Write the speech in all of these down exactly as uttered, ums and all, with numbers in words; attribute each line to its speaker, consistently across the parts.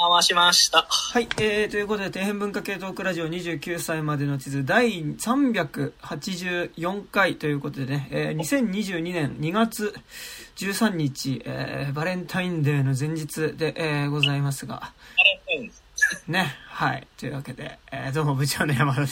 Speaker 1: 回しました。
Speaker 2: はい、えー、ということで底辺文化系トークラジオにじゅうきゅうさいまでの地図第さんびゃくはちじゅうよんかいということでね、えー、にせんにじゅうにねんにがつじゅうさんにち、えー、バレンタインデーの前日で、えー、ございますがね、はい、というわけで、えー、どうも部長の山田です。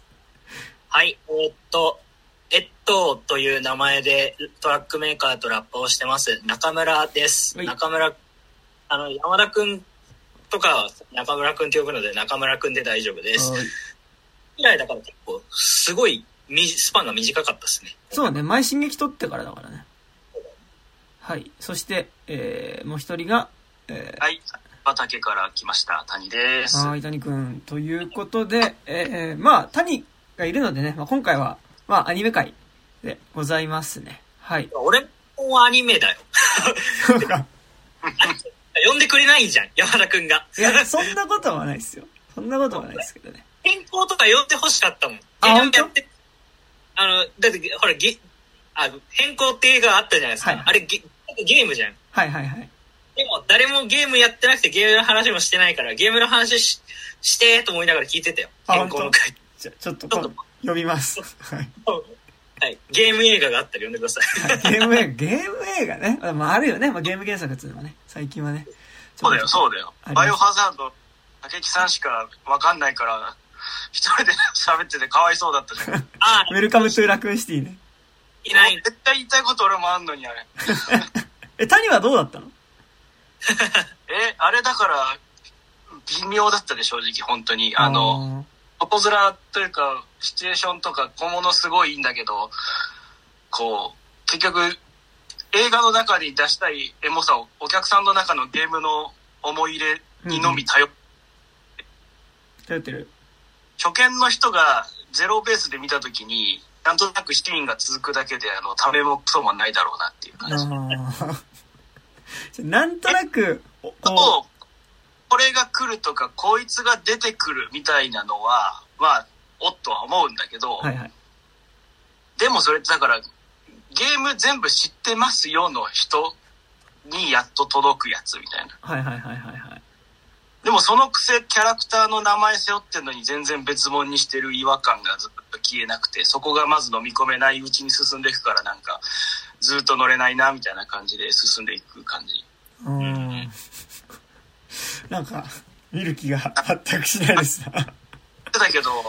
Speaker 1: はい、えー、っとえっとという名前でトラックメーカーとラッパーをしてます中村です。中村、あの山田くんとか中村くんって呼ぶので中村くんで大丈夫です。以来だから結構すごいスパンが短かったですね。
Speaker 2: そうね、前進撃取ってからだからね。はい、そして、えー、もう一人が、
Speaker 3: えー、はい畑から来ました谷です。
Speaker 2: はい、谷くんということで、えー、まあ谷がいるのでね、まあ、今回はまあアニメ界でございますね。はい。
Speaker 1: 俺もアニメだよ。
Speaker 2: そうか。
Speaker 1: 呼んでくれないじゃん山田くんが。
Speaker 2: いやそんなことはないですよ。そんなことはないですけどね。
Speaker 1: 変更とか呼んでほしかったもん。
Speaker 2: あ、本当？
Speaker 1: あのだってほらゲあ変更って映画あったじゃないですか。はいはい、あれ ゲ, ゲームじゃん。
Speaker 2: はいはいはい。
Speaker 1: でも誰もゲームやってなくてゲームの話もしてないからゲームの話 し, してと思いながら聞いてたよ。変更の回。
Speaker 2: じゃちょっと呼びます。はい。
Speaker 1: はい、ゲーム映画があったら呼んでください。
Speaker 2: はい、ゲーム映画、ゲーム映画ね。まあ、あるよね。まあ、ゲーム原作っていうのはね、最近はね。
Speaker 3: そうだよ、そうだよ。バイオハザード、竹木さんしかわかんないから、一人で喋っててかわいそうだったじゃん。
Speaker 1: あ
Speaker 2: ウェルカムトゥーラクーンシティね。
Speaker 1: いない。
Speaker 3: 絶対言いたいこと俺もあんのに、あれ。
Speaker 2: え、谷はどうだったの？
Speaker 3: え、あれだから、微妙だったで、正直、本当に。あの、外面というかシチュエーションとか小物すごいいいんだけど、こう結局映画の中に出したいエモさをお客さんの中のゲームの思い入れにのみ頼って、
Speaker 2: うん、頼ってる。
Speaker 3: 初見の人がゼロベースで見た時になんとなくシーンが続くだけであのためもクソもないだろうなっていう感
Speaker 2: じ。なんとなく
Speaker 3: ここれが来るとかこいつが出てくるみたいなのはまあおっとは思うんだけど、
Speaker 2: はいはい、
Speaker 3: でもそれってだからゲーム全部知ってますよの人にやっと届くやつみたいな。
Speaker 2: はいはいはいはいはい。
Speaker 3: でもそのくせキャラクターの名前背負ってんのに全然別物にしてる違和感がずっと消えなくて、そこがまず飲み込めないうちに進んでいくからなんかずっと乗れないなみたいな感じで進んでいく感じ。
Speaker 2: うーんなんか見る気が全くしないですな。
Speaker 3: だけど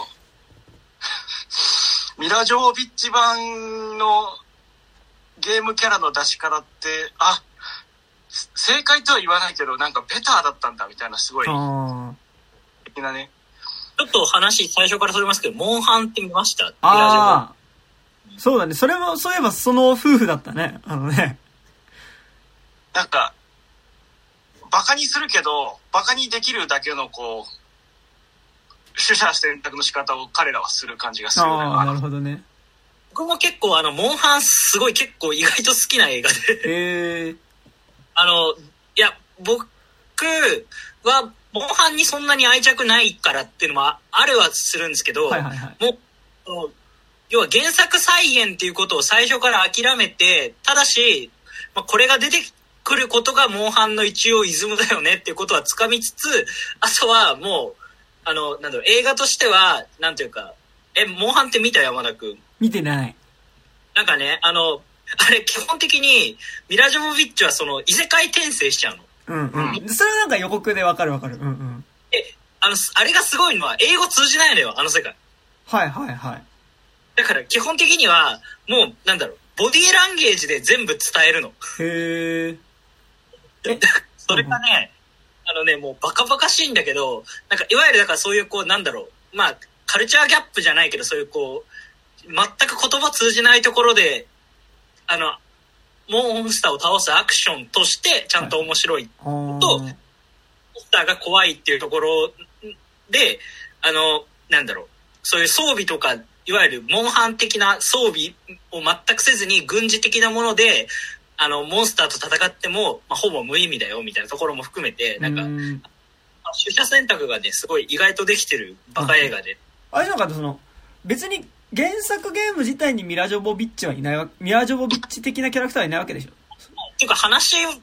Speaker 3: ミラ・ジョービッチ版のゲームキャラの出し方ってあ正解とは言わないけどなんかベターだったんだみたいなすごい的なね。
Speaker 1: ちょっと話最初からそれますけどモンハンって見ました？
Speaker 2: ああそうだね。それもそういえばその夫婦だったね。あのね
Speaker 3: なんかバカにするけどバカにできるだけのこう取捨選択の仕方を彼らはする感じがする。
Speaker 2: ああなるほどね。
Speaker 1: 僕も結構あのモンハンすごい結構意外と好きな映画で
Speaker 2: へえ
Speaker 1: あのいや僕はモンハンにそんなに愛着ないからっていうのもあるはするんですけど、
Speaker 2: はいはいはい、
Speaker 1: もう要は原作再現っていうことを最初から諦めてただし、まあ、これが出て来ることがモンハンの一応イズムだよねっていうことはつかみつつ、あとはもうあのなんだろう映画としてはなんていうかえモンハンって見た山田くん？
Speaker 2: 見てない。
Speaker 1: なんかねあのあれ基本的にミラ・ジョボビッチはその異世界転生しちゃうの。
Speaker 2: うんうん。それはなんか予告でわかるわかる。うんうん。
Speaker 1: えあのあれがすごいのは英語通じないのよあの世界。
Speaker 2: はいはいはい。
Speaker 1: だから基本的にはもうなんだろうボディーランゲージで全部伝えるの。
Speaker 2: へー。
Speaker 1: それがね、あのねもうバカバカしいんだけど、なんかいわゆるだからそういうこうなんだろうまあカルチャーギャップじゃないけどそういうこう全く言葉通じないところであのモンスターを倒すアクションとしてちゃんと面白いと、はい、モンスターが怖いっていうところであのなんだろうそういう装備とかいわゆるモンハン的な装備を全くせずに軍事的なものであのモンスターと戦っても、まあ、ほぼ無意味だよみたいなところも含めてなんか取捨選択がねすごい意外とできてるバカ映画で、
Speaker 2: あれなんかその別に原作ゲーム自体にミラ・ジョボビッチはいないわミラ・ジョボビッチ的なキャラクターはいないわけでしょ。
Speaker 1: っていうか話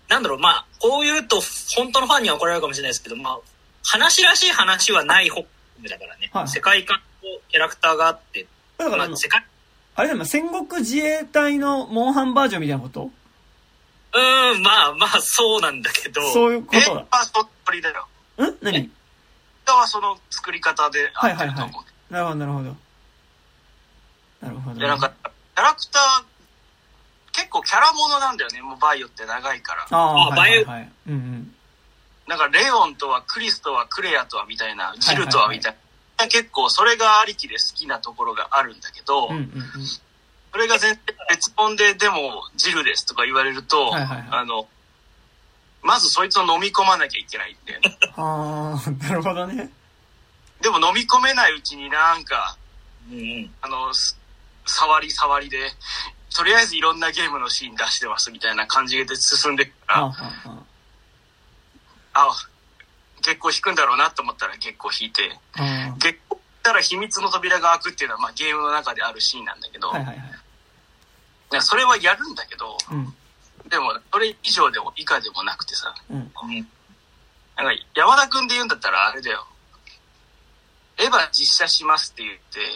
Speaker 1: なんだろう、まあ、こう言うと、本当のファンには怒られるかもしれないですけど、まあ、話らしい話はないホップだからね。はい、世界観とキャラクターがあって。
Speaker 2: だから、
Speaker 1: まあ、世界
Speaker 2: あれだよ、戦国自衛隊のモンハンバージョンみたいなこと？
Speaker 1: うーん、まあまあ、そうなんだけど。
Speaker 2: そういうことだ。
Speaker 3: え、あ、そっくりだよ。
Speaker 2: ん？何？
Speaker 3: はその作り方であってると思う。はいはいはい。
Speaker 2: なるほど、なるほど。なるほど、ね。
Speaker 3: で、なんか、キャラクター、結構キャラものなんだよね、もうバイオって長いから。
Speaker 2: ああ、バイオ。はい、うんうん。
Speaker 3: なんか、レオンとはクリスとはクレアとはみたいな、ジルとはみたいな。はいはいはい、結構それがありきで好きなところがあるんだけど、うんうんうん、それが全然別本ででもジルですとか言われると、はいはいはい、あの、まずそいつを飲み込まなきゃいけないんだよね。
Speaker 2: ああ、なるほどね。
Speaker 3: でも飲み込めないうちになんか、うん、あの、触り触りで、とりあえずいろんなゲームのシーン出してますみたいな感じで進んでくから、ああ、あ、結構引くんだろうなと思ったら結構引いて、結構たら秘密の扉が開くっていうのは、まあ、ゲームの中であるシーンなんだけど、はいはいはい、それはやるんだけど、うん、でもそれ以上でも以下でもなくてさ、うん、なんか山田くんで言うんだったらあれだよ、エヴァ実写しますって言って、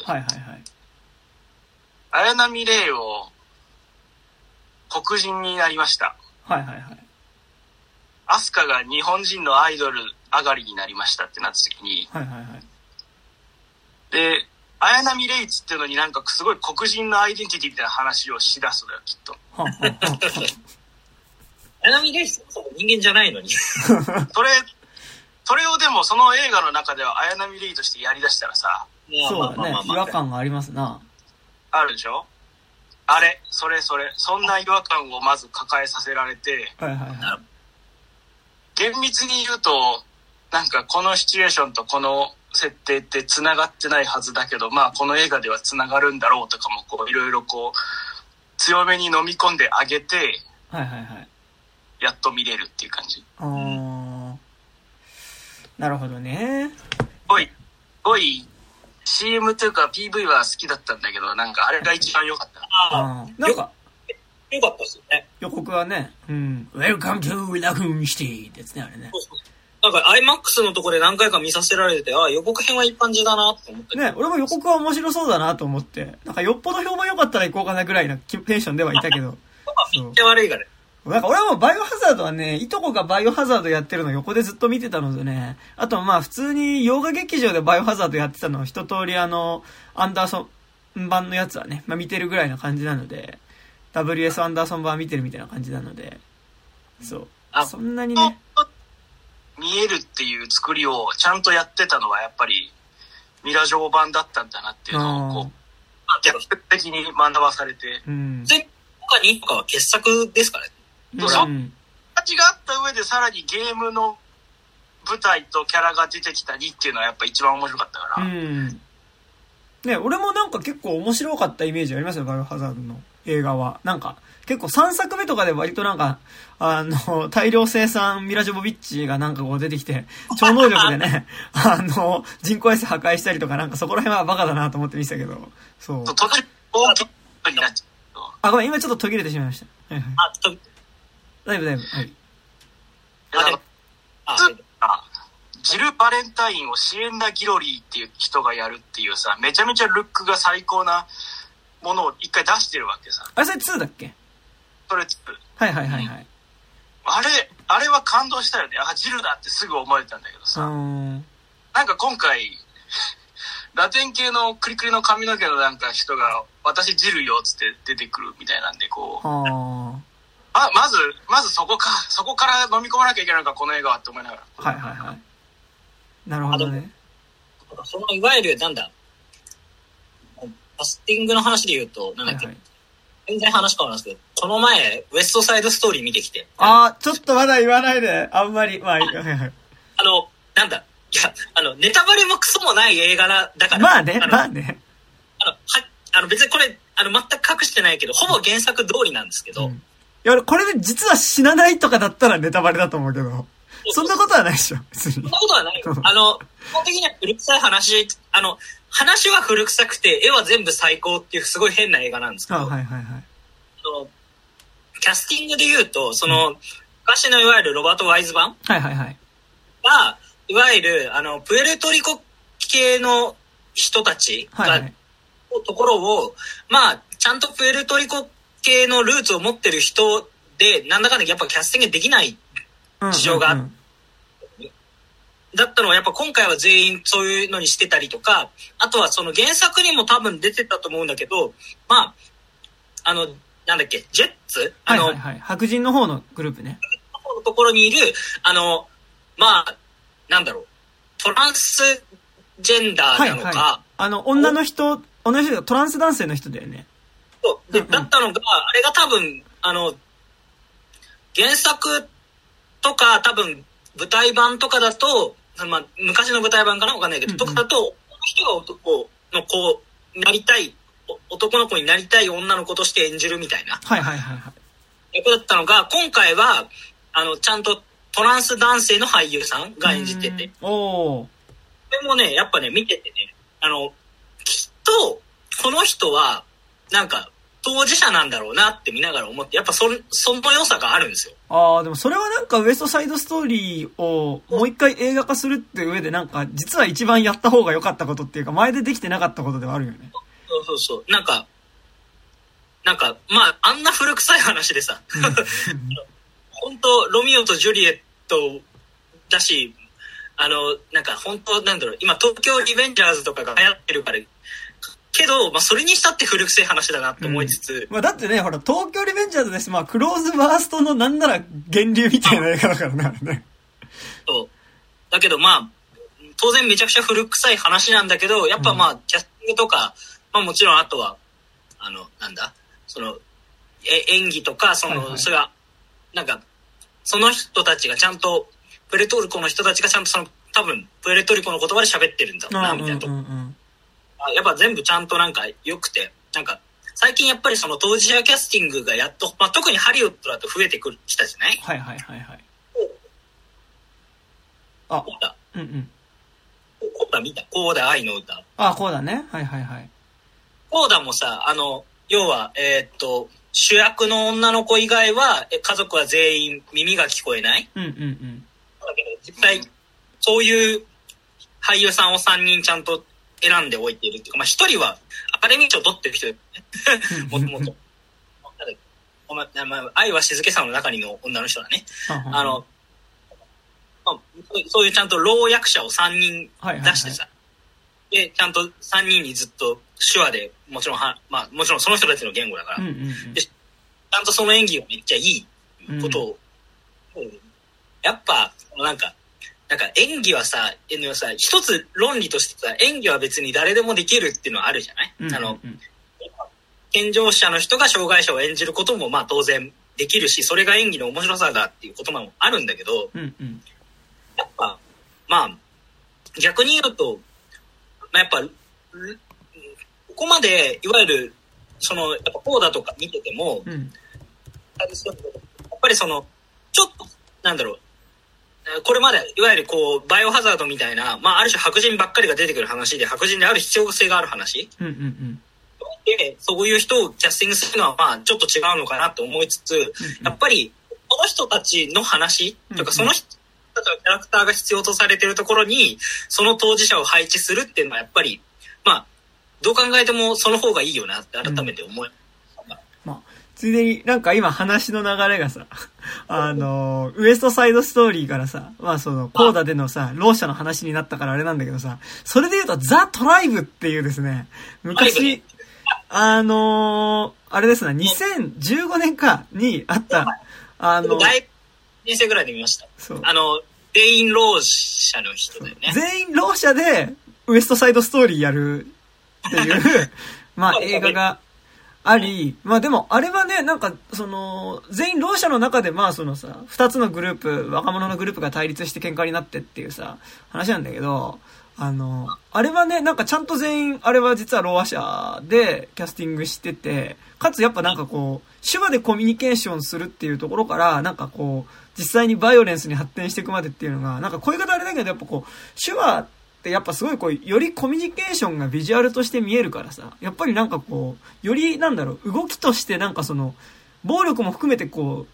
Speaker 3: はいはいはい、綾波レイを黒人になりました。はいはいはい。アスカが日本人のアイドル上がりになりましたってなった時に、はいはいはい。で、綾波レイツっていうのになんかすごい黒人のアイデンティティみたいな話をしだすのよ、きっと。
Speaker 1: 綾波レイツってそも人間じゃないのに。
Speaker 3: それ、それをでもその映画の中では綾波レイとしてやりだしたらさ、
Speaker 2: そうだね、違和感がありますな。
Speaker 3: あるでしょ？あれ、それそれ、そんな違和感をまず抱えさせられて、はいはいはい。厳密に言うと、なんかこのシチュエーションとこの設定って繋がってないはずだけど、まあこの映画では繋がるんだろうとかもこういろいろこう強めに飲み込んであげて、はいはいはい。やっと見れるっていう感じ。
Speaker 2: あー、なるほどね。
Speaker 3: おい、おい、シーエム というか ピーブイ は好きだったんだけど、なんかあれが一番良かった。
Speaker 2: あー、なんか
Speaker 1: 良かったですよね。
Speaker 2: 予告はね、うん。Welcome to Raccoon City ってやつね、あれね。そうそうそう。
Speaker 1: なんか アイマックス のとこで何回か見させられてて、ああ、予告編はいい感じだなって思って。
Speaker 2: ね、俺も予告は面白そうだなと思って、なんかよっぽど評判良かったら行こうかなぐらいなテンションではいたけど。
Speaker 1: めっちゃ悪いからね。
Speaker 2: なんか俺はもうバイオハザードはね、いとこがバイオハザードやってるの横でずっと見てたのでね、あとまあ普通に洋画劇場でバイオハザードやってたのを一通りあの、アンダーソン版のやつはね、まあ見てるぐらいな感じなので、ダブリューエス アンダーソン版見てるみたいな感じなので、そう。あ、そんなにね。
Speaker 3: 見えるっていう作りをちゃんとやってたのはやっぱりミラジョー版だったんだなっていうのをこう、逆的に学ばされて。
Speaker 1: うん。前とかにとかは傑作ですからね。
Speaker 3: そうそう。形があった上でさらにゲームの舞台とキャラが出てきたりっていうのはやっぱ一番面白かったから。うん。
Speaker 2: ね、俺もなんか結構面白かったイメージありますよ、バイオハザードの映画は。なんか、結構さんさくめとかで割となんか、あの、大量生産ミラ・ジョボビッチがなんかこう出てきて、超能力でね、あの、人工衛星破壊したりとかなんかそこら辺はバカだなと思って見てたけど、そう。
Speaker 3: 途中、大きくになっちゃう。
Speaker 2: あ、ごめん、今ちょっと途切れてしまいました。はいはい。あ、と、だいぶだいぶ、はい。
Speaker 3: あれ、あ、ジル・バレンタインをシエンナ・ギロリーっていう人がやるっていうさ、めちゃめちゃルックが最高なものを一回出してるわけさ。
Speaker 2: あれ、それツーだっけ？
Speaker 3: それツー。
Speaker 2: はいはいはいはい。うん、
Speaker 3: あれ、あれは感動したよね。あ、ジルだってすぐ思えたんだけどさ。なんか今回、ラテン系のクリクリの髪の毛のなんか人が、私ジルよっつって出てくるみたいなんで、こう。あ、まず、まずそこか、そこから飲み込まなきゃいけないのか、この映画はって思いながら。
Speaker 2: はいはいはい。なるほどね。
Speaker 1: そのいわゆるなんだ、キャスティングの話で言うと、なんだっけ、はいはい、全然話変わるんですけど、この前ウエストサイドストーリー見てきて、
Speaker 2: あー、ちょっとまだ言わないで、あんまり、まあ、はいはい。
Speaker 1: あの、なんだ、いや、あの、ネタバレもクソもない映画だから、
Speaker 2: まあね、まあね。
Speaker 1: あの、は、あの別にこれ、あの、全く隠してないけど、ほぼ原作通りなんですけど、うん、い
Speaker 2: や、これで実は死なないとかだったらネタバレだと思うけど、そんなことはないでしょ、別に。
Speaker 1: そんなことはないよ。あの、基本的には古臭い話、あの、話は古臭くて、絵は全部最高っていうすごい変な映画なんですけど、あ、はいはいはい。あの、キャスティングで言うと、その、うん、 昔のいわゆるロバート・ワイズ版
Speaker 2: はいはいはい。
Speaker 1: が、いわゆる、あの、プエルトリコ系の人たちが、はいはい、ところを、まあ、ちゃんとプエルトリコ系のルーツを持ってる人で、なんだかんだやっぱキャスティングできない事情があって、うんうんうん、だったのはやっぱ今回は全員そういうのにしてたりとか、あとはその原作にも多分出てたと思うんだけど、まあ、あの、なんだっけ、ジェッツあの、
Speaker 2: はいはいはい、白人の方のグループね。
Speaker 1: 白人の方のところにいる、あの、まあ、なんだろう、トランスジェンダーなのか、はいはい、
Speaker 2: あの、女の人、女の人がトランス男性の人だよね。
Speaker 1: そう。で、うんうん、だったのが、あれが多分、あの、原作とか多分、舞台版とかだと、まあ、昔の舞台版かなわかんないけど、うんうん、とかだと、この人が男の子になりたい、男の子になりたい女の子として演じるみたいな。
Speaker 2: はいはいはいはい。
Speaker 1: 役だったのが、今回は、あの、ちゃんとトランス男性の俳優さんが演じてて。
Speaker 2: おー。
Speaker 1: でもね、やっぱね、見ててね、あの、きっと、この人は、なんか、当事者なんだろうなって見ながら思って、やっぱそ、その良さがあるんですよ。
Speaker 2: ああ、でもそれはなんかウエストサイドストーリーをもう一回映画化するって上でなんか、実は一番やった方が良かったことっていうか、前でできてなかったことではあるよね。
Speaker 1: そうそうそう。なんか、なんか、まあ、あんな古臭い話でさ、本当ロミオとジュリエットだし、あの、なんか本当なんだろう、今東京リベンジャーズとかが流行ってるから、けど、まあ、それにしたって古くせえ話だなって思いつつ、
Speaker 2: うん、まあ、だってね、ほら、東京リベンジャーズです。まあ、クローズバーストのなんなら源流みたいな映画だからね。
Speaker 1: そう。だけど、まあ、当然めちゃくちゃ古臭い話なんだけど、やっぱまあ、キャスティングとか、まあもちろんあとは、あの、なんだ、その、え、演技とか、その、はいはい、それは、なんか、その人たちがちゃんと、プエルトリコの人たちがちゃんとその、多分、プエルトリコの言葉で喋ってるんだろうな、みたいなとこ。やっぱ全部ちゃんとなんか良くて、なんか最近やっぱりその当事者キャスティングがやっと、まあ、特にハリウッドだと増えてくるきたじゃない？
Speaker 2: はいはいはいはい。
Speaker 1: あ、こうだ。
Speaker 2: うんうん。
Speaker 1: こうだ見た。こうだ愛の歌。
Speaker 2: あ、こうだね。はいはいはい。
Speaker 1: こうだもさ、あの、要は、えー、っと、主役の女の子以外は、家族は全員耳が聞こえない。
Speaker 2: うんうんうん。
Speaker 1: だけど実際、そういう俳優さんをさんにんちゃんと選んでおいているっていうか、まあ一人はアカデミー賞取ってる人だよね。もともと。まあ、愛は静けさの中にの女の人だね。あの、まあ、そういうちゃんと老役者をさんにん出してさ、はいはいはい、で、ちゃんとさんにんにずっと手話で、もちろんは、まあもちろんその人たちの言語だから、
Speaker 2: うんうんうん、
Speaker 1: でちゃんとその演技がめっちゃいいことを、うん、やっぱ、なんか、なんか演技はさ、さ一つ論理としてさ、演技は別に誰でもできるっていうのはあるじゃない、うんうんうん、あの健常者の人が障害者を演じることもまあ当然できるし、それが演技の面白さだっていうこともあるんだけど、
Speaker 2: うんうん、
Speaker 1: やっぱまあ逆に言うと、まあ、やっぱここまでいわゆるそのやっぱこうだとか見てても、
Speaker 2: うん、
Speaker 1: やっぱりそのちょっとなんだろう、これまでいわゆるこうバイオハザードみたいな、まあ、ある種白人ばっかりが出てくる話で、白人である必要性がある話、
Speaker 2: うんうんうん、
Speaker 1: でそういう人をキャスティングするのはまあちょっと違うのかなと思いつつ、うんうん、やっぱりこの人たちの話とか、その人たちのキャラクターが必要とされているところにその当事者を配置するっていうのはやっぱりまあどう考えてもその方がいいよなって改めて思います、
Speaker 2: うん、まあついでになんか今話の流れがさ、あの、ウエストサイドストーリーからさ、まあその、コーダでのさ、ろう者の話になったからあれなんだけどさ、それで言うとザ・トライブっていうですね、昔、あのー、あれですね、にせんじゅうごねんかにあった、あの、
Speaker 1: 大人生ぐらいで見ました。そう。あの、全員ろう者の人だよね。
Speaker 2: 全員ろう者で、ウエストサイドストーリーやるっていう、まあ映画が、あり、まあでもあれはね、なんかその全員ろう者の中でまあそのさ、二つのグループ、若者のグループが対立して喧嘩になってっていうさ話なんだけど、あのあれはね、なんかちゃんと全員あれは実はろう者でキャスティングしてて、かつやっぱなんかこう手話でコミュニケーションするっていうところからなんかこう実際にバイオレンスに発展していくまでっていうのがなんかこういう方あれだけど、やっぱこう手話でやっぱすごいこうよりコミュニケーションがビジュアルとして見えるからさ、やっぱりなんかこうよりなんだろう、動きとしてなんかその暴力も含めてこう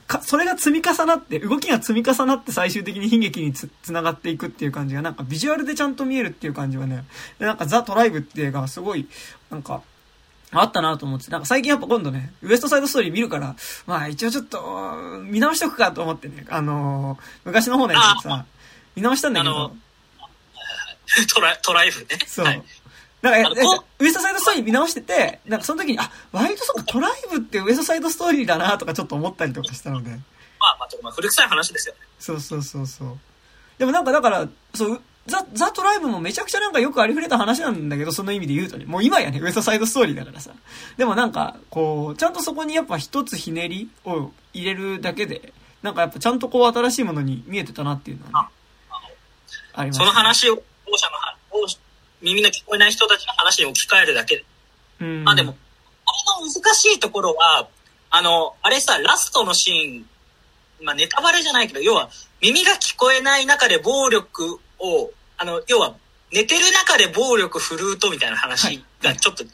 Speaker 2: か、それが積み重なって、動きが積み重なって最終的に悲劇につ、つながっていくっていう感じが、なんかビジュアルでちゃんと見えるっていう感じはね、でなんかザ・トライブっていう映画はすごい、なんか、あったなと思って、なんか最近やっぱ今度ね、ウエストサイドストーリー見るから、まあ一応ちょっと、見直しとくかと思ってね、あのー、昔の方のやつさ、見直したんだけど、
Speaker 1: トラ、トライブね。
Speaker 2: そう。はい、なんか、ウエストサイドストーリー見直してて、なんかその時に、あ、割とそうか、トライブってウエストサイドストーリーだなとかちょっと思ったりとかしたので。ま
Speaker 1: あまあ、まあ、古臭い話ですよね。
Speaker 2: そうそうそうそう。でもなんかだから、そう、ザ・ザ・トライブもめちゃくちゃなんかよくありふれた話なんだけど、その意味で言うとね、もう今やね、ウエストサイドストーリーだからさ。でもなんか、こう、ちゃんとそこにやっぱ一つひねりを入れるだけで、なんかやっぱちゃんとこう新しいものに見えてたなっていうのはね、あ、
Speaker 1: あ, あります、ね。その話を、当社の、耳の聞こえない人たちの話に置き換えるだけで。うん。まあでも、あれの難しいところは、あの、あれさ、ラストのシーン、まあネタバレじゃないけど、要は、耳が聞こえない中で暴力を、あの、要は、寝てる中で暴力振るうとみたいな話がちょっと、はい、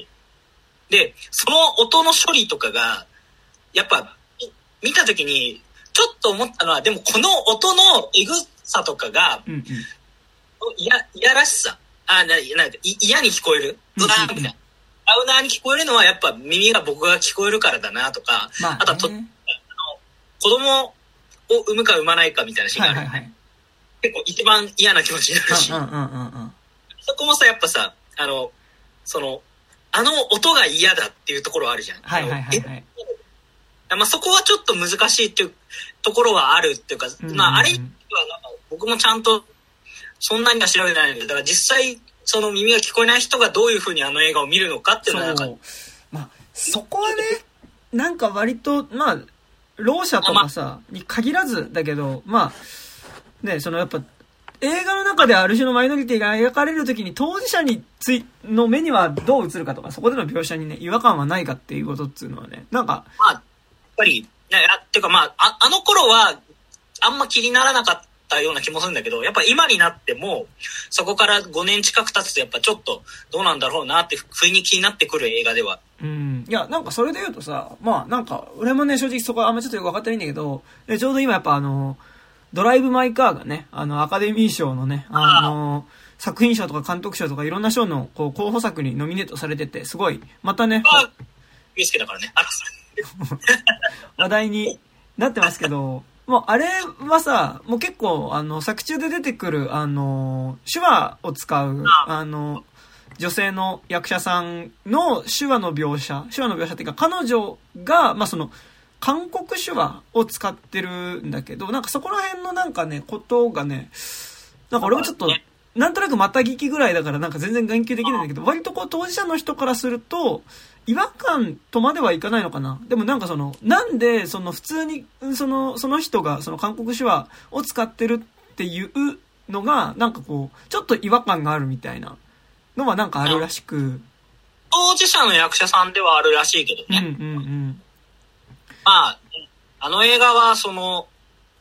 Speaker 1: で、その音の処理とかが、やっぱ、見たときに、ちょっと思ったのは、でもこの音のエグさとかが、うんうん、いや、いやらしさ、あ、な、な、嫌に聞こえる、うわーみたいな。アウナーに聞こえるのはやっぱ耳が僕が聞こえるからだなとか、まあ、あとはと、あの、子供を産むか産まないかみたいなシーンがある、はいはいはい、結構一番嫌な気持ちになるし、うんうんうんうん、そこもさ、やっぱさ、あの、その、あの音が嫌だっていうところあるじゃん。はいはいはいはい。まあそこはちょっと難しいっていうところはあるっていうか、うんうん、まああれはなんか僕もちゃんとそんなには調べてないんだけど、だから実際その耳が聞こえない人がどういう風にあの映画を見るのかっていうのはなんか、そう、
Speaker 2: まあそこはね、なんか割とまあろう者とかさに限らずだけど、まあね、そのやっぱ映画の中である種のマイノリティが描かれるときに当事者についの目にはどう映るかとか、そこでの描写にね違和感はないかっていうことっていうのはね、なんか
Speaker 1: まあやっぱりね、あっていうかまあ あ, あの頃はあんま気にならなかったような気もするんだけど、やっぱ今になってもそこからごねん近く経つとやっぱちょっとどうなんだろうなって不意に気になってくる映画では。
Speaker 2: うん、いやなんかそれで言うとさ、まあなんか俺もね正直そこはあんまちょっとよく分かってないんだけど、でちょうど今やっぱあのドライブ・マイ・カーがね、あのアカデミー賞のね、あの作品賞とか監督賞とかいろんな賞のこう候補作にノミネートされてて、すごいまたね、
Speaker 1: あユースケだからね、あら
Speaker 2: 話題になってますけど、もうあれはさ、もう結構あの作中で出てくるあの手話を使うあの女性の役者さんの手話の描写、手話の描写っていうか彼女がまあその韓国手話を使ってるんだけど、なんかそこら辺のなんかねことがね、なんか俺もちょっとなんとなくまた聞きぐらいだからなんか全然言及できないんだけど、割とこう当事者の人からすると違和感とまではいかないのかな。でもなんかそのなんでその普通にそのその人がその韓国手話を使ってるっていうのがなんかこうちょっと違和感があるみたいなのはなんかあるらしく、
Speaker 1: 当事者の役者さんではあるらしいけどね。
Speaker 2: うんうんうん。
Speaker 1: まああの映画はその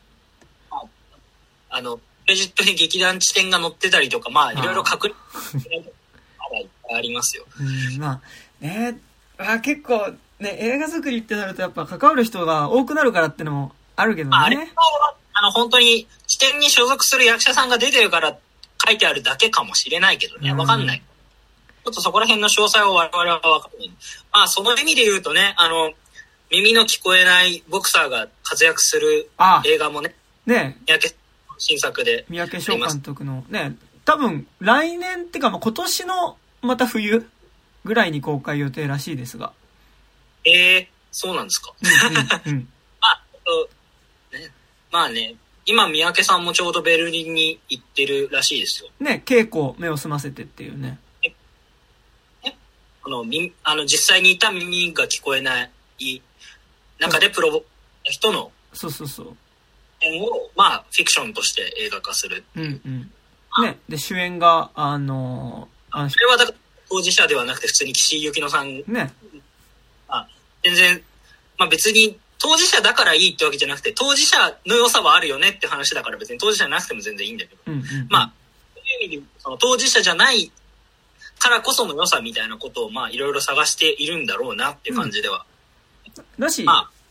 Speaker 1: あのクレジットに劇団地点が載ってたりとか、まあいろいろ確認ありますよ。
Speaker 2: うん、まあね、あ結構ね映画作りってなるとやっぱ関わる人が多くなるからってのもあるけどね。
Speaker 1: あれはあの本当に地点に所属する役者さんが出てるから書いてあるだけかもしれないけどね、わかんない。ちょっとそこら辺の詳細を我々は分かんない。まあその意味で言うとね、あの耳の聞こえないボクサーが活躍する映画もね、
Speaker 2: ね
Speaker 1: 三宅新作で
Speaker 2: 三宅翔監督のね、多分来年ってかまあ今年のまた冬ぐらいに公開予定らしいですが。
Speaker 1: えー、そうなんですか。うんうんうん、あ、ね、まあね、今三宅さんもちょうどベルリンに行ってるらしいですよ。
Speaker 2: ね、稽古目を澄ませてっていうね。
Speaker 1: え、え、あのみあの実際にいた耳が聞こえない中でプロボ人の
Speaker 2: そうそうそう
Speaker 1: 点をまあフィクションとして映画化するっていう。
Speaker 2: うんうんね、で主演があの
Speaker 1: あのそれはだから当事者ではなくて普通に岸井ゆきのさん、
Speaker 2: ね、
Speaker 1: あ全然まあ別に当事者だからいいってわけじゃなくて当事者の良さはあるよねって話だから別に当事者じゃなくても全然いいんだけど、
Speaker 2: うんうんうん、
Speaker 1: まあそういう意味でその当事者じゃないからこその良さみたいなことをまあいろいろ探しているんだろうなっていう感じでは、
Speaker 2: うん、だし、
Speaker 1: まあ、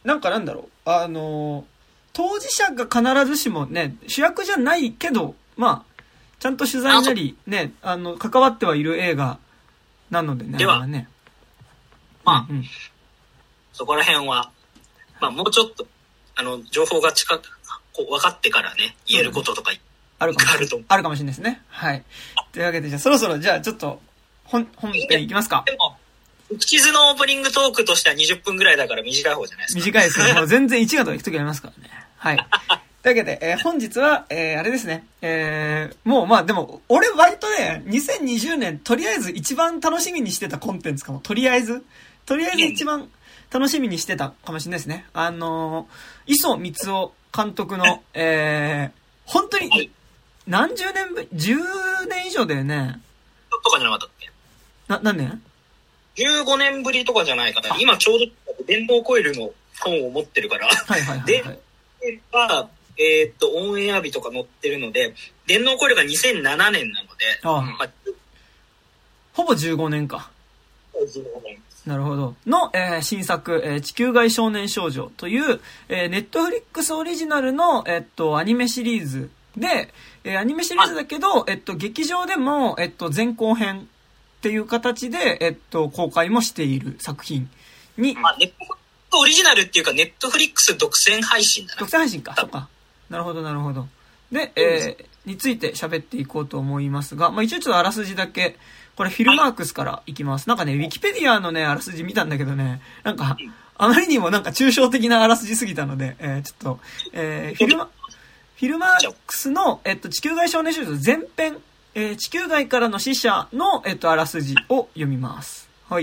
Speaker 2: なんかなんだろう、あの、当事者が必ずしもね、主役じゃないけど、まあ、ちゃんと取材なり、ね、あの、関わってはいる映画なのでね。
Speaker 1: では、
Speaker 2: ね、
Speaker 1: まあ、
Speaker 2: うんうん、
Speaker 1: そこら辺は、まあ、もうちょっと、あの、情報が近く、こう分かってからね、言えることとか、
Speaker 2: あるかもしれない。あるかもしれないですね。はい。というわけで、じゃあそろそろ、じゃあちょっと、本、本編いきますか。
Speaker 1: でも、地図のオープニングトークとしてはにじゅっぷんぐらいだから短い方じゃないですか。
Speaker 2: 短いですね。もう全然いちがとか行くときありますからね。はい。というわけで、えー、本日は、えー、あれですね。えー、もうまあでも、俺割とね、にせんにじゅうねん、とりあえず一番楽しみにしてたコンテンツかも。とりあえず。とりあえず一番楽しみにしてたかもしれないですね。あのー、磯光雄監督の、えー、本当に、何十年ぶり、じゅうねん以上だよね。
Speaker 1: とかじゃなかったっけ？
Speaker 2: な、何年？
Speaker 1: じゅうごねんぶりとかじゃないかな。今ちょうど電動コイルの本を持ってるから。
Speaker 2: はいはいはい、はい。
Speaker 1: で、は、えー、っと、オンエア日とか載ってるので、電動コイルがにせんななねんなので、
Speaker 2: ああ、
Speaker 1: まあ、
Speaker 2: ほぼじゅうごねんか。
Speaker 1: じゅうごねん。
Speaker 2: なるほど。の、えー、新作、えー、地球外少年少女という、えー、ネットフリックスオリジナルの、えっと、アニメシリーズで、えー、アニメシリーズだけど、えっと、劇場でも、えっと、前後編っていう形で、えっと、公開もしている作品に。
Speaker 1: まあ、ネットフリックスオリジナルっていうか、ネットフリックス独占配信だな。
Speaker 2: 独占配信か。そうか。なるほど、なるほど。で、えー、について喋っていこうと思いますが、まあ、一応ちょっとあらすじだけ、これフィルマークスからいきます。なんかね、ウィキペディアのね、あらすじ見たんだけどね、なんか、あまりにもなんか抽象的なあらすじすぎたので、えー、ちょっと、えー、フィルマ、フィルマークスの、えっと、地球外少年少女前編、えー、地球外からの死者の、えっと、あらすじを読みます。はい。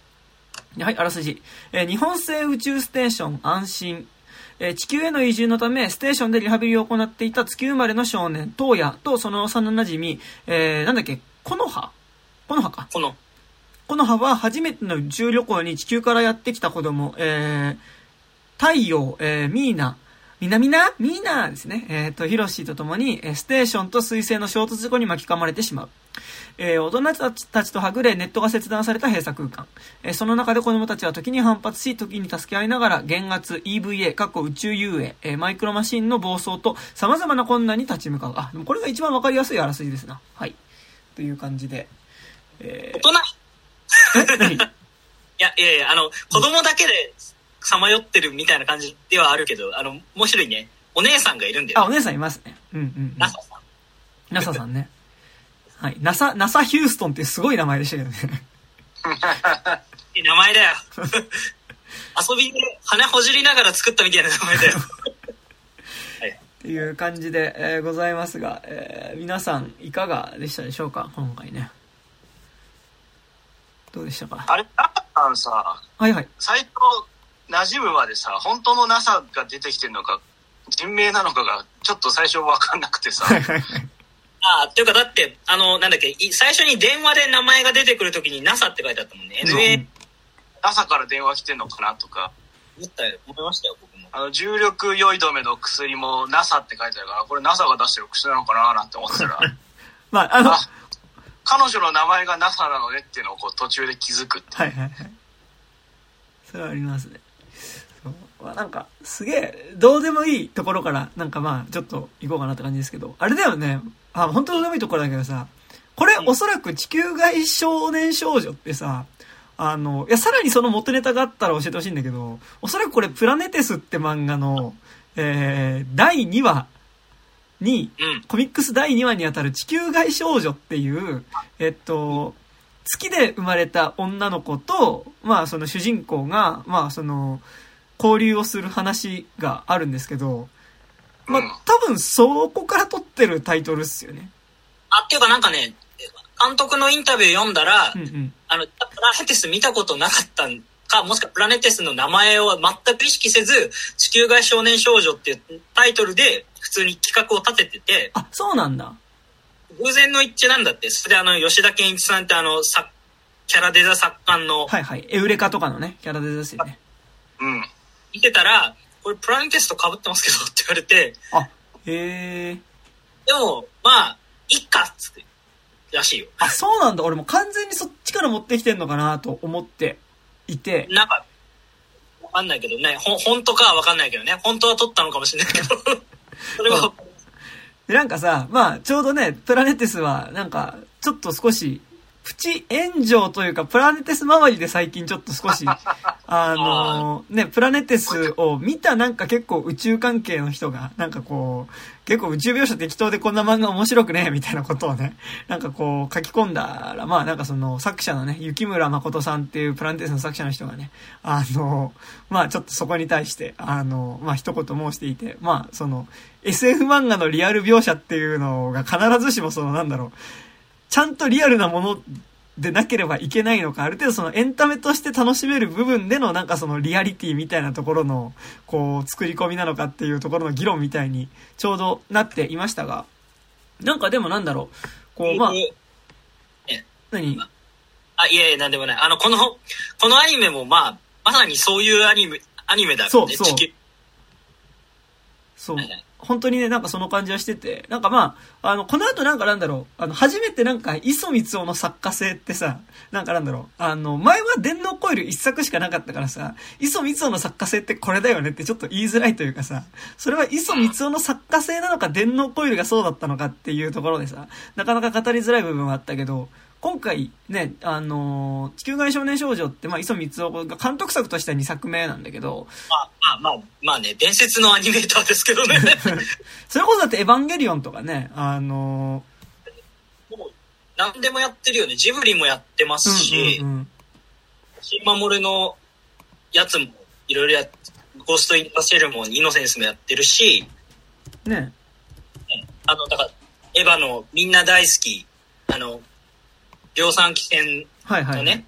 Speaker 1: Yeah.
Speaker 2: はい、あらすじ。えー、日本製宇宙ステーション安心。えー、地球への移住のため、ステーションでリハビリを行っていた月生まれの少年、東野とその幼馴染、えー、なんだっけ、木の葉木の葉か。
Speaker 1: この。
Speaker 2: 木の葉は初めての宇宙旅行に地球からやってきた子供、えー、太陽、えー、ミーナ、みなみなミーナですね。えっと、ヒロシと共に、ステーションと彗星の衝突事故に巻き込まれてしまう。えー、大人たちたちとはぐれ、ネットが切断された閉鎖空間。えー、その中で子供たちは時に反発し、時に助け合いながら、減圧、イーブイエー、過去宇宙遊泳、えー、マイクロマシンの暴走と、様々な困難に立ち向かう。あ、でもこれが一番わかりやすいあらすじですな。はい。という感じで。
Speaker 1: えー、大人え何いや、いやいや、あの、子供だけでさまよってるみたいな感じではあるけど、あの、面白いね。お姉さんがいるんだよ、
Speaker 2: ね。あ、お姉さんいますね。うんうん、うん。
Speaker 1: ナサさん。
Speaker 2: ナサさんね。はい。ナサ、ナサヒューストンってすごい名前でしたけどね。
Speaker 1: いい名前だよ。遊びで羽ほじりながら作ったみたいな名前だよ。
Speaker 2: はい。っていう感じで、えー、ございますが、えー、皆さんいかがでしたでしょうか今回ね。どうでしたか？
Speaker 3: あれ、ナサさんさ、
Speaker 2: はいはい。
Speaker 3: 最初馴染むまでさ、本当の ナサ が出てきてるのか、人名なのかがちょっと最初分かんなくてさ。
Speaker 2: はいはいはい。
Speaker 1: ああ、っていうかだって、あの、なんだっけ、最初に電話で名前が出てくるときに ナサ って書いてあったもんね。エヌエー。
Speaker 3: ナサ から電話来てんのかなとか。
Speaker 1: 思ったよ、思いましたよ、僕も。
Speaker 3: あの、重力酔い止めの薬も ナサ って書いてあるから、これ ナサ が出してる薬なのかななんて思ってたら。まあ、あの、あ彼女の名前が ナサ なのねっていうのをこう途中で気づくって。
Speaker 2: はいはいはい。それはありますね。そうなんか、すげえ、どうでもいいところから、なんかまあ、ちょっと行こうかなって感じですけど、あれだよね、あ、本当どうでもいいところだけどさ、これおそらく地球外少年少女ってさ、あの、いや、さらにその元ネタがあったら教えてほしいんだけど、おそらくこれプラネテスって漫画の、えー、だいにわに、コミックスだいにわにあたる地球外少女っていう、えっと、月で生まれた女の子と、まあその主人公が、まあその、交流をする話があるんですけど、まあ多分そこから撮ってるタイトルっすよね。
Speaker 1: あ、っていうかなんかね、監督のインタビュー読んだら、
Speaker 2: うんうん、
Speaker 1: あの、プラネテス見たことなかったんか、もしくはプラネテスの名前を全く意識せず、地球外少年少女っていうタイトルで普通に企画を立ててて、
Speaker 2: あ、そうなんだ。
Speaker 1: 偶然の一致なんだって。それであの、吉田健一さんってあの、作キャラデザ作家の。
Speaker 2: はいはい。エウレカとかのね、キャラデザですよね。
Speaker 3: うん。
Speaker 1: 見てたら、これプラネテスと被ってますけどって言われて。
Speaker 2: あ、へー。
Speaker 1: でも、まあ、いっかっつって。らしいよ。
Speaker 2: あ、そうなんだ。俺も完全にそっちから持ってきてんのかなと思っていて。
Speaker 1: なんか、 わかんないけどね、ほ本当かはわかんないけどね、本当は撮ったのかもしれないけどそれは
Speaker 2: でなんかさ、まあちょうどねプラネテスはなんかちょっと少しプチ炎上というか、プラネテス周りで最近ちょっと少し、あのね、プラネテスを見たなんか結構宇宙関係の人が、なんかこう、結構宇宙描写適当でこんな漫画面白くねみたいなことをね、なんかこう書き込んだら、まあなんかその作者のね、雪村誠さんっていうプラネテスの作者の人がね、あの、まあちょっとそこに対して、あの、まあ一言申していて、まあその エスエフ 漫画のリアル描写っていうのが必ずしもそのなんだろう、ちゃんとリアルなものでなければいけないのか、ある程度そのエンタメとして楽しめる部分でのなんかそのリアリティみたいなところのこう作り込みなのかっていうところの議論みたいにちょうどなっていましたが、なんかでもなんだろう、こうまあ、
Speaker 1: え
Speaker 2: 何？
Speaker 1: あ、いやいやなんでもない。あのこのこのアニメもまあまさにそういうアニメアニメだよね。
Speaker 2: そうそう。
Speaker 1: 地球
Speaker 2: そう。本当にね、なんかその感じはしてて、なんかまあ、あの、この後なんかなんだろう、あの、初めてなんか、磯光雄の作家性ってさ、なんかなんだろう、あの、前は電脳コイル一作しかなかったからさ、磯光雄の作家性ってこれだよねってちょっと言いづらいというかさ、それは磯光雄の作家性なのか電脳コイルがそうだったのかっていうところでさ、なかなか語りづらい部分はあったけど、今回ね、あのー、地球外少年少女って、まあ、磯光雄が監督作としてはにさくめなんだけど、
Speaker 1: まあまあまあ、まあね、伝説のアニメーターですけどね。
Speaker 2: それこそだってエヴァンゲリオンとかね、あの
Speaker 1: ー、もう何でもやってるよね。ジブリもやってますし、
Speaker 2: うんうんうん、
Speaker 1: 新守のやつもいろいろやって、ゴーストインターセルもイノセンスもやってるし、
Speaker 2: ね、
Speaker 1: あの、だから、エヴァのみんな大好き、あの、量産機戦のね、はいはいはい、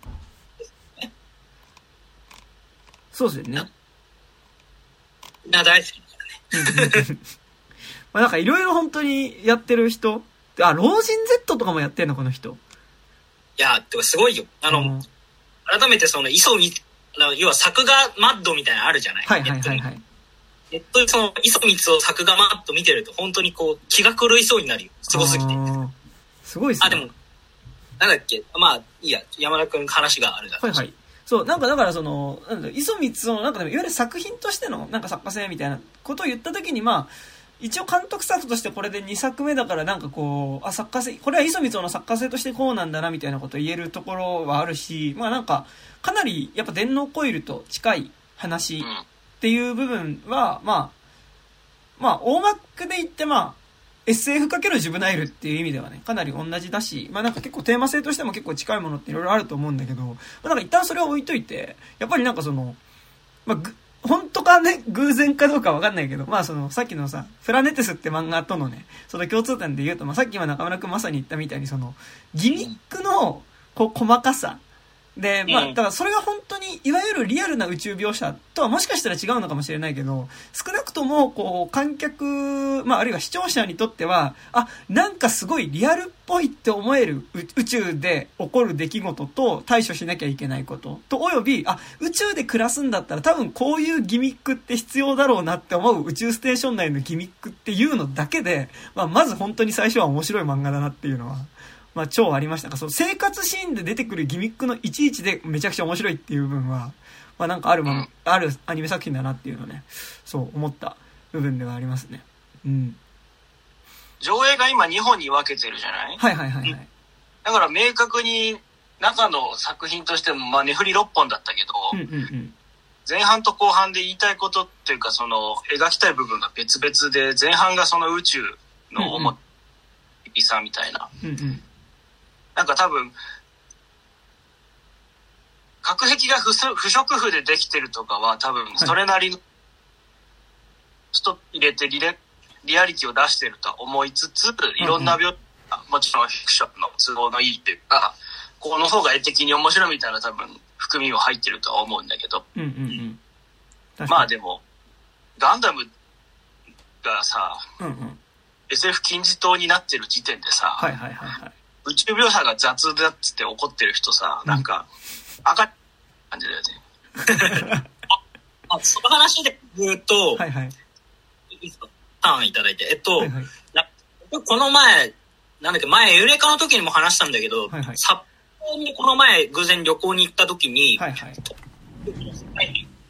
Speaker 2: そうですよね。
Speaker 1: みんな大好きだね。
Speaker 2: まあなんかいろいろ本当にやってる人、あ、老人 Z とかもやってんのこの人。
Speaker 1: いや、てかすごいよ。あの、うん、改めてその磯み、要は作画マッドみたいなのあるじゃない。
Speaker 2: はいはいはいはい。
Speaker 1: ネットでその磯光を作画マッド見てると本当にこう気が狂いそうになるよ。すごすぎて。
Speaker 2: すごいっすね。
Speaker 1: あ、でも。なんだっけ、まあいいや、山田くん話があるだろうし。
Speaker 2: はいはい。そう、なんかだからその、なんだろう、磯光雄のなんかでもいわゆる作品としてのなんか作家性みたいなことを言ったときに、まあ、一応監督作としてこれでにさくめだからなんかこう、あ、作家性、これは磯光雄の作家性としてこうなんだなみたいなことを言えるところはあるし、まあなんか、かなりやっぱ電脳コイルと近い話っていう部分は、まあ、まあ大枠で言ってまあ、エスエフ× ジュブナイルっていう意味ではね、かなり同じだし、まあなんか結構テーマ性としても結構近いものっていろいろあると思うんだけど、まあなんか一旦それを置いといて、やっぱりなんかその、まあぐ、本当かね、偶然かどうかわかんないけど、まあその、さっきのさ、プラネテスって漫画とのね、その共通点で言うと、まあさっきは中村くんまさに言ったみたいに、その、ギミックの、こう、細かさ、で、まあ、だからそれが本当に、いわゆるリアルな宇宙描写とはもしかしたら違うのかもしれないけど、少なくとも、こう、観客、まあ、あるいは視聴者にとっては、あ、なんかすごいリアルっぽいって思える宇宙で起こる出来事と対処しなきゃいけないこと、とおよび、あ、宇宙で暮らすんだったら多分こういうギミックって必要だろうなって思う宇宙ステーション内のギミックっていうのだけで、まあ、まず本当に最初は面白い漫画だなっていうのは、まあ超ありましたが、その生活シーンで出てくるギミックのいちいちでめちゃくちゃ面白いっていう部分は、まあなんかあるもの、あるアニメ作品だなっていうのね、そう思った部分ではありますね。うん。
Speaker 3: 上映が今にほんに分けてるじゃない？
Speaker 2: はいはいはいはい。
Speaker 3: だから明確に中の作品としても、まあ値振りろっぽんだったけど、
Speaker 2: うんうんうん、
Speaker 3: 前半と後半で言いたいことっていうか、その描きたい部分が別々で、前半がその宇宙の重いさみたいな。
Speaker 2: うんうん、
Speaker 3: なんか多分、隔壁が不織布でできてるとかは多分それなりの人入れてリレ、リアリティを出してるとは思いつつ、いろんな描写、もちろんフィクションの都合のいいっていうか、この方が絵的に面白いみたいな多分含みは入ってるとは思うんだけど、
Speaker 2: うんうんうん、
Speaker 3: まあでもガンダムがさ、
Speaker 2: うんうん、
Speaker 3: エスエフ 金字塔になってる時点でさ、
Speaker 2: はいはいはいはい、
Speaker 3: 宇宙描写が雑だっつって怒ってる人さ、なんか赤い感じだよね。
Speaker 1: あ、その話で言うと、
Speaker 2: はいはい、
Speaker 1: ターンいただいて、えっと、
Speaker 2: はいはい、
Speaker 1: この前なんだっけ、前エウレカの時にも話したんだけど、
Speaker 2: はいはい、
Speaker 1: 札幌にこの前偶然旅行に行った時に、
Speaker 2: はいはい、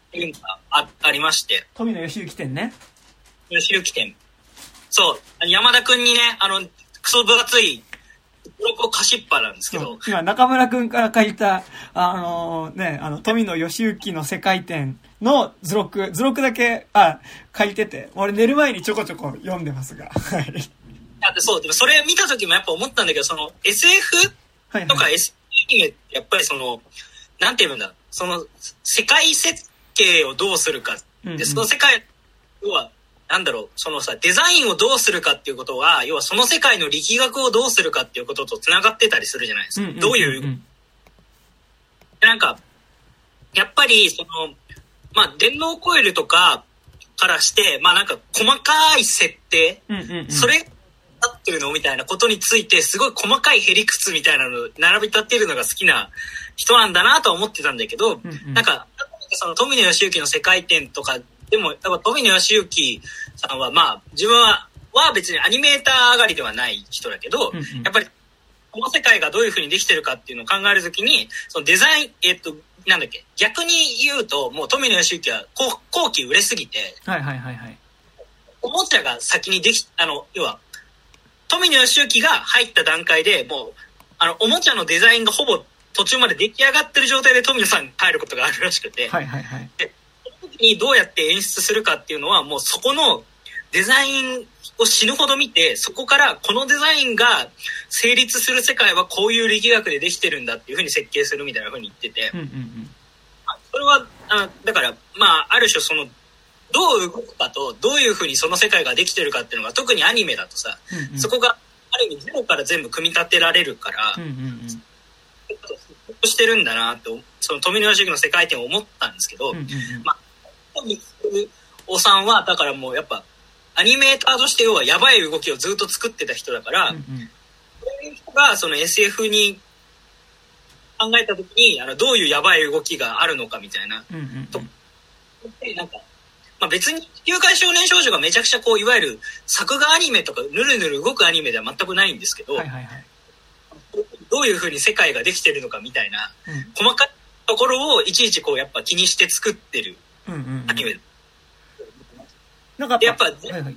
Speaker 1: っていうのが あ, ありまして。
Speaker 2: 富野義行店ね。
Speaker 1: 義行店。そう。山田くんにね、あの、クソ分厚い、ブログ貸しっぱなんですけど。
Speaker 2: 今、中村くんから書いた、あのー、ね、あの、富野義行の世界展の図録、図録だけ、あ、書いてて、俺寝る前にちょこちょこ読んでますが。はい。
Speaker 1: だってそう、でもそれ見た時もやっぱ思ったんだけど、その エスエフ とか エスエフ アニメってやっぱりその、なんて言うんだ、その世界設計をどうするか。で、うんうん、その世界、要は、なんだろう、そのさ、デザインをどうするかっていうことは、要はその世界の力学をどうするかっていうことと繋がってたりするじゃないですか。うんうんうんうん、どういう、なんか、やっぱり、その、まあ、電脳コイルとかからして、まあなんか細かい設定、うんうんうん、それ、立ってるのみたいなことについて、すごい細かいへりくつみたいなの、並び立ってるのが好きな人なんだなとは思ってたんだけど、うんうん、なんか、その富野義行の世界展とか、でも、やっぱ富野義行さんは、まあ、自分は、は別にアニメーター上がりではない人だけど、うんうん、やっぱり、この世界がどういう風にできてるかっていうのを考えるときに、そのデザイン、えっと、なんだっけ、逆に言うと、もう富野義行は後後期売れすぎて、
Speaker 2: はいはいはいはい。
Speaker 1: おもちゃが先にでき、あの、要は、富野義行が入った段階でもう、あの、おもちゃのデザインがほぼ途中まで出来上がってる状態で富野さんに入ることがあるらしくて、
Speaker 2: はいはいはい。
Speaker 1: でにどうやって演出するかっていうのはもうそこのデザインを死ぬほど見て、そこからこのデザインが成立する世界はこういう力学でできてるんだっていうふうに設計するみたいなふうに言ってて、うんうんうん、それはあだからまあある種そのどう動くかとどういうふうにその世界ができてるかっていうのが特にアニメだとさ、うんうん、そこがある意味ゼロから全部組み立てられるから、うんうんうん、してるんだなってその富野義行の世界展を思ったんですけど、うんうんうん、まあおさんはだからもうやっぱアニメーターとして要はやばい動きをずっと作ってた人だから、うんうん、そういう人がその エスエフ に考えた時にあのどういうやばい動きがあるのかみたいな、うんうんうん、とでなんか、まあ、別に地球界少年少女がめちゃくちゃこういわゆる作画アニメとかぬるぬる動くアニメでは全くないんですけど、はいはいはい、どういう風に世界ができてるのかみたいな、うん、細かいところをいちいちこうやっぱ気にして作ってるアニメ、うんうんうん、なんかやっぱ、はいはい、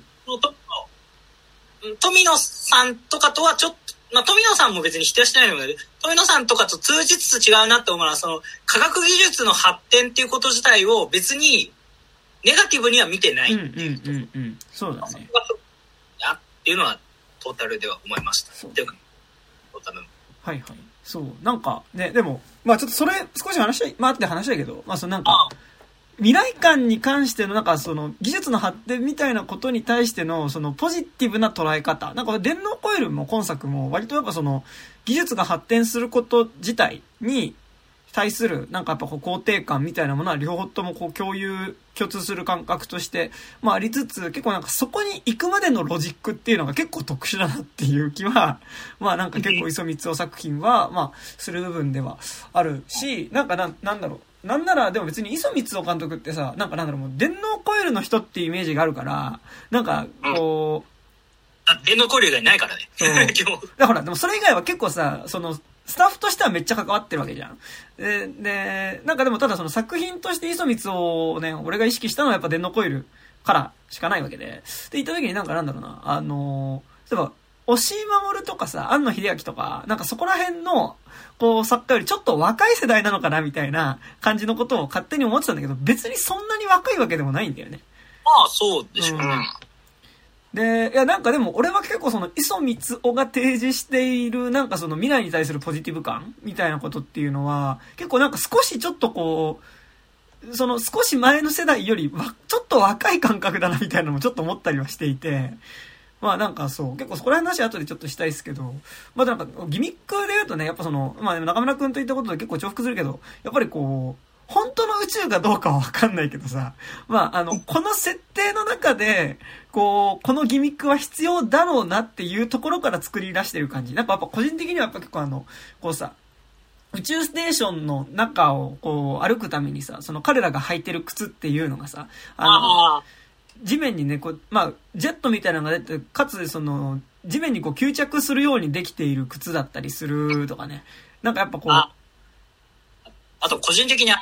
Speaker 1: 富野さんとかとはちょっと、まあ、富野さんも別に否定はしてないので富野さんとかと通じつつ違うなって思うのはその科学技術の発展っていうこと自体を別にネガティブには見てないっていう、うんうんうんうん、そうだねやっていうのはトータルでは思いました。そうっていうかトータル
Speaker 2: はいはいそうなんかねでもまあちょっとそれ少し話したいまあって話だけどまあそのなんかああ未来感に関してのなんかその技術の発展みたいなことに対してのそのポジティブな捉え方なんか電脳コイルも今作も割とやっぱその技術が発展すること自体に対するなんかやっぱこう肯定感みたいなものは両方ともこう共有共通する感覚としてまあありつつ結構なんかそこに行くまでのロジックっていうのが結構特殊だなっていう気はまあなんか結構磯光雄作品はまあする部分ではあるしなんかな、なんだろうなんならでも別に磯光雄監督ってさなんかなんだろうもう電脳コイルの人っていうイメージがあるからなんかこう、
Speaker 1: うん、電脳コイル以外ないからね
Speaker 2: だからでもそれ以外は結構さそのスタッフとしてはめっちゃ関わってるわけじゃんで, でなんかでもただその作品として磯光雄をね俺が意識したのはやっぱ電脳コイルからしかないわけでで言った時になんかなんだろうなあの例えば押井守とかさ庵野秀明とかなんかそこら辺のこう作家よりちょっと若い世代なのかなみたいな感じのことを勝手に思ってたんだけど別にそんなに若いわけでもないんだよね。
Speaker 1: まあそうでしょうね、
Speaker 2: うん、でいやなんかでも俺は結構その磯光雄が提示しているなんかその未来に対するポジティブ感みたいなことっていうのは結構なんか少しちょっとこうその少し前の世代よりちょっと若い感覚だなみたいなのもちょっと思ったりはしていてまあなんかそう結構そこら辺の話後でちょっとしたいですけどまあなんかギミックで言うとねやっぱそのまあ中村くんといったことで結構重複するけどやっぱりこう本当の宇宙がどうかは分かんないけどさまああのこの設定の中でこうこのギミックは必要だろうなっていうところから作り出してる感じなんかやっぱ個人的にはやっぱ結構あのこうさ宇宙ステーションの中をこう歩くためにさその彼らが履いてる靴っていうのがさあのあ地面にねこう、まあ、ジェットみたいなのが出てかつその地面にこう吸着するようにできている靴だったりするとかねなんかやっぱこう
Speaker 1: あ, あと個人的にあの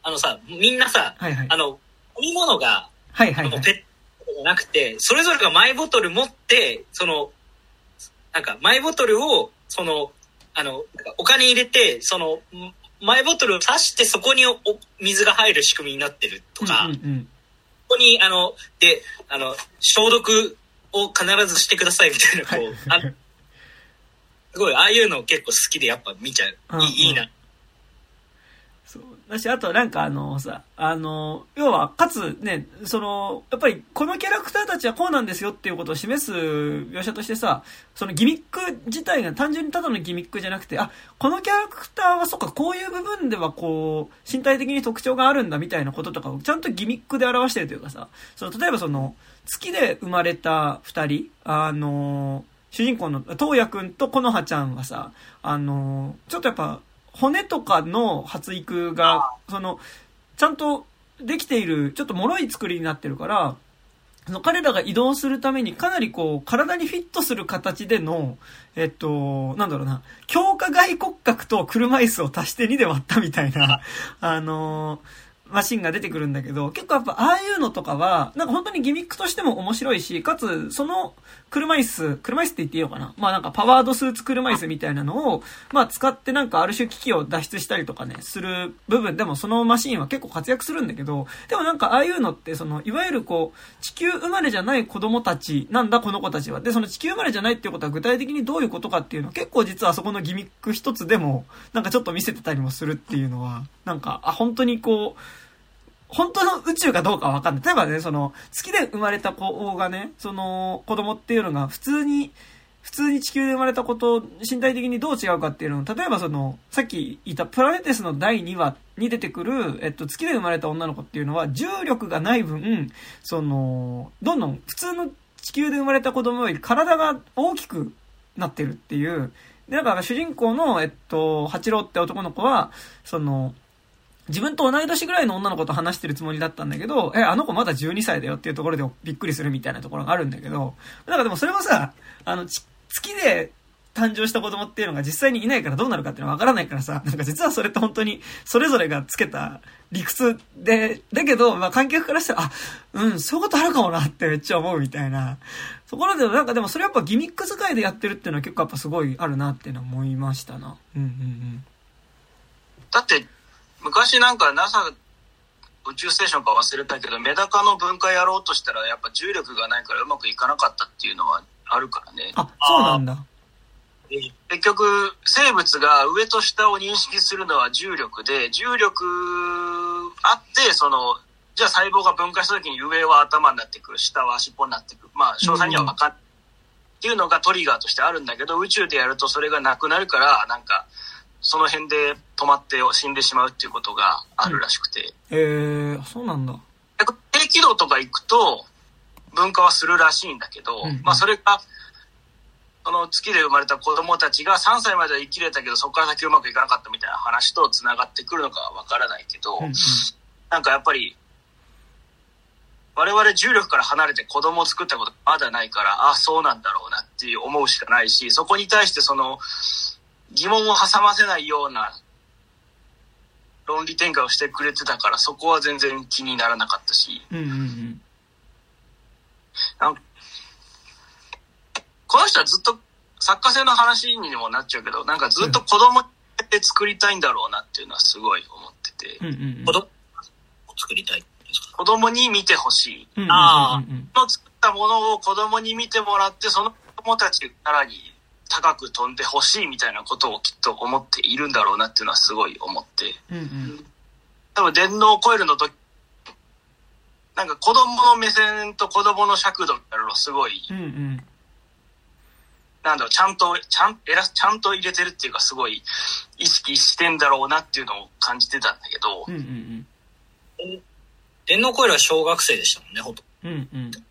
Speaker 1: あのさ、みんなさ、
Speaker 2: はいはい、
Speaker 1: あの、飲み物が、
Speaker 2: はいはいはい、
Speaker 1: ペットじゃなくて、それぞれがマイボトル持って、その、なんか、マイボトルを、その、あの、お金入れて、その、マイボトルを刺してそこにお水が入る仕組みになってるとか、
Speaker 2: うんうんうん、
Speaker 1: ここに、あの、で、あの、消毒を必ずしてくださいみたいな、こう、はい、あすごい、ああいうの結構好きでやっぱ見ちゃう。うんうん、いい、いいな。
Speaker 2: そう。だし、あとなんかあのさ、あの、要は、かつね、その、やっぱりこのキャラクターたちはこうなんですよっていうことを示す描写としてさ、そのギミック自体が単純にただのギミックじゃなくて、あ、このキャラクターはそっか、こういう部分ではこう、身体的に特徴があるんだみたいなこととかをちゃんとギミックで表してるというかさ、その、例えばその、月で生まれた二人、あの、主人公の東也くんと木の葉ちゃんはさ、あの、ちょっとやっぱ、骨とかの発育が、その、ちゃんとできている、ちょっと脆い作りになってるから、その彼らが移動するためにかなりこう、体にフィットする形での、えっと、なんだろうな、強化外骨格と車椅子を足してにで割ったみたいな、あの、マシンが出てくるんだけど、結構やっぱああいうのとかは、なんか本当にギミックとしても面白いし、かつ、その車椅子、車椅子って言っていいのかな？まあなんかパワードスーツ車椅子みたいなのを、まあ使ってなんかある種機器を脱出したりとかね、する部分でもそのマシンは結構活躍するんだけど、でもなんかああいうのって、その、いわゆるこう、地球生まれじゃない子供たちなんだこの子たちは。で、その地球生まれじゃないっていうことは具体的にどういうことかっていうのは結構実はそこのギミック一つでも、なんかちょっと見せてたりもするっていうのは、なんか、あ、本当にこう、本当の宇宙かどうかわかんない。例えばね、その、月で生まれた子がね、その、子供っていうのが普通に、普通に地球で生まれた子と身体的にどう違うかっていうのを、例えばその、さっき言ったプラネテスのだいにわに出てくる、えっと、月で生まれた女の子っていうのは、重力がない分、その、どんどん普通の地球で生まれた子供より体が大きくなってるっていう。で、だから主人公の、えっと、八郎って男の子は、その、自分と同い年ぐらいの女の子と話してるつもりだったんだけど、え、あの子まだじゅうにさいだよっていうところでびっくりするみたいなところがあるんだけど、なんかでもそれもさ、あの、月で誕生した子供っていうのが実際にいないからどうなるかっていうのはわからないからさ、なんか実はそれって本当にそれぞれがつけた理屈で、だけど、まあ観客からしたら、あ、うん、そういうことあるかもなってめっちゃ思うみたいな。ところでなんかでもそれやっぱギミック使いでやってるっていうのは結構やっぱすごいあるなっていうのは思いましたな。うんうんうん。
Speaker 3: だって、昔なんか ナサ 宇宙ステーションか忘れたけど、メダカの分解やろうとしたらやっぱ重力がないからうまくいかなかったっていうのはあるからね。
Speaker 2: あ、そうなんだ。
Speaker 3: 結局生物が上と下を認識するのは重力で、重力あってそのじゃあ細胞が分解した時に上は頭になってくる、下は尻尾になってくる、まあ詳細には分かんない、うん、っていうのがトリガーとしてあるんだけど、宇宙でやるとそれがなくなるから、なんかその辺で止まって死んでしまうっていうことがあるらしくて、
Speaker 2: うん、えー、そうなんだ。
Speaker 3: 低軌道とか行くと分化はするらしいんだけど、うん、まあそれがその月で生まれた子供たちがさんさいまでは生きれたけどそこから先うまくいかなかったみたいな話とつながってくるのかはわからないけど、うんうん、なんかやっぱり我々重力から離れて子供を作ったことまだないから、あ、そうなんだろうなって思うしかないし、そこに対してその疑問を挟ませないような論理展開をしてくれてたから、そこは全然気にならなかったし、
Speaker 2: うんうんうん、
Speaker 3: なんこの人はずっと作家性の話にもなっちゃうけど、なんかずっと子供で作りたいんだろうなっていうのはすごい思ってて、
Speaker 2: うんうんうん、
Speaker 1: 子供を作りたいですか？
Speaker 3: 子供に見てほしい、
Speaker 2: うんうんうんうん、あ
Speaker 3: の作ったものを子供に見てもらって、その子供たちさらに高く飛んでほしいみたいなことをきっと思っているんだろうなっていうのはすごい思って、
Speaker 2: うんうん、
Speaker 3: 多分電脳コイルの時なんか子供の目線と子供の尺度みたいなのすごい、
Speaker 2: うんうん、
Speaker 3: なんだろう、ちゃんとちゃんえらちゃんと入れてるっていうか、すごい意識してんだろうなっていうのを感じてたんだけど、
Speaker 2: うんうん
Speaker 1: うん、電脳コイルは小学生でしたもんね、ほんと、
Speaker 2: うんうん、
Speaker 3: だ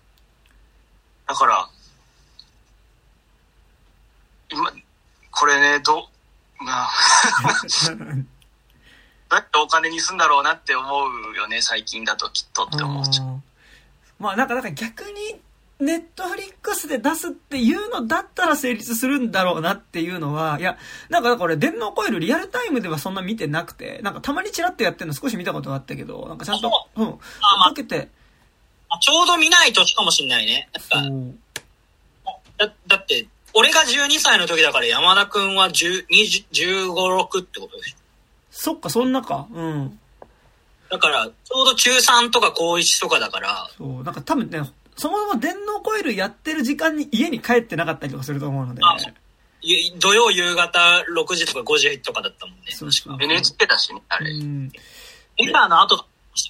Speaker 3: から今これね、どまあどうやってお金にすんだろうなって思うよね、最近だときっとって思う。
Speaker 2: まあなんかなんか逆にネットフリックスで出すっていうのだったら成立するんだろうなっていうのは、いや、なんかこれ電脳コイルリアルタイムではそんな見てなくて、なんかたまにチラッとやってるの少し見たことがあったけど、なんかちゃんと、うん、かけて。
Speaker 1: ちょうど見ない年かもしんないね。なんかだ, だって、俺がじゅうにさいの時だから山田くんはじゅう、にじゅうご、ろくってことでしょ。
Speaker 2: そっか、そんなか。うん。
Speaker 1: だから、ちょうど中さんとか高いちとかだから。
Speaker 2: そう、なんか多分ね、そもそも電脳コイルやってる時間に家に帰ってなかったりとかすると思うので、ね。あ、
Speaker 1: 土曜夕方ろくじとかごじとかだったもんね。
Speaker 2: そうそう。
Speaker 3: エヌエイチケー だしね、あれ。うん。
Speaker 1: エラーの後だ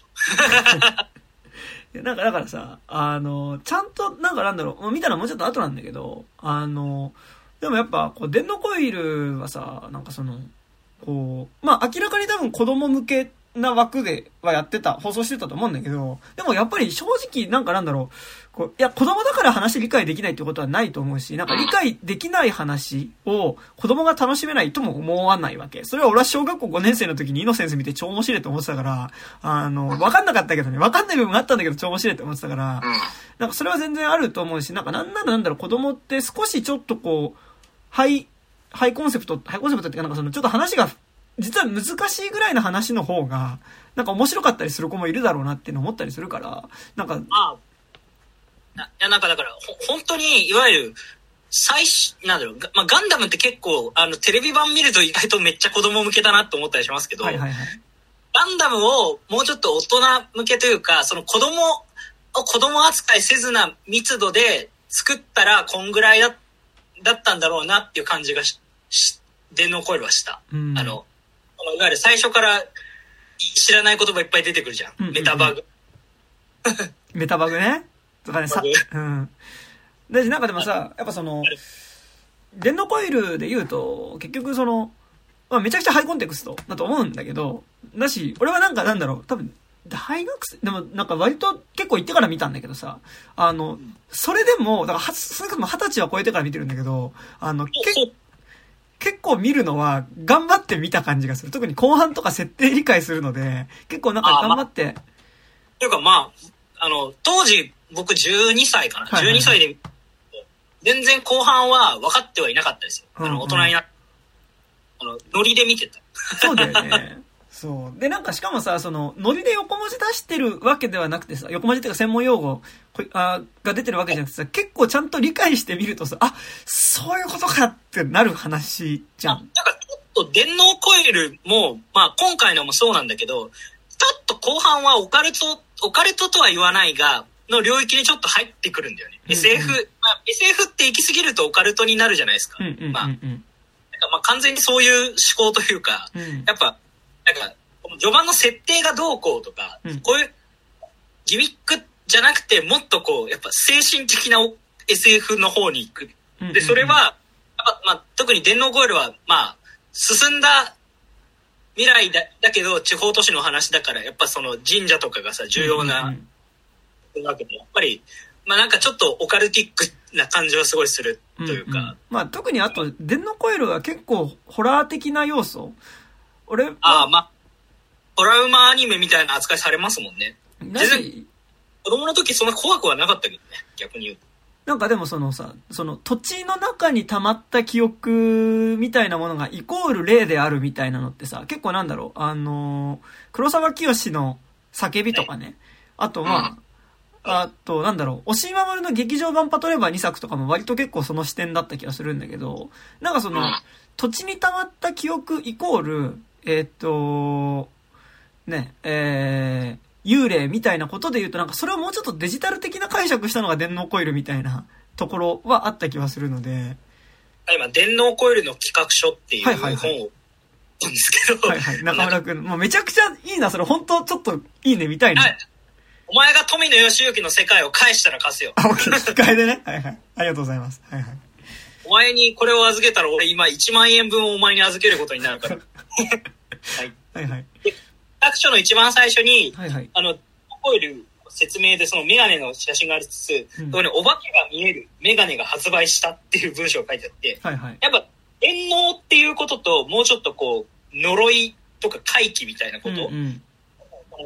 Speaker 2: なんかだからさ、あの、ちゃんと、なんかなんだろう、見たらもうちょっと後なんだけど、あの、でもやっぱ、こう、電脳コイルはさ、なんかその、こう、まあ明らかに多分子供向けな枠ではやってた、放送してたと思うんだけど、でもやっぱり正直なんかなんだろう、こう、いや子供だから話理解できないってことはないと思うし、なんか理解できない話を子供が楽しめないとも思わないわけ。それは俺は小学校ごねん生の時にイノセンス見て超面白いと思ってたから、あの、わかんなかったけどね、わかんない部分があったんだけど超面白いと思ってたから、なんかそれは全然あると思うし、なんかなんならなんだろう、子供って少しちょっとこう、ハイ、ハイコンセプト、ハイコンセプトっていうかなんかそのちょっと話が実は難しいぐらいの話の方がなんか面白かったりする子もいるだろうなっていうのを思ったりするから、なんか、
Speaker 1: ああ、いやなんかだからほ本当にいわゆる最初なんだろう、まあ、ガンダムって結構あのテレビ版見ると意外とめっちゃ子供向けだなと思ったりしますけど、
Speaker 2: はいはいはい、
Speaker 1: ガンダムをもうちょっと大人向けというか、その子供を子供扱いせずな密度で作ったらこんぐらいだだったんだろうなっていう感じがしし電脳コイルはした、うん、あのいわゆる最初から知らない言葉いっぱい出てくるじゃん、うんうんうん、メタバグ
Speaker 2: メタバグねとかねさ、うん、でなんかでもさやっぱその電脳コイルで言うと結局その、まあ、めちゃくちゃハイコンテクストだと思うんだけど、だし俺はなんかなんだろう多分大学生でもなんか割と結構行ってから見たんだけどさ、あのそれでもだからは少なくとも二十歳は超えてから見てるんだけど、あの結結構見るのは頑張って見た感じがする。特に後半とか設定理解するので結構なんか頑張って、ま、
Speaker 1: というかまああの当時僕じゅうにさいかな、はいはいはい、じゅうにさいで全然後半は分かってはいなかったですよ、うんうん、あの大人になってあのノリで見てた。
Speaker 2: そうだよねそうでなんかしかもさそのノリで横文字出してるわけではなくてさ、横文字っていうか専門用語あが出てるわけじゃなくてさ、結構ちゃんと理解してみるとさ、あそういうことかってなる話じゃん。
Speaker 1: なんかちょっと電脳コイルもまあ今回のもそうなんだけど、ちょっと後半はオカルトオカルトとは言わないがの領域にちょっと入ってくるんだよね、うんうん、エスエフ、まあ、エスエフ って行き過ぎるとオカルトになるじゃないですか、うんうんうんうん、まあ、なんかまあ完全にそういう思考というか、うん、やっぱなんか序盤の設定がどうこうとか、うん、こういうギミックじゃなくてもっとこうやっぱ精神的な エスエフ の方に行く。でそれはやっぱ、まあ、特に電脳コイルはまあ進んだ未来 だ, だけど地方都市の話だからやっぱその神社とかがさ重要な、うんうん、わけでやっぱりまあなんかちょっとオカルティックな感じはすごいするというか、うんうん、
Speaker 2: まあ特にあと電脳コイルは結構ホラー的な要素、俺
Speaker 1: ああまあトラウマアニメみたいな扱いされますもんね。全然子供の時そんな怖くはなかったけどね、逆に言うと。
Speaker 2: なんかでもそのさ、その土地の中に溜まった記憶みたいなものがイコール霊であるみたいなのってさ、結構なんだろう、あの黒沢清の叫びとかね、あとまあ、あとなんだろう、押井守の劇場版パトレーバーにさくとかも割と結構その視点だった気がするんだけど、なんかその土地に溜まった記憶イコールえーっとね、えー、幽霊みたいなことで言うとなんかそれをもうちょっとデジタル的な解釈したのが電脳コイルみたいなところはあった気はするので、
Speaker 1: 今電脳コイルの企画書っていう本を、はいはいはい、なんですけど、
Speaker 2: はいはい、中村くんもうめちゃくちゃいいな、それ本当ちょっといいね見たいな、はい、
Speaker 1: お前が富野義行の世界を返したら貸すよ。
Speaker 2: あ、オッケー、引き換えでね、はいはい、ありがとうございます、はいはい、
Speaker 1: お前にこれを預けたら俺今いちまんえんぶんをお前に預けることになるからはい
Speaker 2: はいはい、
Speaker 1: 企画書の一番最初に、
Speaker 2: はいはい、
Speaker 1: あのコイル説明でそのメガネの写真がありつつ、うん、そこにお化けが見えるメガネが発売したっていう文章が書いてあって、
Speaker 2: はいはい、
Speaker 1: やっぱ電脳っていうことともうちょっとこう呪いとか怪奇みたいなこと、うんうん、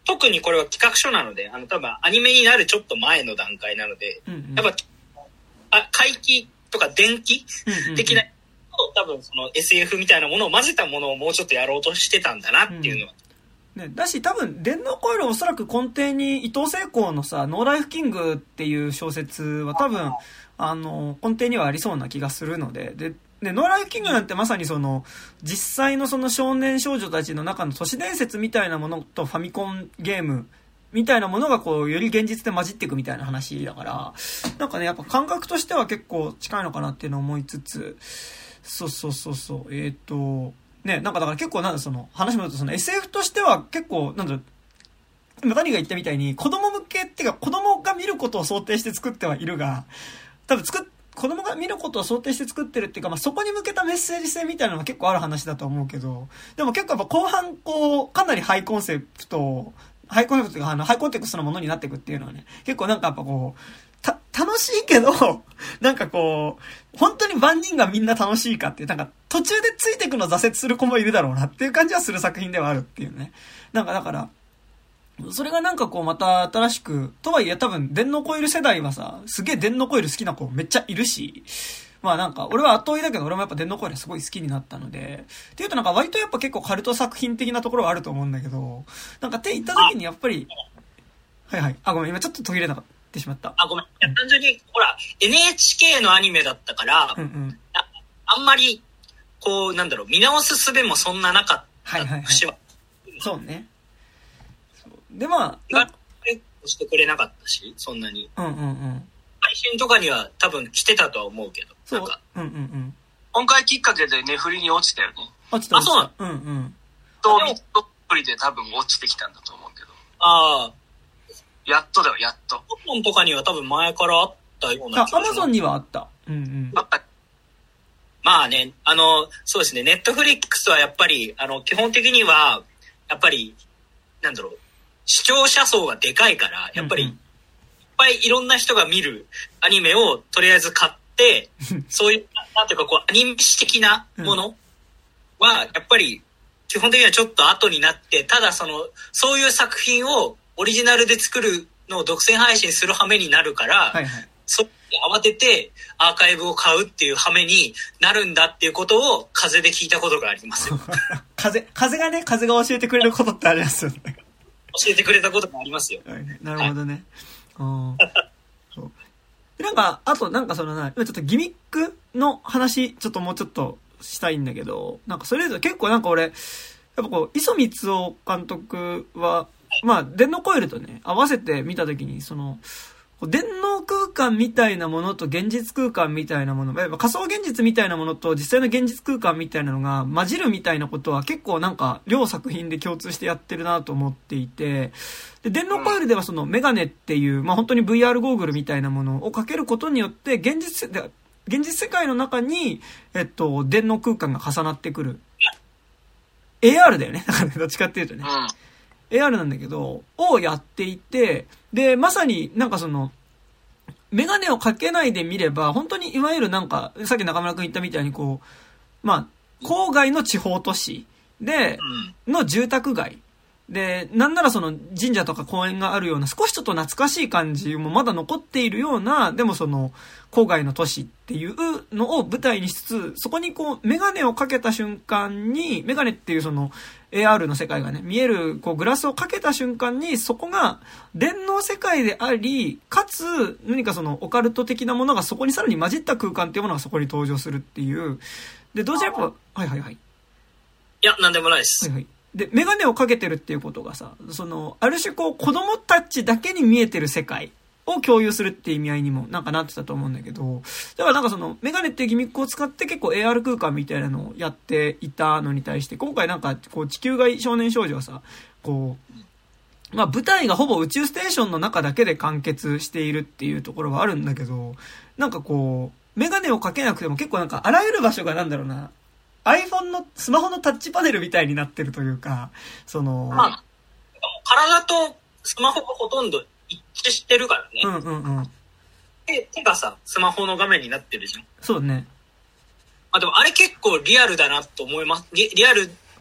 Speaker 1: 特にこれは企画書なので、あの多分アニメになるちょっと前の段階なので、うんうん、やっぱあ怪奇とか電気的な、うんうん、多分その エスエフ みたいなものを混ぜたものをもうちょっとやろうとしてたんだなっていうのは、
Speaker 2: うんね、だし多分電脳コイルおそらく根底に伊藤聖光のさノーライフキングっていう小説は多分あの根底にはありそうな気がするので、ででノーライフキングなんてまさにその実際のその少年少女たちの中の都市伝説みたいなものとファミコンゲームみたいなものがこうより現実で混じっていくみたいな話だから、なんかねやっぱ感覚としては結構近いのかなっていうのを思いつつ、そうそうそうそうえっとねなんかだから結構なんだその話も言うとその エスエフ としては結構なんだろう今谷が言ったみたいに子供向けっていうか子供が見ることを想定して作ってはいるが、多分作っ子供が見ることを想定して作ってるっていうか、まあ、そこに向けたメッセージ性みたいなのは結構ある話だと思うけど、でも結構やっぱ後半こうかなりハイコンセプトハイコンセプトがあのハイコンテクストなものになっていくっていうのはね結構なんかやっぱこうた楽しいけどなんかこう本当に万人がみんな楽しいかっていうなんか途中でついていくの挫折する子もいるだろうなっていう感じはする作品ではあるっていうね。なんかだからそれがなんかこうまた新しく、とはいえ多分電脳コイル世代はさ、すげえ電脳コイル好きな子めっちゃいるし、まあなんか俺は後追いだけど俺もやっぱ電脳コイルすごい好きになったので、っていうとなんか割とやっぱ結構カルト作品的なところはあると思うんだけど、なんかって言った時にやっぱり、はいはい、あごめん今ちょっと途切れなかってしまった。
Speaker 1: あごめん、いや単純にほら エヌエイチケー のアニメだったから、うんうん、あ, あんまりこうなんだろう見直す術もそんななかった節は、はいはいはい、
Speaker 2: そうね。でまあ
Speaker 1: なしてくれなかったしそんなに、
Speaker 2: うんうんうん、
Speaker 1: 配信とかには多分来てたとは思うけど、
Speaker 2: そう
Speaker 1: なんか、
Speaker 2: うんうんうん、
Speaker 3: 今回きっかけでネフリに落ちたよね。
Speaker 2: 落ちた。
Speaker 1: あそうな
Speaker 3: の。
Speaker 2: うんうん。
Speaker 3: とミッドプリで多分落ちてきたんだと思うけど。
Speaker 1: ああ。
Speaker 3: やっとだよやっと。
Speaker 1: アマゾンとかには多分前からあったような気がする。
Speaker 2: アマゾンにはあった。うんうん。
Speaker 3: あった。
Speaker 1: まあねあのそうですねネットフリックスはやっぱりあの基本的にはやっぱりなんだろう。視聴者層がでかいからやっぱりいっぱいいろんな人が見るアニメをとりあえず買ってそういうなんていうかこうアニメ史的なものはやっぱり基本的にはちょっと後になってただそのそういう作品をオリジナルで作るのを独占配信する羽目になるから、はいはい、それに慌ててアーカイブを買うっていう羽目になるんだっていうことを風で聞いたことがありますよ
Speaker 2: 風風がね風が教えてくれることってありますよね
Speaker 1: 教えてくれたこともありますよ。
Speaker 2: はい、なるほどね。はい、そうでなんかあとなんかそのな今ちょっとギミックの話ちょっともうちょっとしたいんだけど、なんかそれぞれ結構なんか俺やっぱこう磯光雄監督はまあ電脳コイルとね合わせて見たときにその電脳空間みたいなものと現実空間みたいなもの、仮想現実みたいなものと実際の現実空間みたいなのが混じるみたいなことは結構なんか両作品で共通してやってるなと思っていて、で電脳コイルではそのメガネっていうまあ本当に ブイアール ゴーグルみたいなものをかけることによって現実で現実世界の中にえっと電脳空間が重なってくる エーアール だよね。どっちかっていうとね。エーアール なんだけど、をやっていて、で、まさになんかその、メガネをかけないで見れば、本当にいわゆるなんか、さっき中村くん言ったみたいにこう、まあ、郊外の地方都市で、の住宅街。で、なんならその神社とか公園があるような少しちょっと懐かしい感じもまだ残っているような、でもその郊外の都市っていうのを舞台にしつつ、そこにこうメガネをかけた瞬間に、メガネっていうその エーアール の世界がね、見えるこうグラスをかけた瞬間にそこが電脳世界であり、かつ何かそのオカルト的なものがそこにさらに混じった空間っていうものがそこに登場するっていう。で、同時にやっぱ、はいはいはい。い
Speaker 1: や、なんでもないです。
Speaker 2: はいはい。で、メガネをかけてるっていうことがさ、その、ある種こう、子供たちだけに見えてる世界を共有するっていう意味合いにもなんかなってたと思うんだけど、だからなんかその、メガネっていうギミックを使って結構 エーアール 空間みたいなのをやっていたのに対して、今回なんかこう、地球外少年少女はさ、こう、まあ舞台がほぼ宇宙ステーションの中だけで完結しているっていうところはあるんだけど、なんかこう、メガネをかけなくても結構なんかあらゆる場所がなんだろうな、iPhone のスマホのタッチパネルみたいになってるというか、その、まあ、
Speaker 1: 体とスマホがほとんど一致してるからね。
Speaker 2: うんうんうん。
Speaker 1: で、手がさ、スマホの画面になってるじゃん。
Speaker 2: そうね。
Speaker 1: あ、でもあれ結構リアルだなと思います。リ、リアル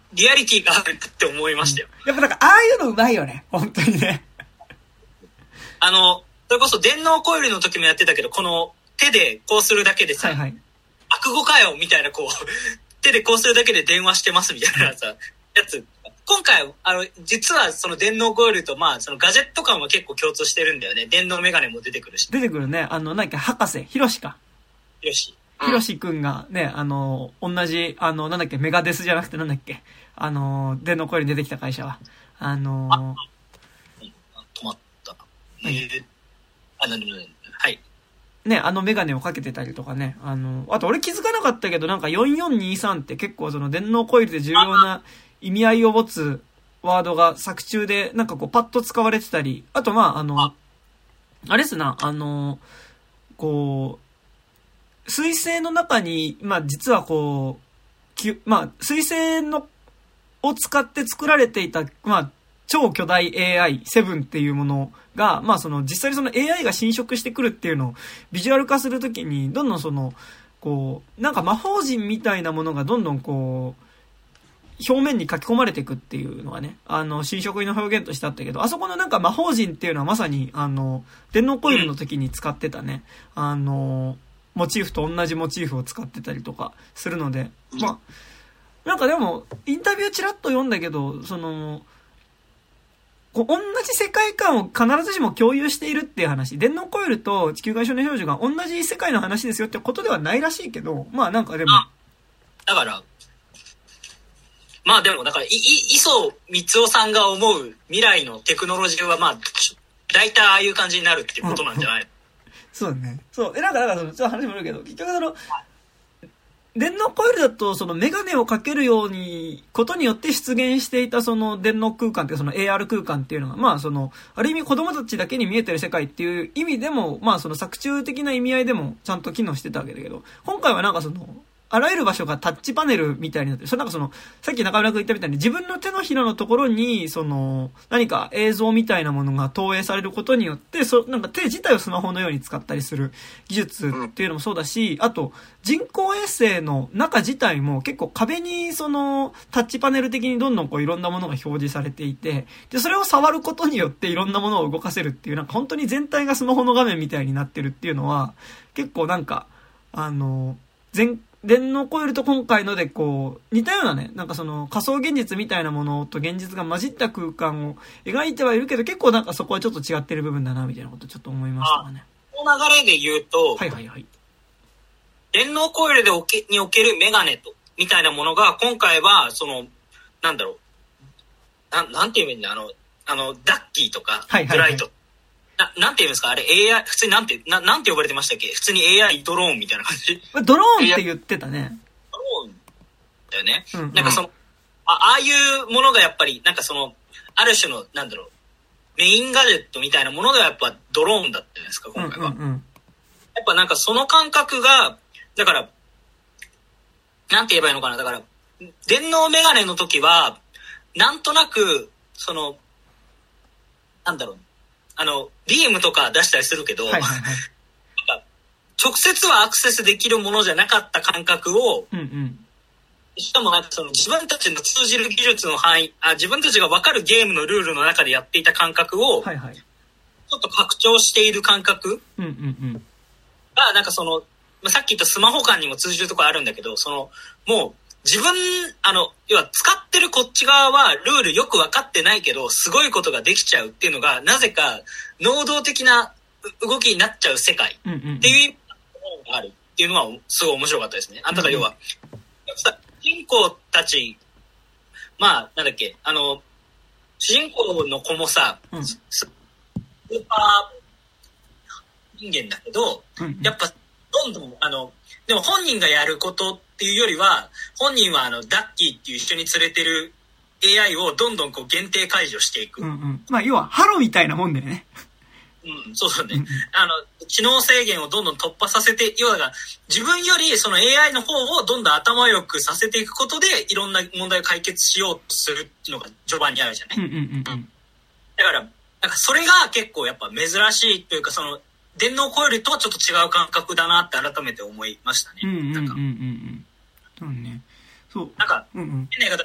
Speaker 1: リアリティがあるって思いましたよ。
Speaker 2: やっぱなんか、ああいうのうまいよね。本当にね。
Speaker 1: あの、それこそ電脳コイルの時もやってたけど、この手でこうするだけでさ、
Speaker 2: はいはい。
Speaker 1: 悪語かよみたいな、こう、手でこうするだけで電話してますみたいなさ、やつ。今回、あの、実はその電脳コイルと、まあ、そのガジェット感は結構共通してるんだよね。電脳メガネも出てくるし。
Speaker 2: 出てくるね。あの、なんか、博士、ヒロシか。
Speaker 1: よし。
Speaker 2: ヒロシくんがね、あの、同じ、あの、なんだっけ、メガデスじゃなくてなんだっけ、あの、電脳コイルに出てきた会社は。あの、
Speaker 1: あ、止まった。えー、あ、なるほど。はい。
Speaker 2: ね、あのメガネをかけてたりとかね。あの、あと俺気づかなかったけど、なんかよんよんにさんって結構その電脳コイルで重要な意味合いを持つワードが作中でなんかこうパッと使われてたり、あとまあ、あの、あれっすな、あの、こう、水星の中に、まあ実はこう、きまあ水星の、を使って作られていた、まあ超巨大 エーアイセブン っていうものが、まあその実際にその エーアイ が侵食してくるっていうのをビジュアル化するときに、どんどんその、こう、なんか魔法陣みたいなものがどんどんこう、表面に書き込まれていくっていうのがね、あの、侵食の表現としてあったけど、あそこのなんか魔法陣っていうのはまさに、あの、電脳コイルの時に使ってたね、あの、モチーフと同じモチーフを使ってたりとかするので、まあ、なんかでも、インタビューチラッと読んだけど、その、こう同じ世界観を必ずしも共有しているっていう話。電脳コイルと地球外少年少女が同じ世界の話ですよってことではないらしいけど、まあなんかでも。
Speaker 1: だから、まあでも、だから、い、い、磯光雄さんが思う未来のテクノロジーはまあ、大体ああいう感じになるっていうことなんじゃないの
Speaker 2: そうだね。そう。え、なんか、なんかその、ちょっと話もあるけど、結局その、電脳コイルだと、そのメガネをかけるように、ことによって出現していたその電脳空間っていうその エーアール 空間っていうのが、まあその、ある意味子供たちだけに見えてる世界っていう意味でも、まあその作中的な意味合いでもちゃんと機能してたわけだけど、今回はなんかその、あらゆる場所がタッチパネルみたいになってる。それなんかその、さっき中村君言ったみたいに自分の手のひらのところに、その、何か映像みたいなものが投影されることによって、そ、なんか手自体をスマホのように使ったりする技術っていうのもそうだし、あと、人工衛星の中自体も結構壁にその、タッチパネル的にどんどんこういろんなものが表示されていて、で、それを触ることによっていろんなものを動かせるっていう、なんか本当に全体がスマホの画面みたいになってるっていうのは、結構なんか、あの、全、電脳コイルと今回のでこう似たようなね、なんかその仮想現実みたいなものと現実が混じった空間を描いてはいるけど、結構なんかそこはちょっと違ってる部分だなみたいなことちょっと思いましたね。
Speaker 1: この流れで言うと、
Speaker 2: はいはいはい。
Speaker 1: 電脳コイルでおけにおけるメガネとみたいなものが今回はそのなんだろう、ななんて言うんだ、あのあのダッキーとかブライト。な, なんて言うんですかあれ エーアイ 普通になんてななんて呼ばれてましたっけ？普通に エーアイ ドローンみたいな感じ。
Speaker 2: ドローンって言ってたね。
Speaker 1: ドローンだよね。
Speaker 2: うんうん、
Speaker 1: なんかその あ, ああいうものがやっぱりなんかそのある種のなんだろうメインガジェットみたいなものがやっぱドローンだったじゃないですか今回は。
Speaker 2: うんうんうん、
Speaker 1: やっぱなんかその感覚がだからなんて言えばいいのかな、だから電脳メガネの時はなんとなくそのなんだろう。あの、ビームとか出したりするけど、はいはいはい、なんか直接はアクセスできるものじゃなかった感覚を、
Speaker 2: うんうん、
Speaker 1: しかもなんかその自分たちの通じる技術の範囲、あ、自分たちが分かるゲームのルールの中でやっていた感覚を、はいはい、ちょっと拡張している感覚
Speaker 2: が、うんうんうん、
Speaker 1: なんかその、さっき言ったスマホ間にも通じるところあるんだけど、その、もう、自分、あの、要は使ってるこっち側はルールよく分かってないけど、すごいことができちゃうっていうのが、なぜか能動的な動きになっちゃう世界っていう意味があるっていうのはすごい面白かったですね。あんたが要は、主人公たち、まあ、なんだっけ、あの、主人公の子もさ、うん、スーパー人間だけど、やっぱどんどん、あの、でも本人がやることっていうよりは、本人はあのダッキーっていう一緒に連れてる エーアイ をどんどんこう限定解除していく。
Speaker 2: うんうん、まあ要はハロみたいなもんだよね。
Speaker 1: うん、そうだね。うんうん、あの知能制限をどんどん突破させて、要は自分よりその エーアイ の方をどんどん頭良くさせていくことでいろんな問題を解決しようとするっていうのが序盤にあるじゃない。
Speaker 2: うんうんうんうん、だ
Speaker 1: からなんかそれが結構やっぱ珍しいというか、その電脳コイルとはちょっと違う感覚だなって改めて思いましたね。
Speaker 2: うんうんうんうんうん。そうね。そう。
Speaker 1: なんか、
Speaker 2: うんうん、
Speaker 1: 変な言い方、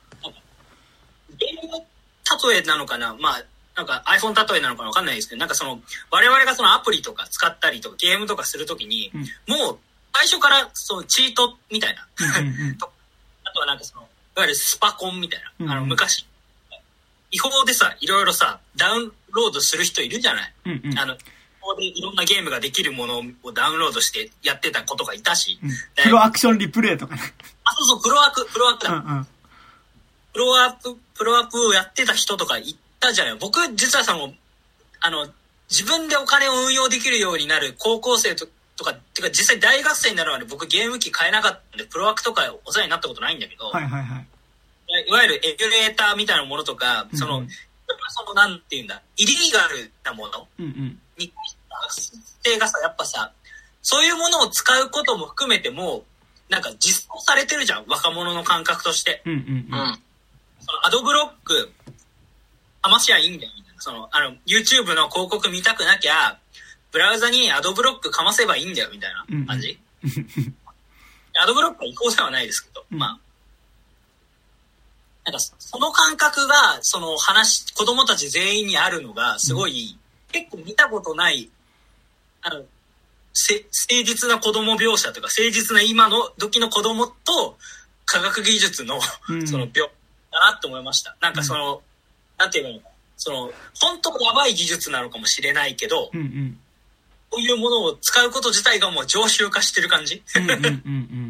Speaker 1: ゲーム例えなのかな、まあ、なんか iPhone 例えなのかわかんないですけど、なんかその、我々がそのアプリとか使ったりとかゲームとかするときに、うん、もう最初からそのチートみたいな、うんうんうん、あとはなんかその、いわゆるスパコンみたいな、うんうん、あの昔、違法でさ、いろいろさ、ダウンロードする人いるじゃない、うんうん、あの、ここでいろんなゲームができるものをダウンロードしてやってた子とかいたし、うん、
Speaker 2: プロアクションリプレイとかね。
Speaker 1: あ、そうそう、プロアク、プロアクだ。うんうん、プロアップ、プロアップをやってた人とかいたじゃない。僕、実はさ、もう、あの、自分でお金を運用できるようになる高校生ととか、てか実際大学生になるまで僕ゲーム機買えなかったんで、プロアクとかお世話になったことないんだけど、
Speaker 2: はいはいはい。
Speaker 1: いわゆるエミュレーターみたいなものとか、その、うんうん、その、なんていうんだ、イリーガルなものに、学生がさ、やっぱさ、そういうものを使うことも含めても、なんか実装されてるじゃん、若者の感覚として。うんうんうん。そのアドブロック、かましゃいいんだよ、みたいな。その、あの、YouTube の広告見たくなきゃ、ブラウザにアドブロックかませばいいんだよ、みたいな感じ。うん、アドブロックは違法ではないですけど、うん、まあ。なんか、その感覚が、その話、子供たち全員にあるのが、すごい、うん、結構見たことない、あの、せ誠実な子供描写とか、誠実な今の時の子供と、科学技術の、その描、だなって思いました。なんかその、うん、なんていうのか、その、本当やばい技術なのかもしれないけど、うんうん、こういうものを使うこと自体がもう常習化してる感じ。うんうんうんうん。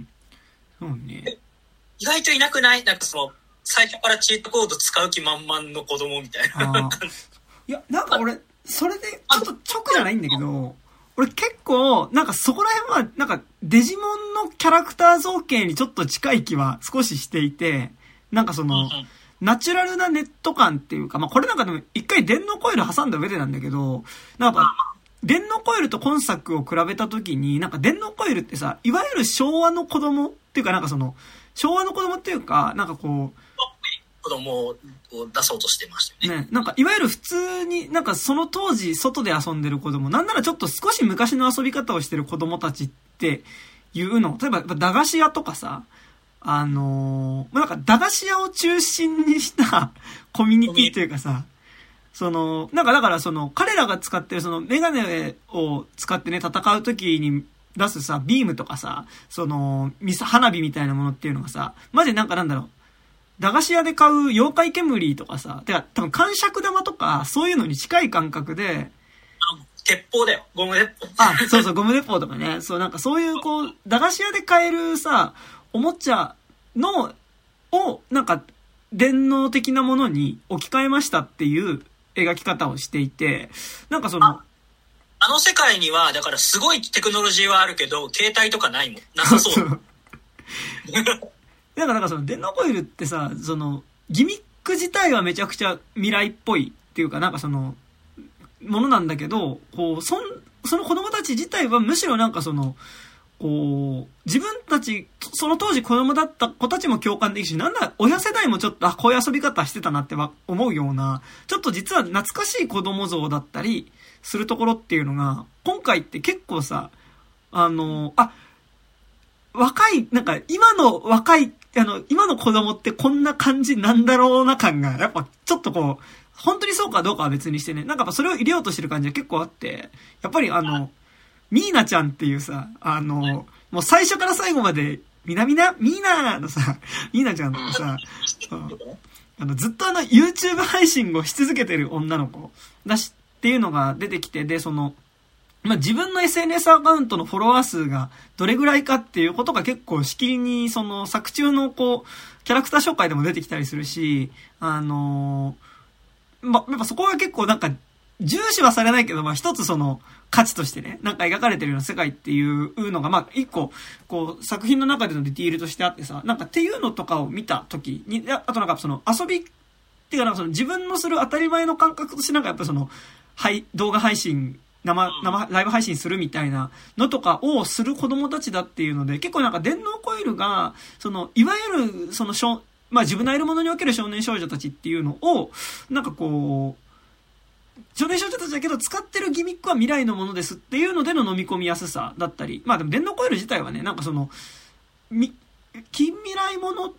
Speaker 1: そうね。意外といなくない？なんかその、最初からチートコード使う気満々の子供みたいな。
Speaker 2: いや、なんか俺、それで、ちょっと直じゃないんだけど、俺結構、なんかそこら辺は、なんかデジモンのキャラクター造形にちょっと近い気は少ししていて、なんかその、うんうん、ナチュラルなネット感っていうか、まあこれなんかでも一回電脳コイル挟んだ上でなんだけど、なんか、電脳コイルと今作を比べたときに、なんか電脳コイルってさ、いわゆる昭和の子供っていうかなんかその、昭和の子供っていうか、なんかこう、
Speaker 1: 子供を出そうとしてましたよね。
Speaker 2: ね、なんかいわゆる普通に、なんかその当時外で遊んでる子供、なんならちょっと少し昔の遊び方をしてる子供たちっていうの、例えば駄菓子屋とかさ、あのー、なんか駄菓子屋を中心にしたコミュニティというかさ、その、なんかだからその、彼らが使ってるそのメガネを使ってね、戦う時に出すさ、ビームとかさ、その、花火みたいなものっていうのがさ、マジでなんかなんだろう、駄菓子屋で買う妖怪煙とかさ、てか多分感触玉とか、そういうのに近い感覚で、
Speaker 1: あの、鉄砲だよ。ゴム鉄砲。
Speaker 2: あ、そうそう、ゴム鉄砲とかね。そう、なんかそういうこう、駄菓子屋で買えるさ、おもちゃの、を、なんか、電脳的なものに置き換えましたっていう描き方をしていて、なんかその、
Speaker 1: あ、あの世界には、だからすごいテクノロジーはあるけど、携帯とかないもん。なさそう。そうそう
Speaker 2: だからなんかその電脳コイルってさ、そのギミック自体はめちゃくちゃ未来っぽいっていうかなんかそのものなんだけど、こうそんその子供たち自体はむしろなんかそのこう自分たちその当時子供だった子たちも共感できるし、なんだ親世代もちょっとあこういう遊び方してたなって思うようなちょっと実は懐かしい子供像だったりするところっていうのが今回って結構さ、あのあ若いなんか今の若いあの、今の子供ってこんな感じなんだろうな感が、やっぱちょっとこう、本当にそうかどうかは別にしてね、なんかやっぱそれを入れようとしてる感じが結構あって、やっぱりあの、ミーナちゃんっていうさ、あの、もう最初から最後まで、みなみな、ミーナのさ、ミーナちゃんとかさ、あの、ずっとあの、YouTube 配信をし続けてる女の子だしっていうのが出てきて、で、その、まあ、自分の エスエヌエス アカウントのフォロワー数がどれぐらいかっていうことが結構しきりにその作中のこうキャラクター紹介でも出てきたりするし、あのー、ま、やっぱそこが結構なんか重視はされないけど、まあ一つその価値としてね、なんか描かれてるような世界っていうのがまあ一個こう作品の中でのディティールとしてあってさ、なんかっていうのとかを見た時に、あとなんかその遊びっていうかなんかその自分のする当たり前の感覚としてなんかやっぱその、はい、動画配信生、生、ライブ配信するみたいなのとかをする子供たちだっていうので、結構なんか電脳コイルが、その、いわゆる、その、少、まあ、自分のいるものにおける少年少女たちっていうのを、なんかこう、少年少女たちだけど使ってるギミックは未来のものですっていうのでの飲み込みやすさだったり、まあでも電脳コイル自体はね、なんかその、み、近未来もの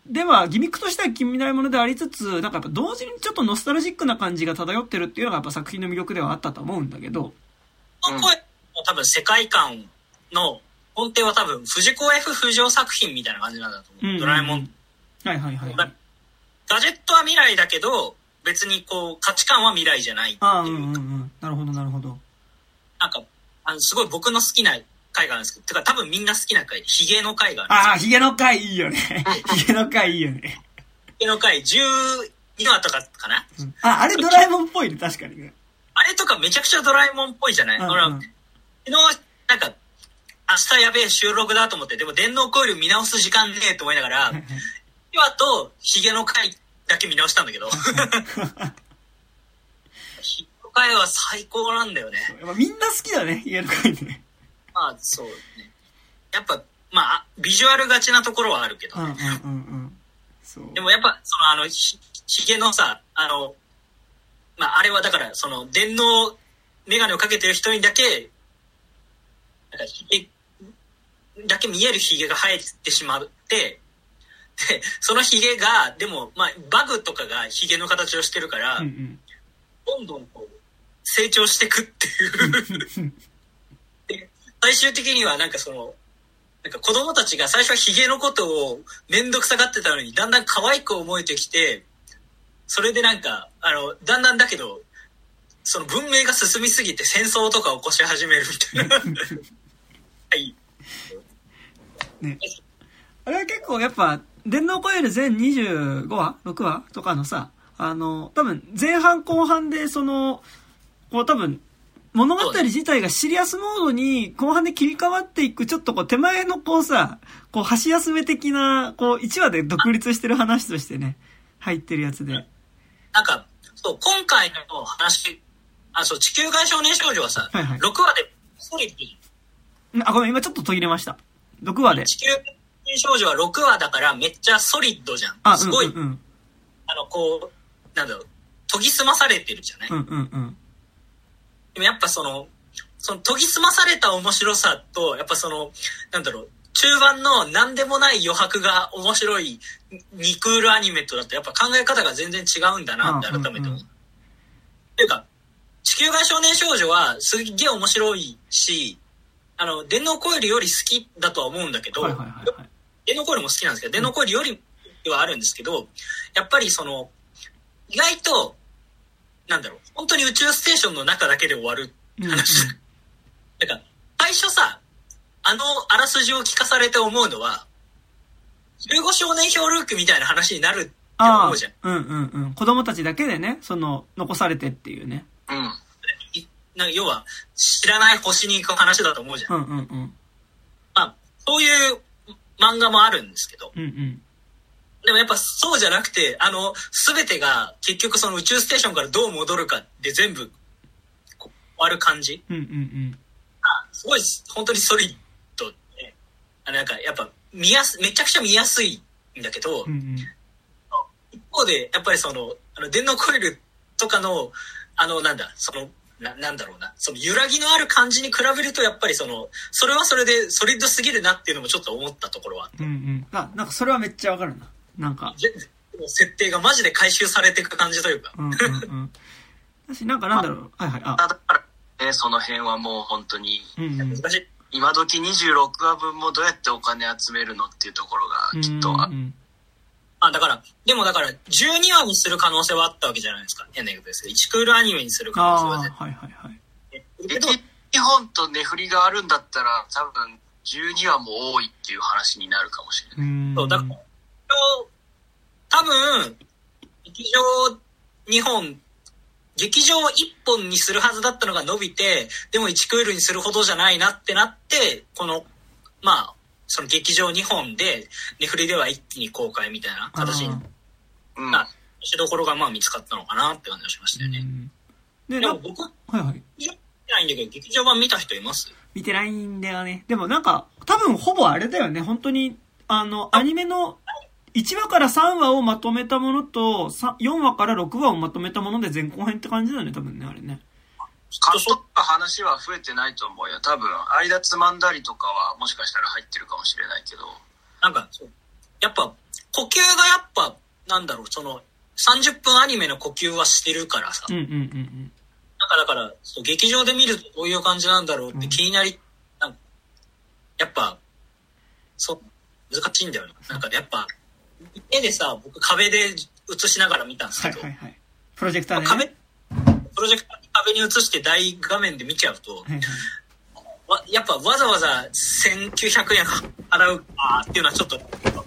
Speaker 2: では、ギミックとしては気になるものでありつつ、なんかやっぱ同時にちょっとノスタルジックな感じが漂ってるっていうのがやっぱ作品の魅力ではあったと思うんだけど。
Speaker 1: これも多分世界観の根底は多分藤子 F 不二雄作品みたいな感じなんだと思う。うんうんうん、ドラえもん。
Speaker 2: はいはいはい、はい。
Speaker 1: ガジェットは未来だけど、別にこう価値観は未来じゃないっていう。
Speaker 2: ああ、うんうんうん。なるほどなるほど。
Speaker 1: なんか、あの、すごい僕の好きな回があるんですけど、てか多分みんな好きな回で、ヒゲの回があるんですよ。
Speaker 2: ああ、ヒゲの回いいよね。ヒゲの回いいよね。
Speaker 1: ヒゲの回じゅうにわとかかな、
Speaker 2: うん、あ、あれドラえもんっぽいね、確かにね。
Speaker 1: あれとかめちゃくちゃドラえもんっぽいじゃない、うんうん、俺は、昨日、なんか、明日やべえ収録だと思って、でも電脳コイル見直す時間ねえと思いながら、ヒワとヒゲの回だけ見直したんだけど、ヒゲの回は最高なんだよね。
Speaker 2: やっぱみんな好きだね、ヒゲの回ね。
Speaker 1: まあ、そうね。やっぱ、まあ、ビジュアル勝ちなところはあるけどね。
Speaker 2: うんうんうんうん、そう
Speaker 1: でもやっぱ、その、あの、ひ、ひげのさ、あの、まあ、あれはだから、その、電脳メガネをかけてる人にだけ、なんか、ひげ、だけ見えるひげが生えてしまって、で、そのひげが、でも、まあ、バグとかがひげの形をしてるから、うんうん、どんどんこう、成長してくっていう。で、最終的にはなんかその、なんか子供たちが最初はヒゲのことをめんどくさがってたのに、だんだん可愛く思えてきて、それでなんか、あの、だんだんだけど、その文明が進みすぎて戦争とか起こし始めるみたいな。はい。
Speaker 2: ね。あれは結構やっぱ、電脳コイル全にじゅうごわ ?ろく 話とかのさ、あの、多分前半後半でその、こう多分、物語自体がシリアスモードに後半で切り替わっていく、ちょっとこう手前のこうさ、こう箸休め的な、こういちわで独立してる話としてね、入ってるやつで。
Speaker 1: なんか、そう、今回の話、あ、そう、地球外少年少女はさ、
Speaker 2: はいはい、
Speaker 1: ろくわでソリッ
Speaker 2: ド。あ、ごめん、今ちょっと途切れました。ろくわで。
Speaker 1: 地球外少女はろくわだからめっちゃソリッドじゃん。
Speaker 2: あ、
Speaker 1: すごい、
Speaker 2: うんうんうん、
Speaker 1: あの、こう、なんだろう、研ぎ澄まされてるじゃない、
Speaker 2: うんうんうん。
Speaker 1: でもやっぱその、その研ぎ澄まされた面白さと、やっぱその、なんだろう、中盤の何でもない余白が面白いニクールアニメとだとやっぱ考え方が全然違うんだなって改めて思う。うんうんうん、っていうか、地球外少年少女はすっげえ面白いし、あの、電脳コイルより好きだとは思うんだけど、
Speaker 2: はいはいはいはい、
Speaker 1: 電脳コイルも好きなんですけど、電脳コイルよりはあるんですけど、やっぱりその、意外と、なんだろう、本当に宇宙ステーションの中だけで終わる話。うんうん、なんか、最初さ、あのあらすじを聞かされて思うのは、じゅうご少年表ルークみたいな話になるって思うじゃん。
Speaker 2: うんうんうん。子供たちだけでね、その、残されてっていうね。
Speaker 1: うん。なんか要は、知らない星に行く話だと思うじゃん。
Speaker 2: うんうんうん。
Speaker 1: まあ、そういう漫画もあるんですけど。
Speaker 2: うんうん。
Speaker 1: でもやっぱそうじゃなくて、あの、すべてが結局その宇宙ステーションからどう戻るかで全部終わる感じ。
Speaker 2: うんうんうん。
Speaker 1: あ、すごい、本当にソリッドで、あのなんかやっぱ見やす、めちゃくちゃ見やすいんだけど、
Speaker 2: うんうん、
Speaker 1: 一方でやっぱりその、あの電脳コイルとかの、あのなんだ、その、な、なんだろうな、その揺らぎのある感じに比べるとやっぱりその、それはそれでソリッドすぎるなっていうのもちょっと思ったところはあって。
Speaker 2: うんうん。あ、なんかそれはめっちゃわかるな。なんか。
Speaker 1: 設定がマジで回収されていく感じというか。
Speaker 2: うんうんうん。私なんかなんだろう。はいはい。あ、
Speaker 3: だからね、その辺はもう本当に、
Speaker 2: うんうん、
Speaker 3: 難しい。今時にじゅうろくわぶんもどうやってお金集めるのっていうところがきっとあ、
Speaker 2: うんうん、
Speaker 1: あ、だから、でもだからじゅうにわにする可能性はあったわけじゃないですか。変な言うことですけど、いちクールアニメにする可能性は
Speaker 2: 絶対。はいはいはい。
Speaker 3: 日本と値振りがあるんだったら多分じゅうにわも多いっていう話になるかもしれない。
Speaker 2: うん
Speaker 1: そうだから多分劇場にほん劇場いっぽんにするはずだったのが伸びて、でもいちクールにするほどじゃないなってなって、このまあその劇場にほんで値振りでは一気に公開みたいな形に、うん、まあしどころがまあ見つかったのかなって感じがしましたよね。で, でも僕は、
Speaker 2: はいはい、
Speaker 1: 見てないんだけど劇場版見た人います？
Speaker 2: 見てないんだよね。でもなんか多分ほぼあれだよね。本当にあのアニメのいちわからさんわをまとめたものとよんわからろくわをまとめたもので前後編って感じだね多分ねあれね。
Speaker 3: カットとか話は増えてないと思うよ。多分間つまんだりとかはもしかしたら入ってるかもしれないけど。
Speaker 1: なんかそうやっぱ呼吸がやっぱ、なんだろう、その、さんじゅっぷんアニメの呼吸はしてるからさ。
Speaker 2: うんうんうんうん。
Speaker 1: なんかだから、そう劇場で見るとどういう感じなんだろうって気になり、うん、なんかやっぱ、そう、難しいんだよな。なんかやっぱ、家でさ、僕壁で映しながら見たんですけど、
Speaker 2: はいはいはい。プロジェクターで、
Speaker 1: ね、壁、プロジェクターに壁に映して大画面で見ちゃうと、はいはい、わやっぱわざわざせんきゅうひゃくえん払うかっていうのはちょっと、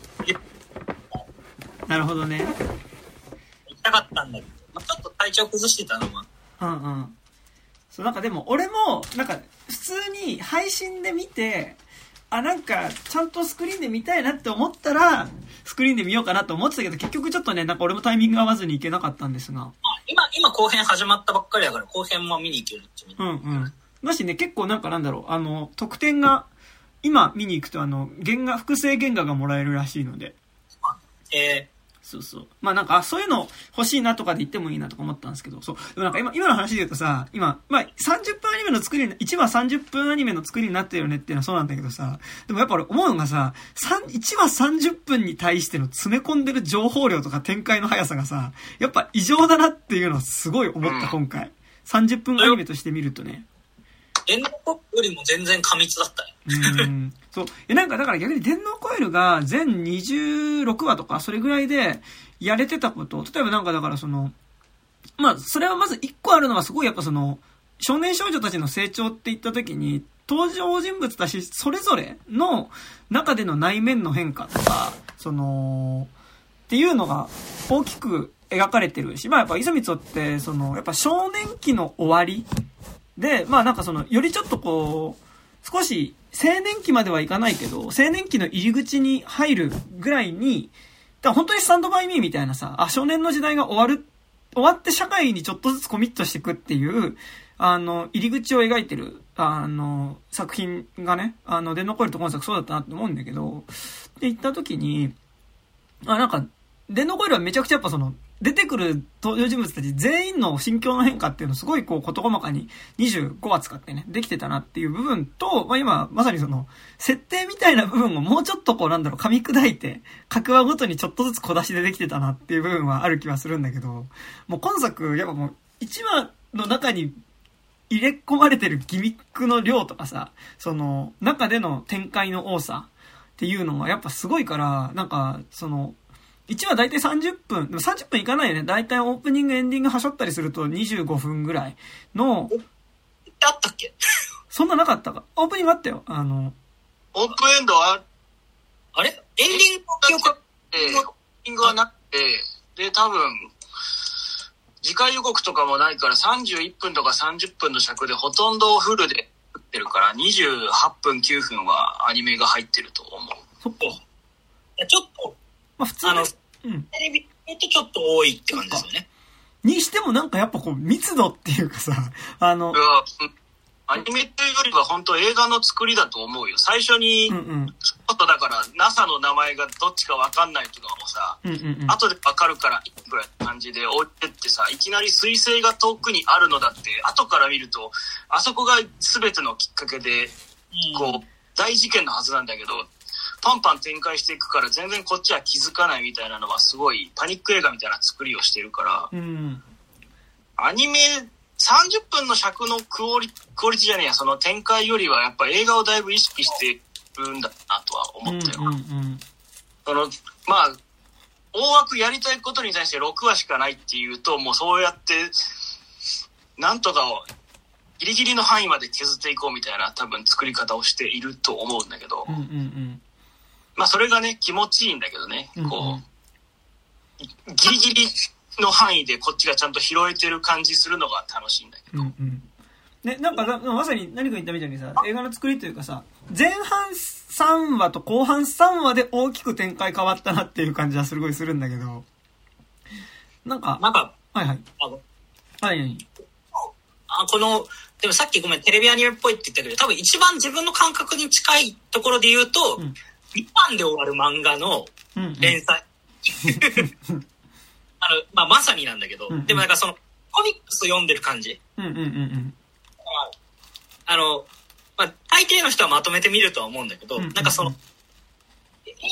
Speaker 2: なるほどね。
Speaker 1: 行きたかったんだけど、まあ、ちょっと体調崩してたのも。
Speaker 2: うんうん。そう、なんかでも俺も、なんか普通に配信で見て、あ、なんかちゃんとスクリーンで見たいなって思ったら、スクリーンで見ようかなと思ってたけど、結局ちょっとね、なんか俺もタイミング合わずに行けなかったんですが。
Speaker 1: 今、今後編始まったばっかりだから、後編も見に行けるっていう。
Speaker 2: うんうん。だしね、結構なんかなんだろう、あの、特典が、今見に行くとあの、原画、複製原画がもらえるらしいので。
Speaker 1: えー
Speaker 2: そうそう。まあなんか、あ、そういうの欲しいなとかで言ってもいいなとか思ったんですけど、そう。でもなんか今、今の話で言うとさ、今、まあさんじゅっぷんアニメの作り、いちわさんじゅっぷんアニメの作りになってるよねっていうのはそうなんだけどさ、でもやっぱ俺思うのがさ、いちわさんじゅっぷんに対しての詰め込んでる情報量とか展開の速さがさ、やっぱ異常だなっていうのはすごい思った今回。さんじゅっぷんアニメとして見るとね。
Speaker 1: 電脳コイルよりも全然過密だったね。
Speaker 2: うん。そう。え、なんかだから逆に電脳コイルが全にじゅうろくわとかそれぐらいでやれてたこと、例えばなんかだからその、まあそれはまず一個あるのはすごいやっぱその、少年少女たちの成長って言った時に、登場人物たちそれぞれの中での内面の変化とか、その、っていうのが大きく描かれてるし、まあやっぱ磯光ってその、やっぱ少年期の終わりで、まあなんかその、よりちょっとこう、少し青年期まではいかないけど、青年期の入り口に入るぐらいに、だから本当にスタンドバイミーみたいなさ、あ、少年の時代が終わる、終わって社会にちょっとずつコミットしていくっていう、あの、入り口を描いてる、あの、作品がね、あの、電脳コイルと今作そうだったなって思うんだけど、って言った時に、あ、なんか、電脳コイルはめちゃくちゃやっぱその、出てくる登場人物たち全員の心境の変化っていうのをすごいこう事細かににじゅうごわ使ってね、できてたなっていう部分と、まあ今まさにその設定みたいな部分をもうちょっとこうなんだろう噛み砕いて、各話ごとにちょっとずつ小出しでできてたなっていう部分はある気はするんだけど、もう今作やっぱもういちわの中に入れ込まれてるギミックの量とかさ、その中での展開の多さっていうのがやっぱすごいから、なんかそのいちわだいたいさんじゅっぷん、でもさんじゅっぷんいかないよね。だいたいオープニングエンディングはしょったりするとにじゅうごふんぐらいの。
Speaker 1: あったっけ？
Speaker 2: そんななかったか。オープニングあったよ。あの。
Speaker 3: オープンエンドは、
Speaker 1: あれエンディング記憶
Speaker 3: えー、オープニングはなくて、で、多分、次回予告とかもないからさんじゅういっぷんとかさんじゅっぷんの尺でほとんどフルで作ってるからにじゅうはっぷんきゅうふんはアニメが入ってると思う。
Speaker 2: そっか。い
Speaker 1: やちょっと、
Speaker 2: まあ普通の、
Speaker 1: うん、テレビ見るとちょっと多いって感じですよね。
Speaker 2: にしてもなんかやっぱこう密度っていうかさ、あの、
Speaker 3: アニメっていうよりは本当映画の作りだと思うよ。最初に、うんうん、ちょっとだから ナサ の名前がどっちか分かんないとかもさ、うんうんうん、後で分かるからいくらい感じで置いてってさ、いきなり彗星が遠くにあるのだって後から見ると、あそこが全てのきっかけで、こう、うん、大事件のはずなんだけど、パンパン展開していくから全然こっちは気づかないみたいなのはすごいパニック映画みたいな作りをしてるから、うん、アニメさんじゅっぷんの尺のクオリ、クオリティじゃねえや、その展開よりはやっぱ映画をだいぶ意識してるんだなとは思ったよ、うんうんうん、そのまあ大枠やりたいことに対してろくわしかないっていうと、もうそうやってなんとかをギリギリの範囲まで削っていこうみたいな多分作り方をしていると思うんだけど、うんうんうん、まあそれがね気持ちいいんだけどね、うんうん、こうギリギリの範囲でこっちがちゃんと拾えてる感じするのが楽しいんだけど、うんうん、
Speaker 2: ね、なんかまさに何か言ったみたいにさ、映画の作りというかさ、前半さんわと後半さんわで大きく展開変わったなっていう感じはすごいするんだけど、なんか
Speaker 1: なんか
Speaker 2: はいはいあはいはい、
Speaker 1: あこのでもさっきごめんテレビアニメっぽいって言ったけど、多分一番自分の感覚に近いところで言うと、うん、いっぱんで終わる漫画の連載、うんうんあのまあ、まさになんだけど、うんうん、でもなんかそのコミックス読んでる感じ、うんうんうんうん、あの、まあ、大抵の人はまとめて見るとは思うんだけど、うんうんうん、なんかその映画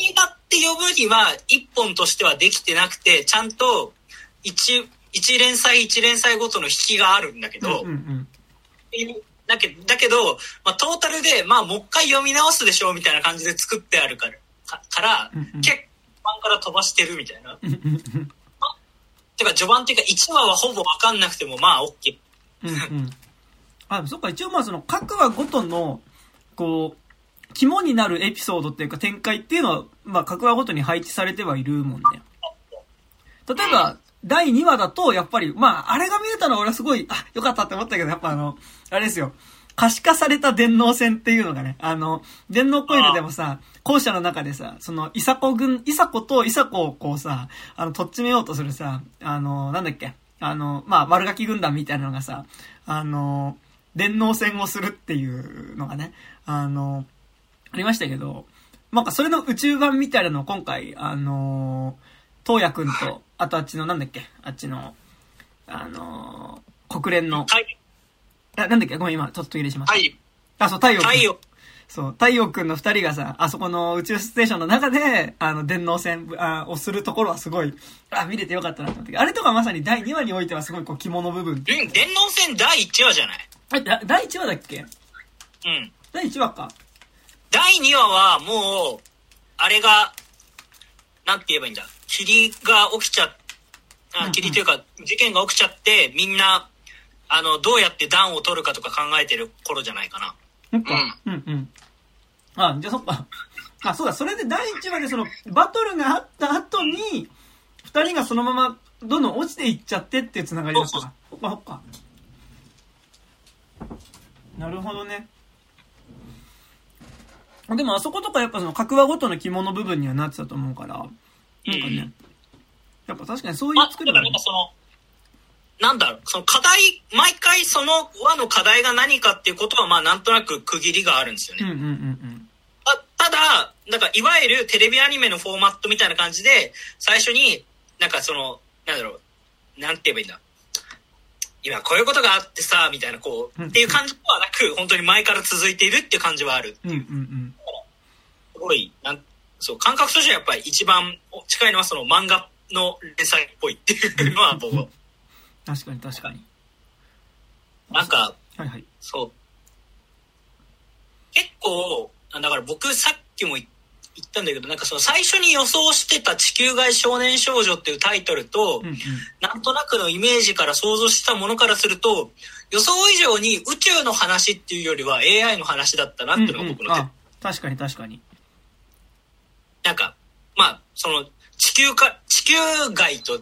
Speaker 1: って呼ぶには一本としてはできてなくて、ちゃんと一一連載一連載ごとの引きがあるんだけど、
Speaker 2: うんうん、
Speaker 1: だけだけど、まあ、トータルでまあもう一回読み直すでしょうみたいな感じで作ってあるからかから、うんうん、結構序盤から飛ばしてるみたいな。てか序盤っていうかいちわはほぼ分かんなくてもまあ OK。
Speaker 2: うんうん、あ、そっか、一応まあその各話ごとのこう肝になるエピソードっていうか展開っていうのはまあ各話ごとに配置されてはいるもんね。例えばだいにわだとやっぱりまああれが見れたのは俺はすごいあ良かったって思ったけど、やっぱあのあれですよ。可視化された電脳戦っていうのがね、あの、電脳コイルでもさ、校舎の中でさ、その、イサコ軍、イサコとイサコをこうさ、あの、とっちめようとするさ、あの、なんだっけ、あの、まあ、丸垣軍団みたいなのがさ、あの、電脳戦をするっていうのがね、あの、ありましたけど、なんかそれの宇宙版みたいなのを今回、あの、東野くんと、あとあっちの、なんだっけ、あっちの、あの、国連の、
Speaker 1: はい
Speaker 2: あ、なんだっけごめん、今、ちょっと入れしました。
Speaker 1: はい。
Speaker 2: あ、そう、太陽くん。
Speaker 1: 太陽。
Speaker 2: そう、太陽くんの二人がさ、あそこの宇宙ステーションの中で、あの、電脳戦あをするところはすごい、あ、見れてよかったなと思って。あれとかまさにだいにわにおいてはすごい、こう、肝の部分。
Speaker 1: うん、電脳戦だいいちわじゃない？
Speaker 2: あ、だ、だいいちわだっけ？
Speaker 1: うん。
Speaker 2: だいいちわか。
Speaker 1: だいにわはもう、あれが、なんて言えばいいんだ。霧が起きちゃ、あ、霧というか、事件が起きちゃって、みんな、あの、どうやって暖を取るかとか考えてる頃じゃないかな。
Speaker 2: うん。うんうん。あ、じゃあそっか。あ、そうだ、それでだいいちわでその、バトルがあった後に、二人がそのまま、どんどん落ちていっちゃってっていうつながりだったか。そっかそっか。なるほどね。でもあそことかやっぱその、各話ごとの肝の部分にはなってたと思うから、なんかね、やっぱ確かにそういう作り
Speaker 1: が、ね、その、なんだろう、その課題、毎回その輪の課題が何かっていうことはまあなんとなく区切りがあるんですよね。
Speaker 2: うんうんうんうん。
Speaker 1: た、ただ、なんかいわゆるテレビアニメのフォーマットみたいな感じで、最初になんかその、なんだろう、なんて言えばいいんだ。今こういうことがあってさ、みたいなこう、っていう感じではなく、本当に前から続いているっていう感じはある。
Speaker 2: うんうんうん。
Speaker 1: すごい、なん、そう、感覚としてはやっぱり一番近いのはその漫画の連載っぽいっていうのは僕は。
Speaker 2: 確かに確かに。
Speaker 1: なんか、
Speaker 2: はいはい。
Speaker 1: そう。結構、だから僕さっきも言ったんだけど、なんかその最初に予想してた地球外少年少女っていうタイトルと、
Speaker 2: うんうん、
Speaker 1: なんとなくのイメージから想像したものからすると、予想以上に宇宙の話っていうよりは エーアイ の話だったなっていうのが僕の、
Speaker 2: うんうん、あ、確かに確かに。
Speaker 1: なんか、まあ、その地球か、地球外と、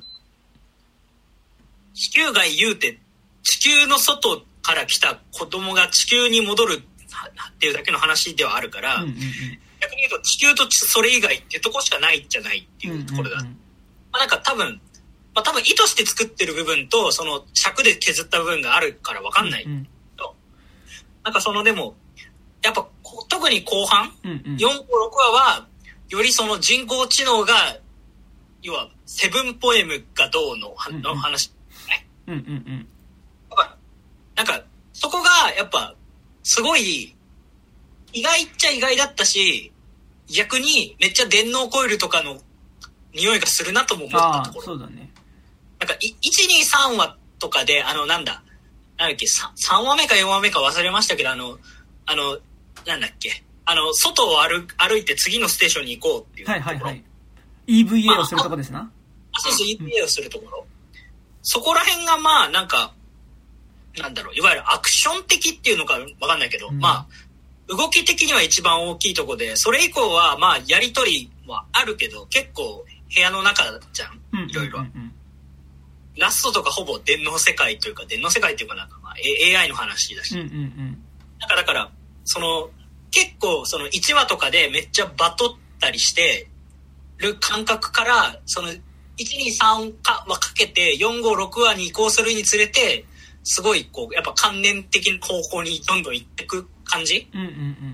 Speaker 1: 地球外言うて地球の外から来た子供が地球に戻るっていうだけの話ではあるから、
Speaker 2: うんうんうん、
Speaker 1: 逆に言うと地球とそれ以外っていうとこしかないじゃないっていうところだ、うんうんうん、まあ、なんか多分、まあ、多分意図して作ってる部分とその尺で削った部分があるから分かんないけど、うんうん、なんかそのでもやっぱ特に後半、
Speaker 2: うんうん、
Speaker 1: よん、ご、ろくわはよりその人工知能が要はセブンポエムがどう の, の話、
Speaker 2: うんうんうん、
Speaker 1: なんかそこがやっぱすごい意外っちゃ意外だったし、逆にめっちゃ電脳コイルとかの匂いがするなとも思ったところ。
Speaker 2: そうだね。
Speaker 1: なんかいち、に、さんわとかであのなんだなんだっけ 3, さんわめかよんわめか忘れましたけど、あのあのなんだっけあの外を歩歩いて次のステーションに行こうっていうところ。
Speaker 2: はいはいはい。イーブイエー をするとこですな。
Speaker 1: まあ、そうそう イーブイエー をするところ。うん、そこら辺がまあなんかなんだろういわゆるアクション的っていうのかわかんないけど、うん、まあ動き的には一番大きいところで、それ以降はまあやりとりはあるけど結構部屋の中じゃん、いろいろ。ラストとかほぼ電脳世界というか電脳世界っていうかなんかまあ エーアイ の話だし、
Speaker 2: うんうんうん、
Speaker 1: だからだからその結構そのいちわとかでめっちゃバトったりしてる感覚からそのいち、に、さんかはかけてよん、ご、ろくわに移行するにつれてすごいこうやっぱ関連的な方向にどんどん行っていく感じ、
Speaker 2: うんうんうん、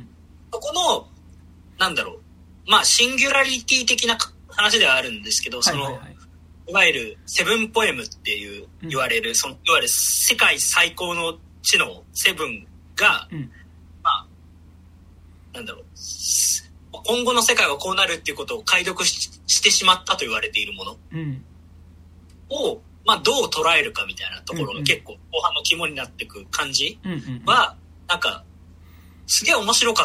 Speaker 1: そこのなんだろうまあシンギュラリティ的な話ではあるんですけど、その、はいはいはい、いわゆるセブンポエムっていう言われる、うん、そのいわゆる世界最高の知能セブンが、
Speaker 2: うん、
Speaker 1: まあなんだろう今後の世界はこうなるっていうことを解読 し, してしまったと言われているものを、まあ、どう捉えるかみたいなところが結構後半の肝になっていく感じは、なんかすげえ面白かった。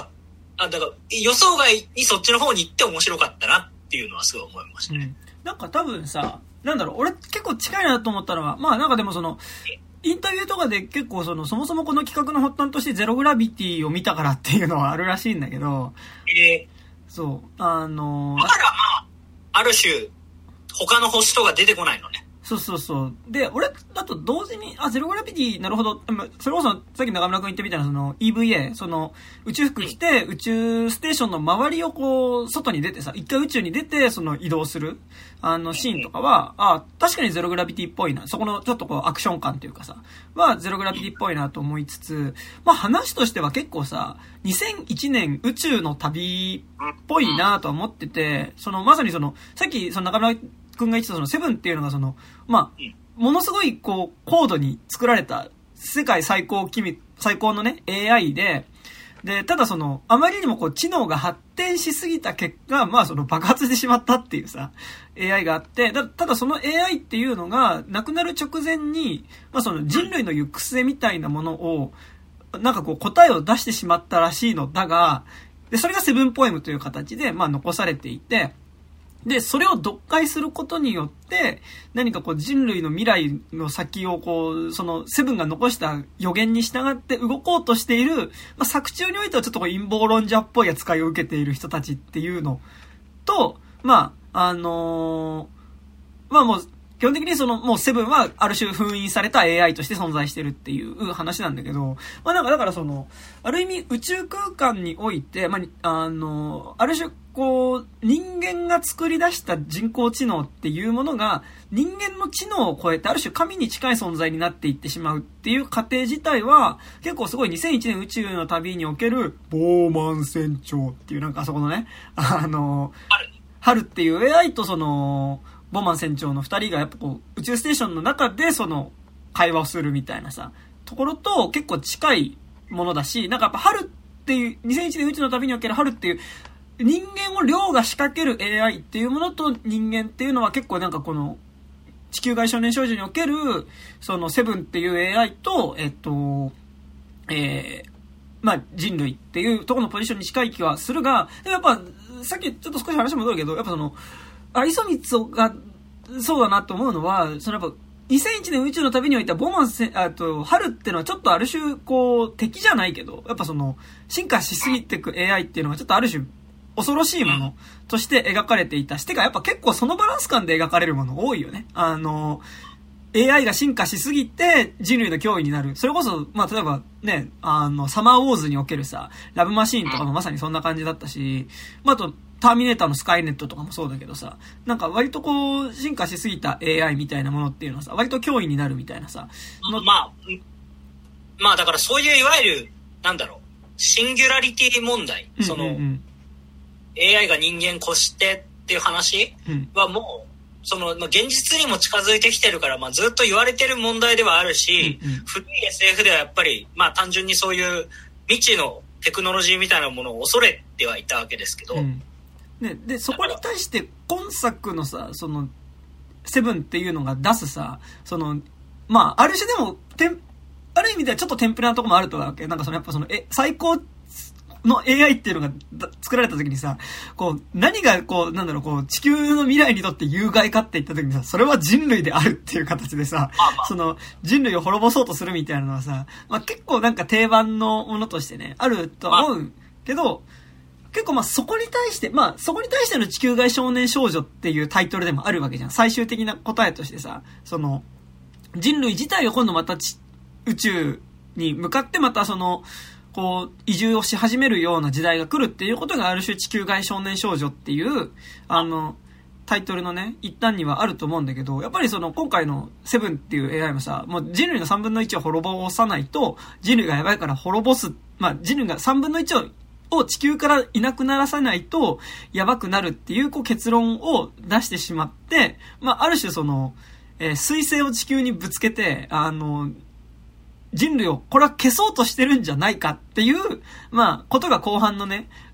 Speaker 1: あ、だから予想外にそっちの方に行って面白かったなっていうのはすごい思いましたね。うん、
Speaker 2: なんか多分さ、なんだろう、俺結構近いなと思ったのは、まあなんかでもそのインタビューとかで結構そのそもそもこの企画の発端としてゼログラビティを見たからっていうのはあるらしいんだけど、
Speaker 1: え
Speaker 2: ー、そうあのー、
Speaker 1: だからまあある種他の星とか出てこないのね。
Speaker 2: そうそうそう。で、俺だと同時に、あ、ゼログラビティ、なるほど。それこそ、さっき中村くん言ったみたいな、その イーブイエー、その、宇宙服着て、宇宙ステーションの周りをこう、外に出てさ、一回宇宙に出て、その移動する、あのシーンとかは、あ、確かにゼログラビティっぽいな。そこのちょっとこう、アクション感というかさ、はゼログラビティっぽいなと思いつつ、まあ話としては結構さ、にせんいちねん宇宙の旅っぽいなとは思ってて、その、まさにその、さっき、その中村君が言ってたそのセブンっていうのがその、まあ、ものすごいこう、高度に作られた世界最高機密、最高のね、エーアイ で、で、ただその、あまりにもこう、知能が発展しすぎた結果、まあその爆発してしまったっていうさ、エーアイ があって、だただその エーアイ っていうのが、亡くなる直前に、まあその人類の行く末みたいなものを、なんかこう答えを出してしまったらしいのだが、で、それがセブンポエムという形で、まあ残されていて、で、それを読解することによって、何かこう人類の未来の先をこう、そのセブンが残した予言に従って動こうとしている、まあ、作中においてはちょっとこう陰謀論者っぽい扱いを受けている人たちっていうのと、まあ、あのー、まあもう、基本的にその、もうセブンはある種封印された エーアイ として存在してるっていう話なんだけど、まあなんかだからその、ある意味宇宙空間において、まあ、あの、ある種こう、人間が作り出した人工知能っていうものが、人間の知能を超えてある種神に近い存在になっていってしまうっていう過程自体は、結構すごいにせんいちねん宇宙の旅における、ボーマン船長っていうなんかあそこのね、あの、春っていう エーアイ とその、ボーマン船長の二人がやっぱこう宇宙ステーションの中でその会話をするみたいなさところと結構近いものだし、なんかやっぱ春っていうにせんいちねん宇宙の旅における春っていう人間を量が仕掛ける エーアイ っていうものと人間っていうのは結構なんかこの地球外少年少女におけるそのセブンっていう エーアイ とえっとえーまあ人類っていうところのポジションに近い気はするが、でもやっぱさっきちょっと少し話戻るけどやっぱその磯光がそうだなと思うのは、そのやっぱにせんいちねん宇宙の旅においてはボマンせあと春ってのはちょっとある種こう敵じゃないけど、やっぱその進化しすぎていく エーアイ っていうのがちょっとある種恐ろしいものとして描かれていたし、てかやっぱ結構そのバランス感で描かれるもの多いよね。あの エーアイ が進化しすぎて人類の脅威になる。それこそまあ例えばね、あのサマーウォーズにおけるさラブマシーンとかもまさにそんな感じだったし、まああとターミネーターのスカイネットとかもそうだけどさ、なんか割とこう進化しすぎた エーアイ みたいなものっていうのはさ、割と脅威になるみたいなさ、
Speaker 1: まあまあだからそういういわゆるなんだろうシンギュラリティ問題、うんうんうん、その エーアイ が人間越してっていう話はもうその、まあ、現実にも近づいてきてるから、まあ、ずっと言われてる問題ではあるし、うんうん、古い エスエフ ではやっぱりまあ単純にそういう未知のテクノロジーみたいなものを恐れてはいたわけですけど、うん
Speaker 2: ね、でそこに対して今作のさそのセブンっていうのが出すさそのまあある種でもてんある意味ではちょっとテンプレなところもあるとわけ。なんかそのやっぱそのえ最高の エーアイ っていうのが作られた時にさこう何がこうなんだろうこう地球の未来にとって有害かって言った時にさそれは人類であるっていう形でさ、まあまあ、その人類を滅ぼそうとするみたいなのはさ、まあ、結構なんか定番のものとしてねあるとは思うけど、まあ結構まあそこに対して、まあそこに対しての地球外少年少女っていうタイトルでもあるわけじゃん。最終的な答えとしてさ、その人類自体が今度また宇宙に向かってまたその、こう移住をし始めるような時代が来るっていうことがある種地球外少年少女っていう、あの、タイトルのね、一端にはあると思うんだけど、やっぱりその今回のセブンっていう エーアイ もさ、もう人類のさんぶんのいちを滅ぼさないと、人類がやばいから滅ぼす、まあ人類がさんぶんのいちをを地球からいなくならさないとやばくなるっていうこう結論を出してしまって、まあある種その、えー、彗星を地球にぶつけて、あの、人類をこれは消そうとしてるんじゃないかっていう、まあことが後半のね、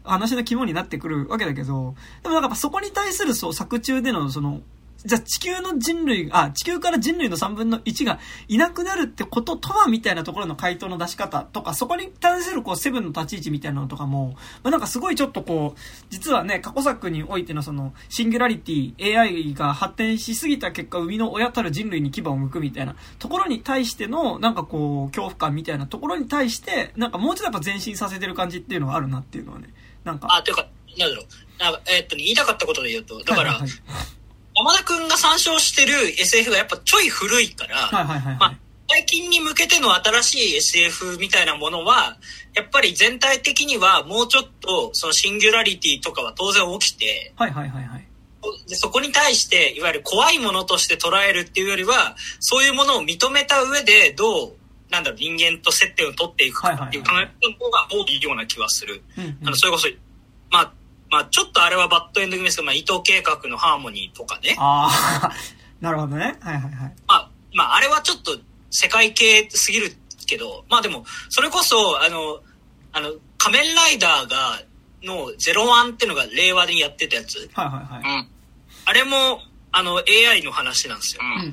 Speaker 2: 話の肝になってくるわけだけど、でもなんかそこに対するそう作中でのその、じゃあ地球の人類、あ、地球から人類のさんぶんのいちがいなくなるってこととはみたいなところの回答の出し方とか、そこに対するこうセブンの立ち位置みたいなのとかも、まあ、なんかすごいちょっとこう、実はね、過去作においてのその、シンギュラリティ、エーアイ が発展しすぎた結果、生みの親たる人類に牙を向くみたいなところに対しての、なんかこう、恐怖感みたいなところに対して、なんかもうちょっとやっぱ前進させてる感じっていうのはあるなっていうのはね、なんか。
Speaker 1: あ、というか、なんだろう。なんかえー、っと、ね、言いたかったことで言うと、だから、はいはいはい、山田くんが参照してる エスエフ がやっぱちょい古いから、はいはいはいはい、まあ、最近に向けての新しい エスエフ みたいなものは、やっぱり全体的にはもうちょっとそのシンギュラリティとかは当然起きて、
Speaker 2: はいはいはいはい。
Speaker 1: でそこに対していわゆる怖いものとして捉えるっていうよりは、そういうものを認めた上でどう、なんだろう、人間と接点を取っていくかっていう考えの方が多いような気はする。はいはいはい、あのそれこそ、まあ、まあ、ちょっとあれはバッドエンド組ですけど、まあ、伊藤計画のハーモニーとかね。
Speaker 2: ああ、なるほどね。はいはいはい。
Speaker 1: まあ、まあ、あれはちょっと世界系すぎるけど、まあでも、それこそ、あの、あの、仮面ライダーが、のゼロワンっていうのが令和でやってたやつ。
Speaker 2: はいはいはい。
Speaker 1: うん。あれも、あの、エーアイ の話なんですよ。
Speaker 2: うんうんうんうん。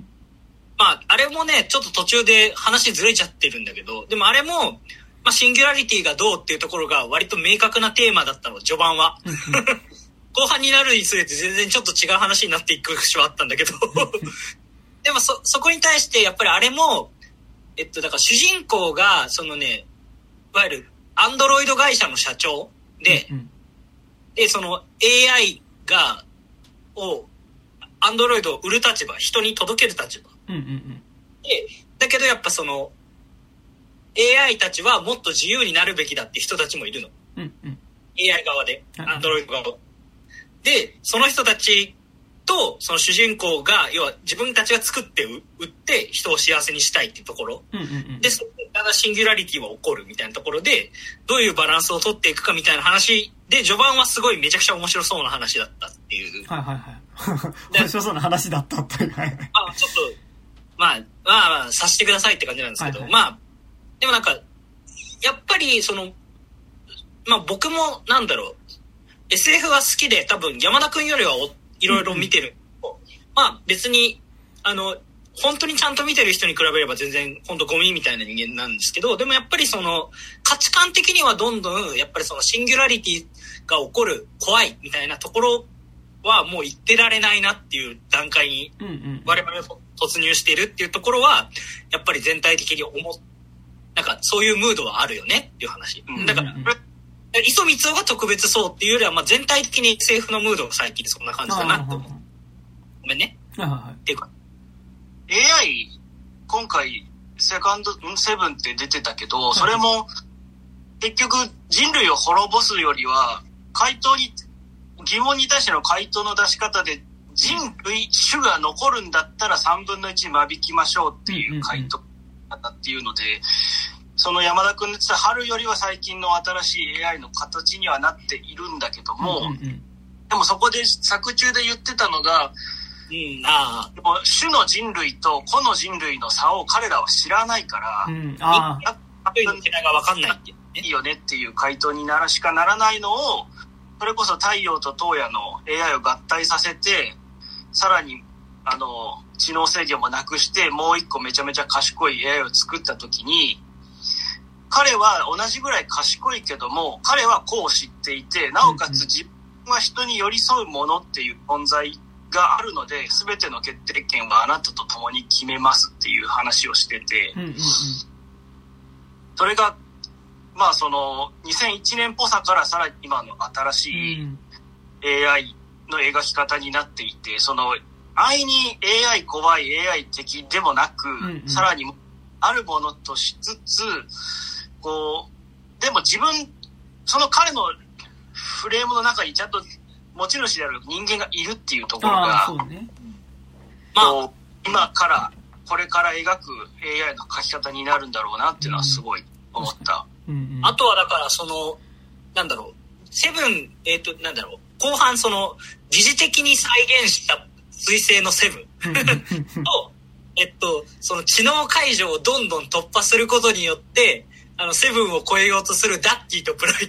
Speaker 1: まあ、あれもね、ちょっと途中で話ずれちゃってるんだけど、でもあれも、まあ、シンギュラリティがどうっていうところが割と明確なテーマだったの、序盤は。後半になるにつれて全然ちょっと違う話になっていく節はあったんだけど。でもそ、そこに対してやっぱりあれも、えっと、だから主人公が、そのね、いわゆるアンドロイド会社の社長で、うんうん、で、その エーアイ が、を、アンドロイドを売る立場、人に届ける立場。
Speaker 2: うんうんうん、
Speaker 1: で、だけどやっぱその、エーアイ たちはもっと自由になるべきだって人たちもいるの。
Speaker 2: うんうん、
Speaker 1: エーアイ 側で、アンドロイド側で、その人たちとその主人公が、要は自分たちが作って売って人を幸せにしたいっていうところ。
Speaker 2: うんうんうん、
Speaker 1: で、そこからシンギュラリティは起こるみたいなところで、どういうバランスを取っていくかみたいな話で、序盤はすごいめちゃくちゃ面白そうな話だったっていう。
Speaker 2: はいはいはい。面白そうな話だったっていう。ま
Speaker 1: あ、ちょっと、まあ、まあまあ、させてくださいって感じなんですけど、はいはい、まあ、でもなんか、やっぱり、その、まあ僕も、なんだろう、エスエフ が好きで、多分山田くんよりはおいろいろ見てる。うんうん、まあ別に、あの、本当にちゃんと見てる人に比べれば全然、本当ゴミみたいな人間なんですけど、でもやっぱりその、価値観的にはどんどん、やっぱりそのシンギュラリティが起こる怖いみたいなところはもう言ってられないなっていう段階に、我々は突入しているっていうところは、やっぱり全体的に思って、なんかそういうムードはあるよねっていう話。だから、磯光雄が特別そうっていうよりは、まあ全体的に エスエフ のムードが最近そんな感じだなって思う。ごめんね。っていうか。
Speaker 3: エーアイ、今回、セカンド、セブンって出てたけど、それも、結局人類を滅ぼすよりは、回答に、疑問に対しての回答の出し方で、人類、種が残るんだったらさんぶんのいち間引きましょうっていう回答。っていうので、その山田君の言ってた春よりは最近の新しい エーアイ の形にはなっているんだけども、うんうんうん、でもそこで作中で言ってたのが、
Speaker 1: うん、あ
Speaker 3: でも種の人類と個の人類の差を彼らは知らないから、
Speaker 2: うん、あ
Speaker 1: あ分かんないって
Speaker 3: いいよねっていう回答にならしかならないのを、それこそ太陽と東野の エーアイ を合体させて、さらにあの知能制御もなくしてもう一個めちゃめちゃ賢い エーアイ を作った時に、彼は同じぐらい賢いけども彼はこう知っていて、なおかつ自分は人に寄り添うものっていう存在があるので、全ての決定権はあなたと共に決めますっていう話をしてて、
Speaker 2: うんうんうん、
Speaker 3: それがまあそのにせんいちねんっぽさからさらに今の新しい エーアイ の描き方になっていて、その安易に エーアイ 怖い エーアイ 的でもなく、うんうん、さらにあるものとしつつ、こうでも自分その彼のフレームの中にちゃんと持ち主である人間がいるっていうところが、
Speaker 2: そうね、
Speaker 3: まあ今からこれから描く エーアイ の描き方になるんだろうなっていうのはすごい思った。
Speaker 2: うんうんうん、
Speaker 1: あとはだからそのなんだろう、セブンえっとなんだろう、後半その疑似的に再現した彗星のセブンと、えっと、その知能解除をどんどん突破することによって、あの、セブンを超えようとするダッキーとブライトって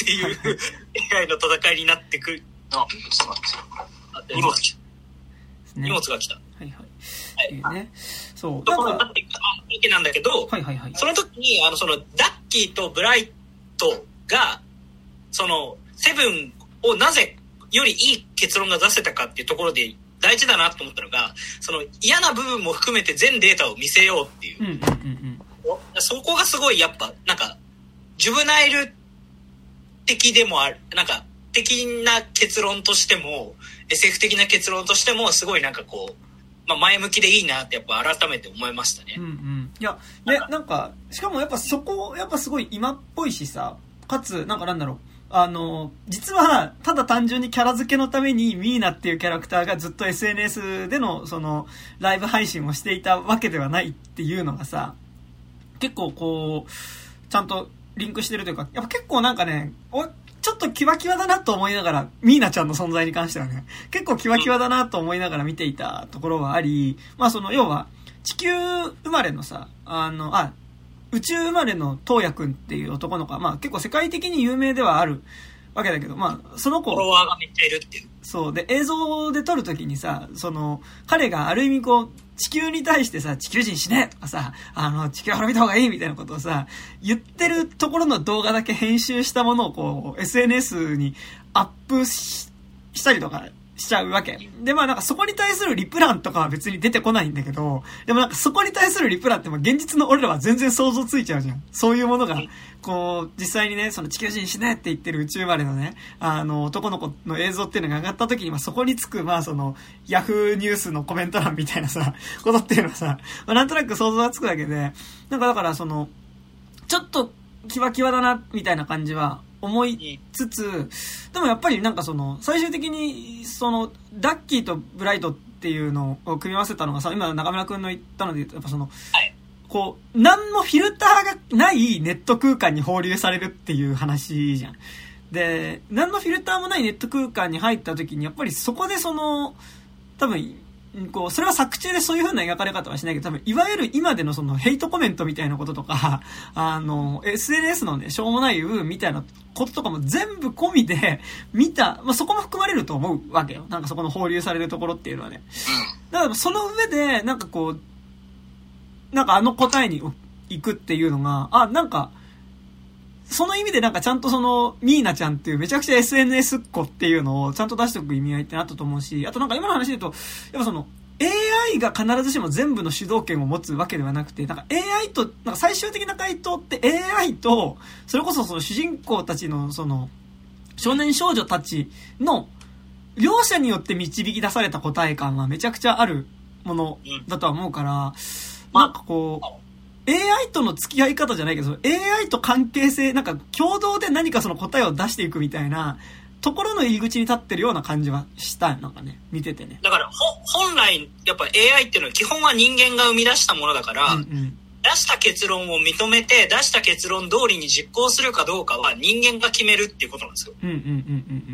Speaker 1: っていう エーアイ の戦いになってくる。
Speaker 3: あ、ちょっと待って。荷物。
Speaker 1: 荷物が来た。
Speaker 2: はいはい。はい。ね、そう。
Speaker 1: ところになっていくわけなんだけど、
Speaker 2: はいはいはい。
Speaker 1: その時に、あの、その、ダッキーとブライトが、その、セブンをなぜよりいい結論が出せたかっていうところで大事だなと思ったのが、その嫌な部分も含めて全データを見せようっていう。
Speaker 2: うんうんうんうん
Speaker 1: そこがすごいやっぱなんかジュブナイル的でもある、なんか的な結論としても エスエフ 的な結論としてもすごいなんかこう、まあ、前向きでいいなってやっぱ改めて思いましたね。
Speaker 2: うんうん。いやでなんかしかもやっぱそこやっぱすごい今っぽいしさ、かつなんかなんだろう、あの実はただ単純にキャラ付けのためにミーナっていうキャラクターがずっと エスエヌエス でのそのライブ配信をしていたわけではないっていうのがさ、結構こうちゃんとリンクしてるというか、やっぱ結構なんかね、おちょっとキワキワだなと思いながら、ミーナちゃんの存在に関してはね、結構キワキワだなと思いながら見ていたところはあり、まあその要は地球生まれのさ、あのあ宇宙生まれのトウヤくんっていう男の子は、まあ結構世界的に有名ではあるわけだけど、まあその子
Speaker 1: フォロワーがめっちゃいるっていう。
Speaker 2: そうで映像で撮るときにさ、その彼がある意味こう地球に対してさ、地球人死ねとかさ、あの地球滅びた方がいいみたいなことをさ言ってるところの動画だけ編集したものをこう エスエヌエス にアップ し, したりとかしちゃうわけで、まあなんかそこに対するリプランとかは別に出てこないんだけど、でもなんかそこに対するリプランっても現実の俺らは全然想像ついちゃうじゃん。そういうものがこう実際にね、その地球人死ねって言ってる宇宙生まれのね、あの男の子の映像っていうのが上がった時に、まあそこにつくまあそのヤフーニュースのコメント欄みたいなさことっていうのはさ、まあ、なんとなく想像がつくわけで、なんかだからそのちょっとキワキワだなみたいな感じは思いつつ、でもやっぱりなんかその最終的にそのダッキーとブライトっていうのを組み合わせたのがさ、今中村くんの言ったので言うと、やっぱその、はい、こう何もフィルターがないネット空間に放流されるっていう話じゃん。で何のフィルターもないネット空間に入った時にやっぱりそこでその多分こうそれは作中でそういう風な描かれ方はしないけど、多分いわゆる今でのそのヘイトコメントみたいなこととか、あの エスエヌエス のねしょうもない部分みたいなこととかも全部込みで見た、まあ、そこも含まれると思うわけよ。なんかそこの放流されるところっていうのはね。だからその上でなんかこうなんかあの答えに行くっていうのが、あ、なんかその意味でなんかちゃんとそのミーナちゃんっていうめちゃくちゃ エスエヌエス っ子っていうのをちゃんと出しておく意味合いってあったと思うし、あとなんか今の話で言うとやっぱその エーアイ が必ずしも全部の主導権を持つわけではなくて、なんか エーアイ となんか最終的な回答って エーアイ とそれこそその主人公たちのその少年少女たちの両者によって導き出された答え感はめちゃくちゃあるものだとは思うから、なんかこうエーアイ との付き合い方じゃないけど エーアイ と関係性なんか共同で何かその答えを出していくみたいなところの入り口に立ってるような感じはしたなんかね、見ててね。
Speaker 1: だから本来やっぱ エーアイ っていうのは基本は人間が生み出したものだから、うんうん、出した結論を認めて出した結論通りに実行するかどうかは人間が決めるっていうことなんですよ。
Speaker 2: うんうんうんうんうん。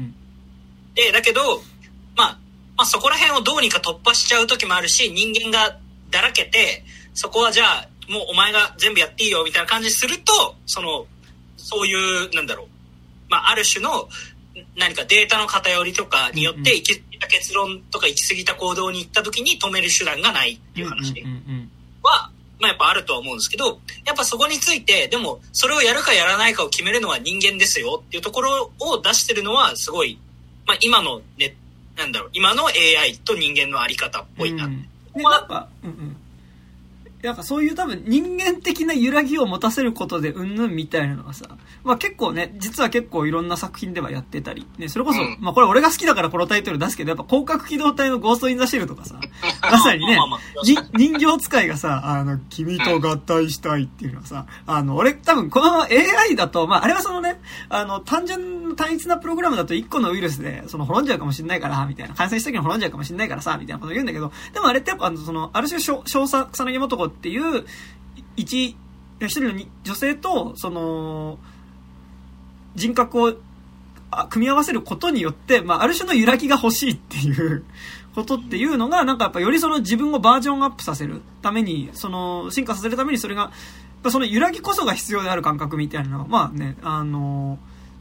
Speaker 1: でだけど、まあ、まあそこら辺をどうにか突破しちゃう時もあるし、人間がだらけてそこはじゃあもうお前が全部やっていいよみたいな感じすると、そのそういうなんだろう、まあある種の何かデータの偏りとかによって行き過ぎた結論とか行き過ぎた行動に行った時に止める手段がないっていう話はまあやっぱあるとは思うんですけど、やっぱそこについてでもそれをやるかやらないかを決めるのは人間ですよっていうところを出してるのはすごい、まあ今のね、なんだろう、今の エーアイ と人間のあり方っぽいな。うん、
Speaker 2: でなんか、うんうんなんかそういう多分人間的な揺らぎを持たせることでうんぬんみたいなのがさ、まあ結構ね、実は結構いろんな作品ではやってたり、ね、それこそ、うん、まあこれ俺が好きだからこのタイトル出すけど、やっぱ広角機動隊のゴーストインザシェルとかさ、まさにね、人形使いがさ、あの、君と合体したいっていうのはさ、あの、俺多分この エーアイ だと、まああれはそのね、あの、単純、単一なプログラムだといっこのウイルスで、その滅んじゃうかもしんないから、みたいな、感染した時に滅んじゃうかもしんないからさ、みたいなこと言うんだけど、でもあれってやっぱ、その、ある種、少佐草薙素子っていう、一、一人の女性と、その、人格を組み合わせることによって、まあ、ある種の揺らぎが欲しいっていうことっていうのが、なんかやっぱよりその自分をバージョンアップさせるために、その、進化させるためにそれが、その揺らぎこそが必要である感覚みたいなのは、まあね、あの、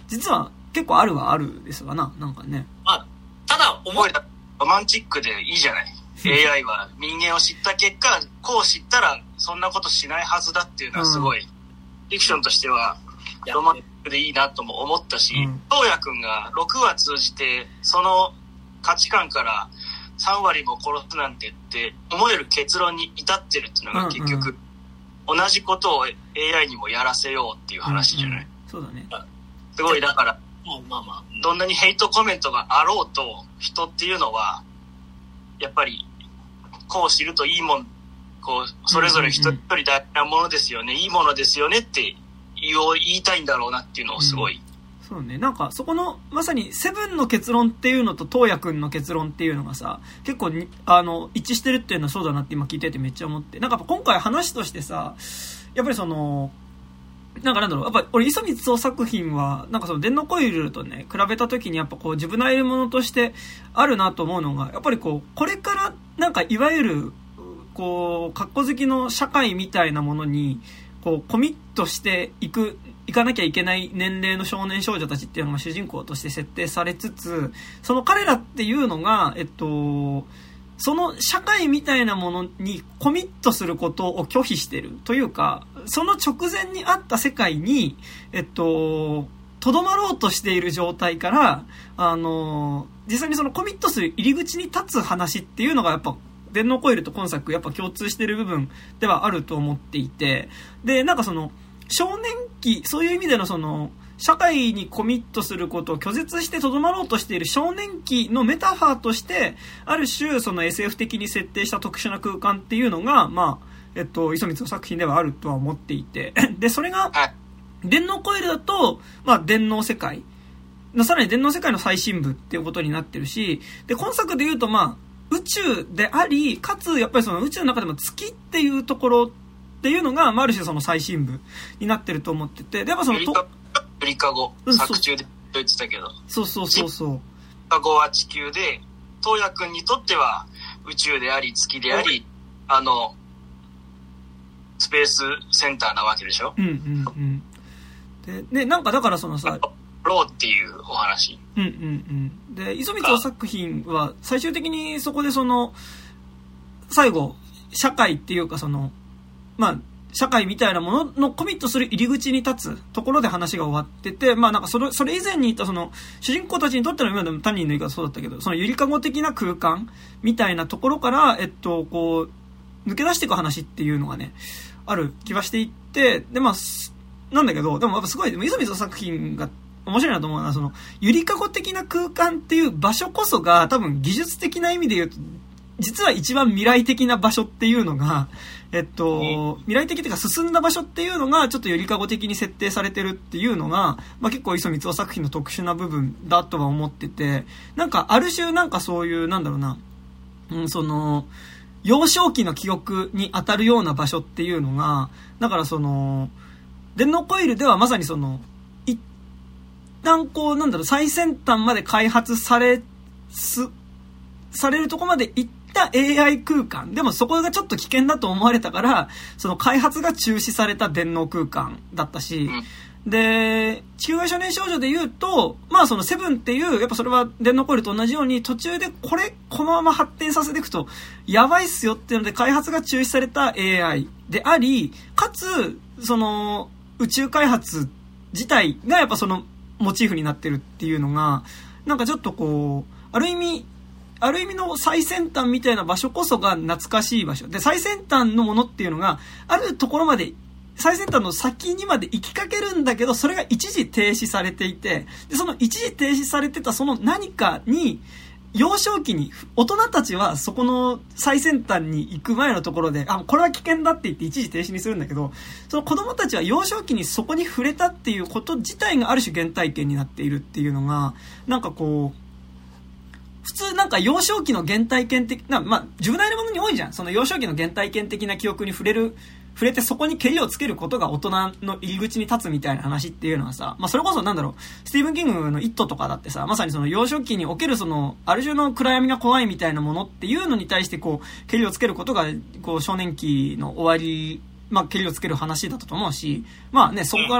Speaker 2: 実は結構あるはあるですわな、なんかね。
Speaker 1: まあ、ただ思う、
Speaker 3: ロマンチックでいいじゃない。エーアイ は人間を知った結果、こう知ったらそんなことしないはずだっていうのはすごい、うん、フィクションとしてはロマンチックでいいなとも思ったし、東也くんがろくわ通じてその価値観からさんわりも殺すなんてって思える結論に至ってるっていうのが結局、うんうん、同じことを エーアイ にもやらせようっていう話じゃない、うんうん、
Speaker 2: そうだね。
Speaker 3: すごいだから
Speaker 1: まあまあ、
Speaker 3: どんなにヘイトコメントがあろうと人っていうのはやっぱりこう知るといいもん、こうそれぞれ一人一人大事なものですよね、うんうん、いいものですよねって言お言いたいんだろうなっていうのをすごい、
Speaker 2: うん、そうね。なんかそこのまさにセブンの結論っていうのと東也くんの結論っていうのがさ結構にあの一致してるっていうのはそうだなって今聞いててめっちゃ思って、なんか今回話としてさやっぱりそのなんかなんだろう、やっぱ俺磯光雄作品はなんかその電脳コイルとね比べた時にやっぱこう自分の得るものとしてあるなと思うのがやっぱりこうこれからなんかいわゆるこう格好好きの社会みたいなものにこうコミットしていくいかなきゃいけない年齢の少年少女たちっていうのが主人公として設定されつつ、その彼らっていうのがえっとその社会みたいなものにコミットすることを拒否してるというか、その直前にあった世界に、えっと、とどまろうとしている状態から、あの、実際にそのコミットする入り口に立つ話っていうのがやっぱ、電脳コイルと今作やっぱ共通している部分ではあると思っていて、で、なんかその、少年期、そういう意味でのその、社会にコミットすることを拒絶してとどまろうとしている少年期のメタファーとして、ある種その エスエフ 的に設定した特殊な空間っていうのが、まあ、えっと、磯光の作品ではあるとは思っていて、で、それが、電脳コイルだと、まあ、電脳世界、さらに電脳世界の最深部っていうことになってるし、で、今作で言うと、まあ、宇宙であり、かつ、やっぱりその宇宙の中でも月っていうところっていうのが、まあ、ある種その最深部になってると思ってて、で、やっぱその、
Speaker 3: ゆりかご、作中で言ってたけど。
Speaker 2: そうそうそうそう。ゆり
Speaker 3: かごは地球で、東也くんにとっては宇宙であり、月であり、あの、スペースセンターなわけでしょ。
Speaker 2: うんうんうん。で、ね、なんかだからそのさ、
Speaker 3: ローっていうお話。
Speaker 2: うんうんうん。で、磯光作品は最終的にそこでその、最後、社会っていうかその、まあ、社会みたいなもののコミットする入り口に立つところで話が終わってて、まあなんかそれ、それ以前に言ったその、主人公たちにとっての今でも他人の言い方そうだったけど、そのゆりかご的な空間みたいなところから、えっと、こう、抜け出していく話っていうのがね、ある気はしていって、で、まあ、なんだけど、でもやっぱすごい、でも磯水の作品が面白いなと思うのは、その、ゆりかご的な空間っていう場所こそが多分技術的な意味で言うと、実は一番未来的な場所っていうのが、えっと、未来的っていうか進んだ場所っていうのがちょっとゆりかご的に設定されてるっていうのが、まあ、結構磯光雄作品の特殊な部分だとは思ってて、なんかある種なんかそういうなんだろうな、うん、その幼少期の記憶に当たるような場所っていうのが、だからその電脳コイルではまさにその一旦こうなんだろう最先端まで開発されすされるとこまで行ってエーアイ 空間。でもそこがちょっと危険だと思われたから、その開発が中止された電脳空間だったし、うん、で、地球外少年少女で言うと、まあそのセブンっていう、やっぱそれは電脳コイルと同じように途中でこれ、このまま発展させていくと、やばいっすよっていうので開発が中止された エーアイ であり、かつ、その宇宙開発自体がやっぱそのモチーフになってるっていうのが、なんかちょっとこう、ある意味、ある意味の最先端みたいな場所こそが懐かしい場所で、最先端のものっていうのがあるところまで最先端の先にまで行きかけるんだけど、それが一時停止されていて、でその一時停止されてたその何かに幼少期に大人たちはそこの最先端に行く前のところで、あ、これは危険だって言って一時停止にするんだけど、その子供たちは幼少期にそこに触れたっていうこと自体がある種原体験になっているっていうのが、なんかこう普通なんか幼少期の原体験的な、まあ、ジュブナイルものに多いじゃん。その幼少期の原体験的な記憶に触れる、触れてそこにケリをつけることが大人の入り口に立つみたいな話っていうのはさ、まあそれこそなんだろう、スティーブン・キングのイットとかだってさ、まさにその幼少期におけるその、ある種の暗闇が怖いみたいなものっていうのに対してこう、ケリをつけることが、こう少年期の終わり、まあケリをつける話だったと思うし、まあね、そこから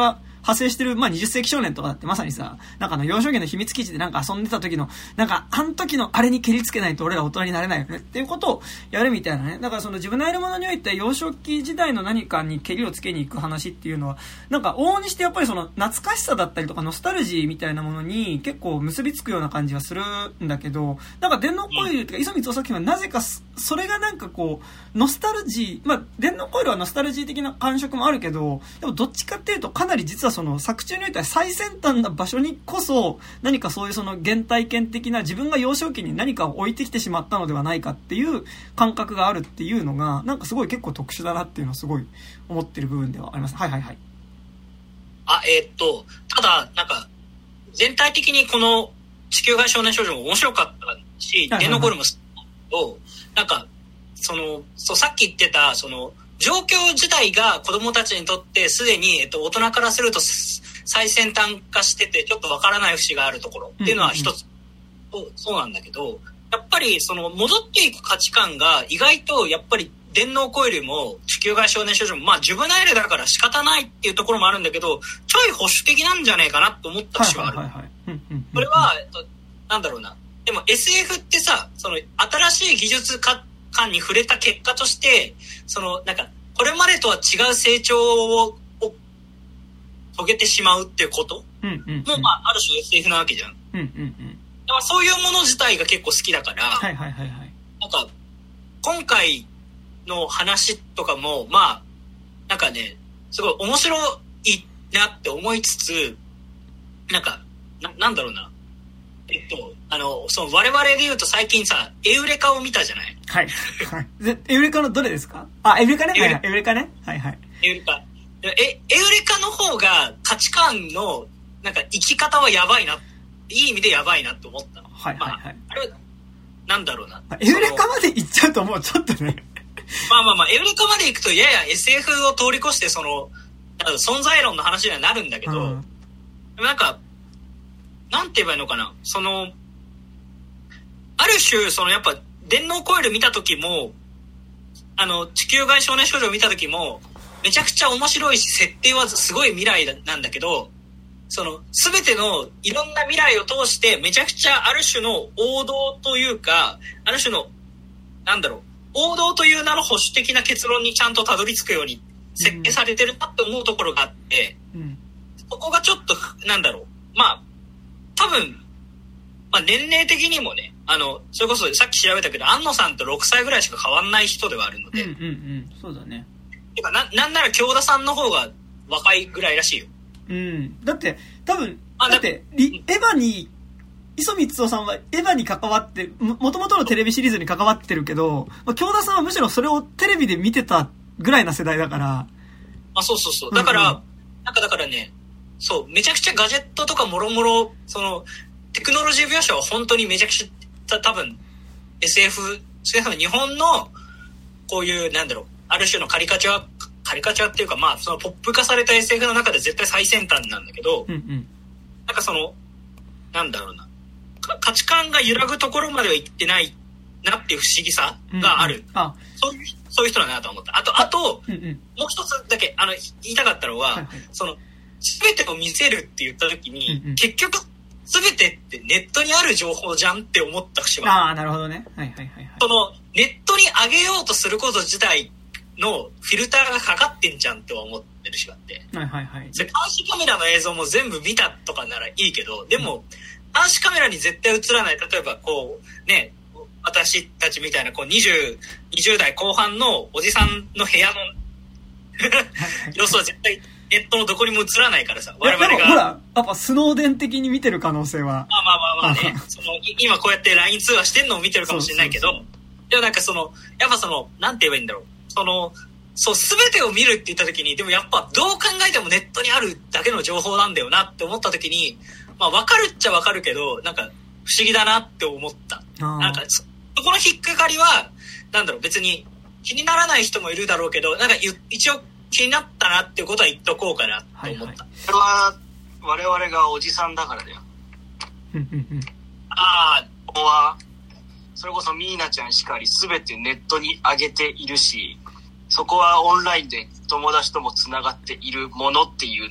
Speaker 2: 派生してる、まあ、にじゅっ世紀少年とかだってまさにさ、なんかあの、幼少期の秘密基地でなんか遊んでた時の、なんか、あの時のあれに蹴りつけないと俺ら大人になれないよねっていうことをやるみたいなね。だからその自分のやるものにおいて幼少期時代の何かに蹴りをつけに行く話っていうのは、なんか往々にしてやっぱりその懐かしさだったりとかノスタルジーみたいなものに結構結びつくような感じはするんだけど、なんか電脳コイルっていうか、磯光作品はなぜかそれがなんかこう、ノスタルジー、まあ、電脳コイルはノスタルジー的な感触もあるけど、でもどっちかっていうとかなり実はその作中においては最先端な場所にこそ何かそういうその原体験的な自分が幼少期に何かを置いてきてしまったのではないかっていう感覚があるっていうのがなんかすごい結構特殊だなっていうのをすごい思ってる部分ではあります。はいはいはい。
Speaker 1: あ、えー、っと、ただ、なんか、全体的にこの地球外少年少女も面白かったし、電脳コイルも好きだけど、なんか、その、そう、さっき言ってた、その、状況自体が子供たちにとってすでに、えっと、大人からすると最先端化しててちょっとわからない節があるところっていうのは一つ、うんうんうん、そうなんだけど、やっぱりその戻っていく価値観が意外とやっぱり電脳コイルも地球外少年少女もまあジュブナイルだから仕方ないっていうところもあるんだけど、ちょい保守的なんじゃねえかなと思った節はある。これは、えっと、なんだろうな。でも エスエフ ってさ、その新しい技術化感に触れた結果として、そのなんかこれまでとは違う成長を遂げてしまうっていうことも、まあある種 エスエフ なわけじゃん。うんうんうん、だからそういうもの自体が結構好きだから、はいはいはいはい、なんか今回の話とかもまあなんかねすごい面白いなって思いつつ、なんか な, なんだろうな。えっと、あの、その我々で言うと最近さ、エウレカを見たじゃない？
Speaker 2: はい。はい、エウレカのどれですか？あ、エウレカね。エウレカ、はい、エウレカね。はいはい。
Speaker 1: エウレカ。え、エウレカの方が価値観の、なんか生き方はやばいな、いい意味でやばいなと思ったの。はいはいはい。まあ、あれ、なんだろうな。
Speaker 2: エウレカまで行っちゃうともうちょっとね。
Speaker 1: まあまあまあ、エウレカまで行くとやや エスエフ を通り越してその、存在論の話にはなるんだけど、うん、なんか、なんて言えばいいのかな、そのある種そのやっぱ電脳コイル見た時もあの地球外少年少女を見た時もめちゃくちゃ面白いし設定はすごい未来なんだけど、その全てのいろんな未来を通してめちゃくちゃある種の王道というか、ある種のなんだろう王道という名の保守的な結論にちゃんとたどり着くように設計されてるなって思うところがあって、うん、そこがちょっとなんだろうまあ多分、まあ、年齢的にもね、あの、それこそさっき調べたけど、安野さんとろくさいぐらいしか変わんない人ではあるので。
Speaker 2: うんうんうん、そうだね。
Speaker 1: てか、な、なんなら京田さんの方が若いぐらいらしいよ。
Speaker 2: うん。だって、多分、だって、リエヴァに、磯光雄さんはエヴァに関わって、も、もともとのテレビシリーズに関わってるけど、まあ、京田さんはむしろそれをテレビで見てたぐらいな世代だから。
Speaker 1: あ、そうそうそう。だから、うんうん、なんかだからね、そう、めちゃくちゃガジェットとかもろもろ、その、テクノロジー描写は本当にめちゃくちゃ、多分、エスエフ、少なくとも日本の、こういう、なんだろう、ある種のカリカチュア、カリカチュアっていうか、まあ、そのポップ化された エスエフ の中で絶対最先端なんだけど、うんうん、なんかその、なんだろうな、価値観が揺らぐところまでは行ってないなっていう不思議さがある。うんうん、あそういう、そういう人だなと思った。あと、あと、うんうん、もう一つだけ、あの、言いたかったのは、はいはい、その、すべてを見せるって言った時に、うんうん、結局すべてってネットにある情報じゃんって思った節は。
Speaker 2: ああ、なるほどね。はいはいはい、はい。
Speaker 1: そのネットに上げようとすること自体のフィルターがかかってんじゃんって思ってる節があって。はいはいはい。監視カメラの映像も全部見たとかならいいけど、でも、うん、監視カメラに絶対映らない、例えばこうね、私たちみたいなこうにじゅう、にじゅう代後半のおじさんの部屋の様子は絶対ネットのどこにも映らないからさ、我々が。
Speaker 2: ほら、やっぱスノーデン的に見てる可能性は。
Speaker 1: まあまあまあまあね、その今こうやって ライン 通話してんのを見てるかもしれないけど、そうそうそう、でもなんかその、やっぱその、なんて言えばいいんだろう。その、そう、すべてを見るって言った時に、でもやっぱどう考えてもネットにあるだけの情報なんだよなって思った時に、まあ分かるっちゃ分かるけど、なんか不思議だなって思った。なんかそこの引っかかりは、なんだろう、別に気にならない人もいるだろうけど、なんか一応、気になったなっていうことは言っとこうかなと思った。はいはい、
Speaker 3: それは我々がおじさんだからだよ。ああ、ここはそれこそミーナちゃんしかり全てネットに上げているし、そこはオンラインで友達ともつながっているものっていうの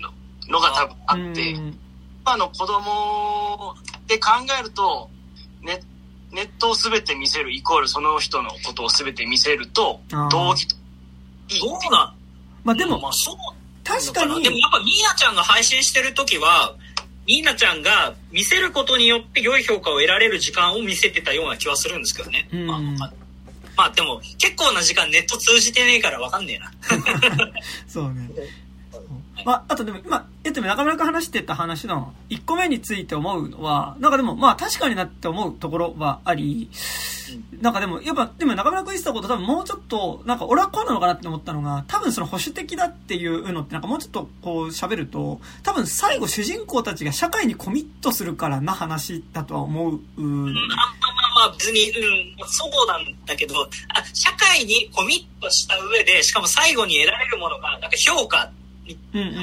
Speaker 3: のが多分あって、今の子供で考えると、ネネットを全て見せるイコールその人のことを全て見せると、同義と
Speaker 1: いい。どうなん？
Speaker 2: まあでも、
Speaker 1: まあそう
Speaker 2: 確かに。
Speaker 1: でもやっぱミーナちゃんが配信してるときは、ミーナちゃんが見せることによって良い評価を得られる時間を見せてたような気はするんですけどね。
Speaker 2: うん
Speaker 1: まあ、まあでも結構な時間ネット通じてねえから分かんねえな。
Speaker 2: そうね。まあ、あとでも今、えっと、中村君話してた話のいっこめについて思うのは、なんかでもまあ確かになって思うところはあり、なんかでも、やっぱ、でも中村君言ってたこと多分もうちょっと、なんか俺はこうなのかなって思ったのが、多分その保守的だっていうのってなんかもうちょっとこう喋ると、多分最後主人公たちが社会にコミットするからな話だとは思う。うん、
Speaker 1: まあまあまあ別に、うん、そうなんだけど、あ、社会にコミットした上で、しかも最後に得られるものが、なんか評価、
Speaker 2: うんうんうんうん。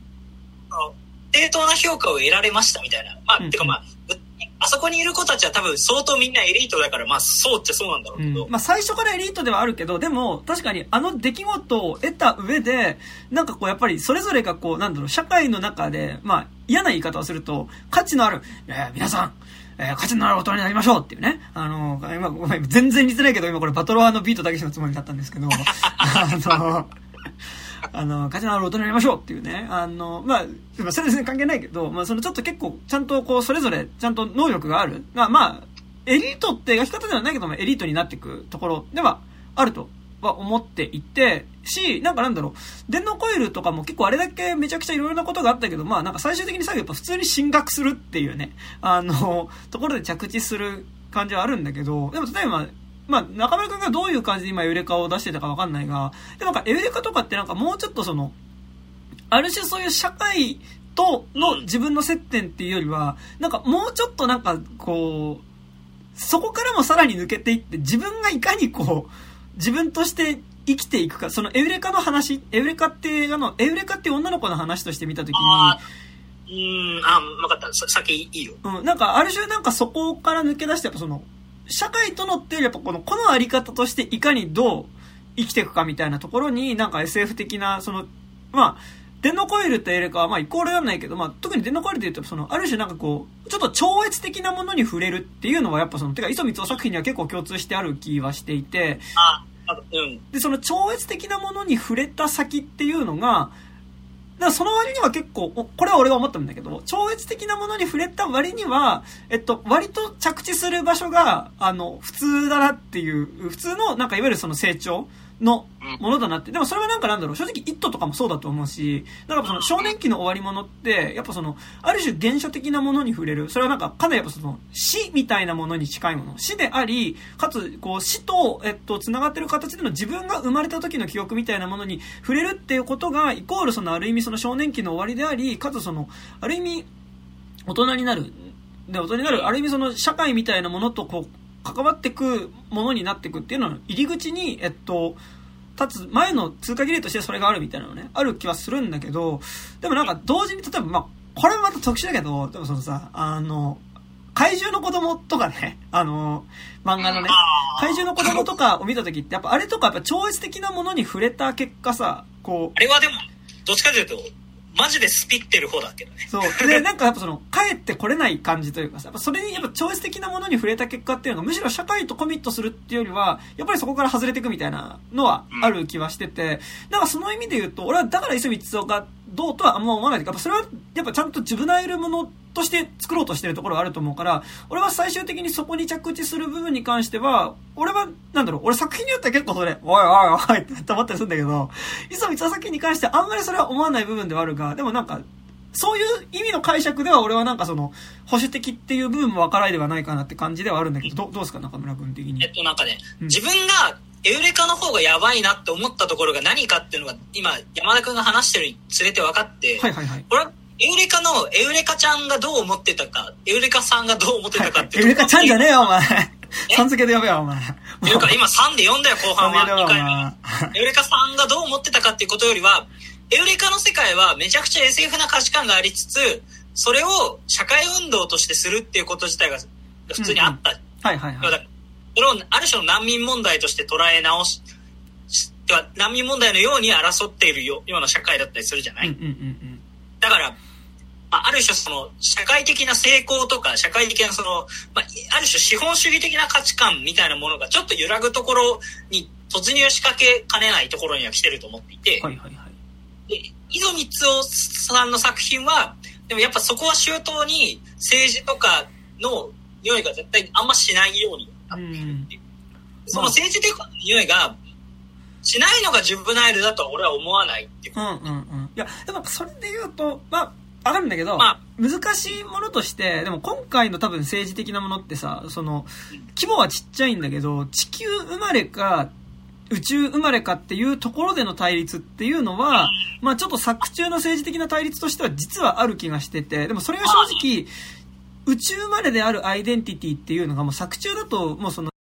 Speaker 1: 正当な評価を得られましたみたいな。まあ、うんうん、てかまあ、あそこにいる子たちは多分相当みんなエリートだから、まあそうっちゃそうなんだろうけど。
Speaker 2: うん、まあ最初からエリートではあるけど、でも確かにあの出来事を得た上で、なんかこうやっぱりそれぞれがこう、なんだろう、社会の中で、まあ嫌な言い方をすると、価値のある、えー、皆さん、えー、価値のある大人になりましょうっていうね。あの、今、全然似てないけど、今これバトロワのビートだけしのつもりだったんですけど、あの、あの、価値のある大人になりましょうっていうね。あの、まあ、それ全然関係ないけど、まあ、そのちょっと結構、ちゃんとこう、それぞれ、ちゃんと能力がある。まあ、まあ、エリートって描き方ではないけども、エリートになっていくところではあるとは思っていて、し、なんかなんだろう、電脳コイルとかも結構あれだけめちゃくちゃいろいろなことがあったけど、まあ、なんか最終的に最後やっぱ普通に進学するっていうね、あの、ところで着地する感じはあるんだけど、でも例えば、まあ、中村くんがどういう感じで今エウレカを出してたかわかんないが、でもなんかエウレカとかってなんかもうちょっとその、ある種そういう社会との自分の接点っていうよりは、なんかもうちょっとなんかこう、そこからもさらに抜けていって、自分がいかにこう、自分として生きていくか、そのエウレカの話、エウレカって映画の、エウレカっていう女の子の話として見たときに、
Speaker 1: うーん、あ、分かった。先いいよ。
Speaker 2: うん、なんかある種なんかそこから抜け出してやっぱその、社会とのっていうよりやっぱこの、このあり方としていかにどう生きていくかみたいなところになんか エスエフ 的な、その、まあ、電脳コイルってエレカはまあイコールなんないけど、まあ特に電脳コイルで言うとその、ある種なんかこう、ちょっと超越的なものに触れるっていうのはやっぱその、てか磯光雄作品には結構共通してある気はしていて、
Speaker 1: あ、あ、うん。
Speaker 2: で、その超越的なものに触れた先っていうのが、だからその割には結構、これは俺が思ったんだけど、超越的なものに触れた割には、えっと、割と着地する場所が、あの、普通だなっていう、普通の、なんかいわゆるその成長のものだなって。でもそれはなんかなんだろう、正直イットとかもそうだと思うし、だからその少年期の終わり物って、やっぱその、ある種原初的なものに触れる。それはなんかかなりやっぱその、死みたいなものに近いもの。死であり、かつ、こう、死と、えっと、繋がってる形での自分が生まれた時の記憶みたいなものに触れるっていうことが、イコールその、ある意味その少年期の終わりであり、かつその、ある意味、大人になる。で、大人になる、ある意味その、社会みたいなものとこう、関わっていくものになっていくっていうのの入り口に、えっと、立つ前の通過儀礼としてそれがあるみたいなのね、ある気はするんだけど、でもなんか同時に例えば、まあ、これはまた特殊だけど、でもそのさ、あの、怪獣の子供とかね、あの、漫画のね、怪獣の子供とかを見たときって、やっぱあれとかやっぱ超越的なものに触れた結果さ、こう。
Speaker 1: あれはでも、どっちかというと、マジでスピってる方だけどね。
Speaker 2: そう。で、なんかやっぱその、帰ってこれない感じというかさ、やっぱそれにやっぱ超越的なものに触れた結果っていうのが、むしろ社会とコミットするっていうよりは、やっぱりそこから外れていくみたいなのはある気はしてて、なんかその意味で言うと、俺はだから磯光雄がどうとはあんま思わないけど、やっぱそれはやっぱちゃんと自分のいるものとして作ろうとしてるところはあると思うから、俺は最終的にそこに着地する部分に関しては、俺は、なんだろう、俺作品によっては結構それ、おいおいおいって思ったりするんだけど、磯光雄作品に関してあんまりそれは思わない部分ではあるが、でもなんか、そういう意味の解釈では俺はなんかその保守的っていう部分も分からないではないかなって感じではあるんだけど、ど, どうですか中村君的に。
Speaker 1: えっとなんかね、うん、自分がエウレカの方がやばいなって思ったところが何かっていうのが今山田君が話してるにつれて分かって、
Speaker 2: はいはいはい。
Speaker 1: 俺はエウレカのエウレカちゃんがどう思ってたか、エウレカさんがどう思ってたかっていう、
Speaker 2: はいはい、エウレカちゃんじゃねえよお前。さん付けで呼べよお前。
Speaker 1: エウレカ今さんで呼んだよ後半はにかいめ。エウレカさんがどう思ってたかっていうことよりは。エウレカの世界はめちゃくちゃ エスエフ な価値観がありつつ、それを社会運動としてするっていうこと自体が普通にあった。うんうん、
Speaker 2: はいはいはい。
Speaker 1: それをある種の難民問題として捉え直し、難民問題のように争っているような社会だったりするじゃない、
Speaker 2: うんうんうんうん、
Speaker 1: だから、まあ、ある種その社会的な成功とか社会的なその、まあ、ある種資本主義的な価値観みたいなものがちょっと揺らぐところに突入しかけかねないところには来てると思っていて、
Speaker 2: はいはいはい、
Speaker 1: で溝光雄さんの作品はでもやっぱそこは周到に政治とかの匂いが絶対あんましないようになっているっていう、うん、その政治的な匂いがしないのがジュブナイルだとは俺は思わないっていう、
Speaker 2: うんうんうん、いやでもそれで言うとまあわかるんだけど、
Speaker 1: まあ、
Speaker 2: 難しいものとしてでも今回の多分政治的なものってさその規模はちっちゃいんだけど地球生まれか宇宙生まれかっていうところでの対立っていうのは、まあちょっと作中の政治的な対立としては実はある気がしてて、でもそれが正直宇宙生まれであるアイデンティティっていうのがもう作中だともうその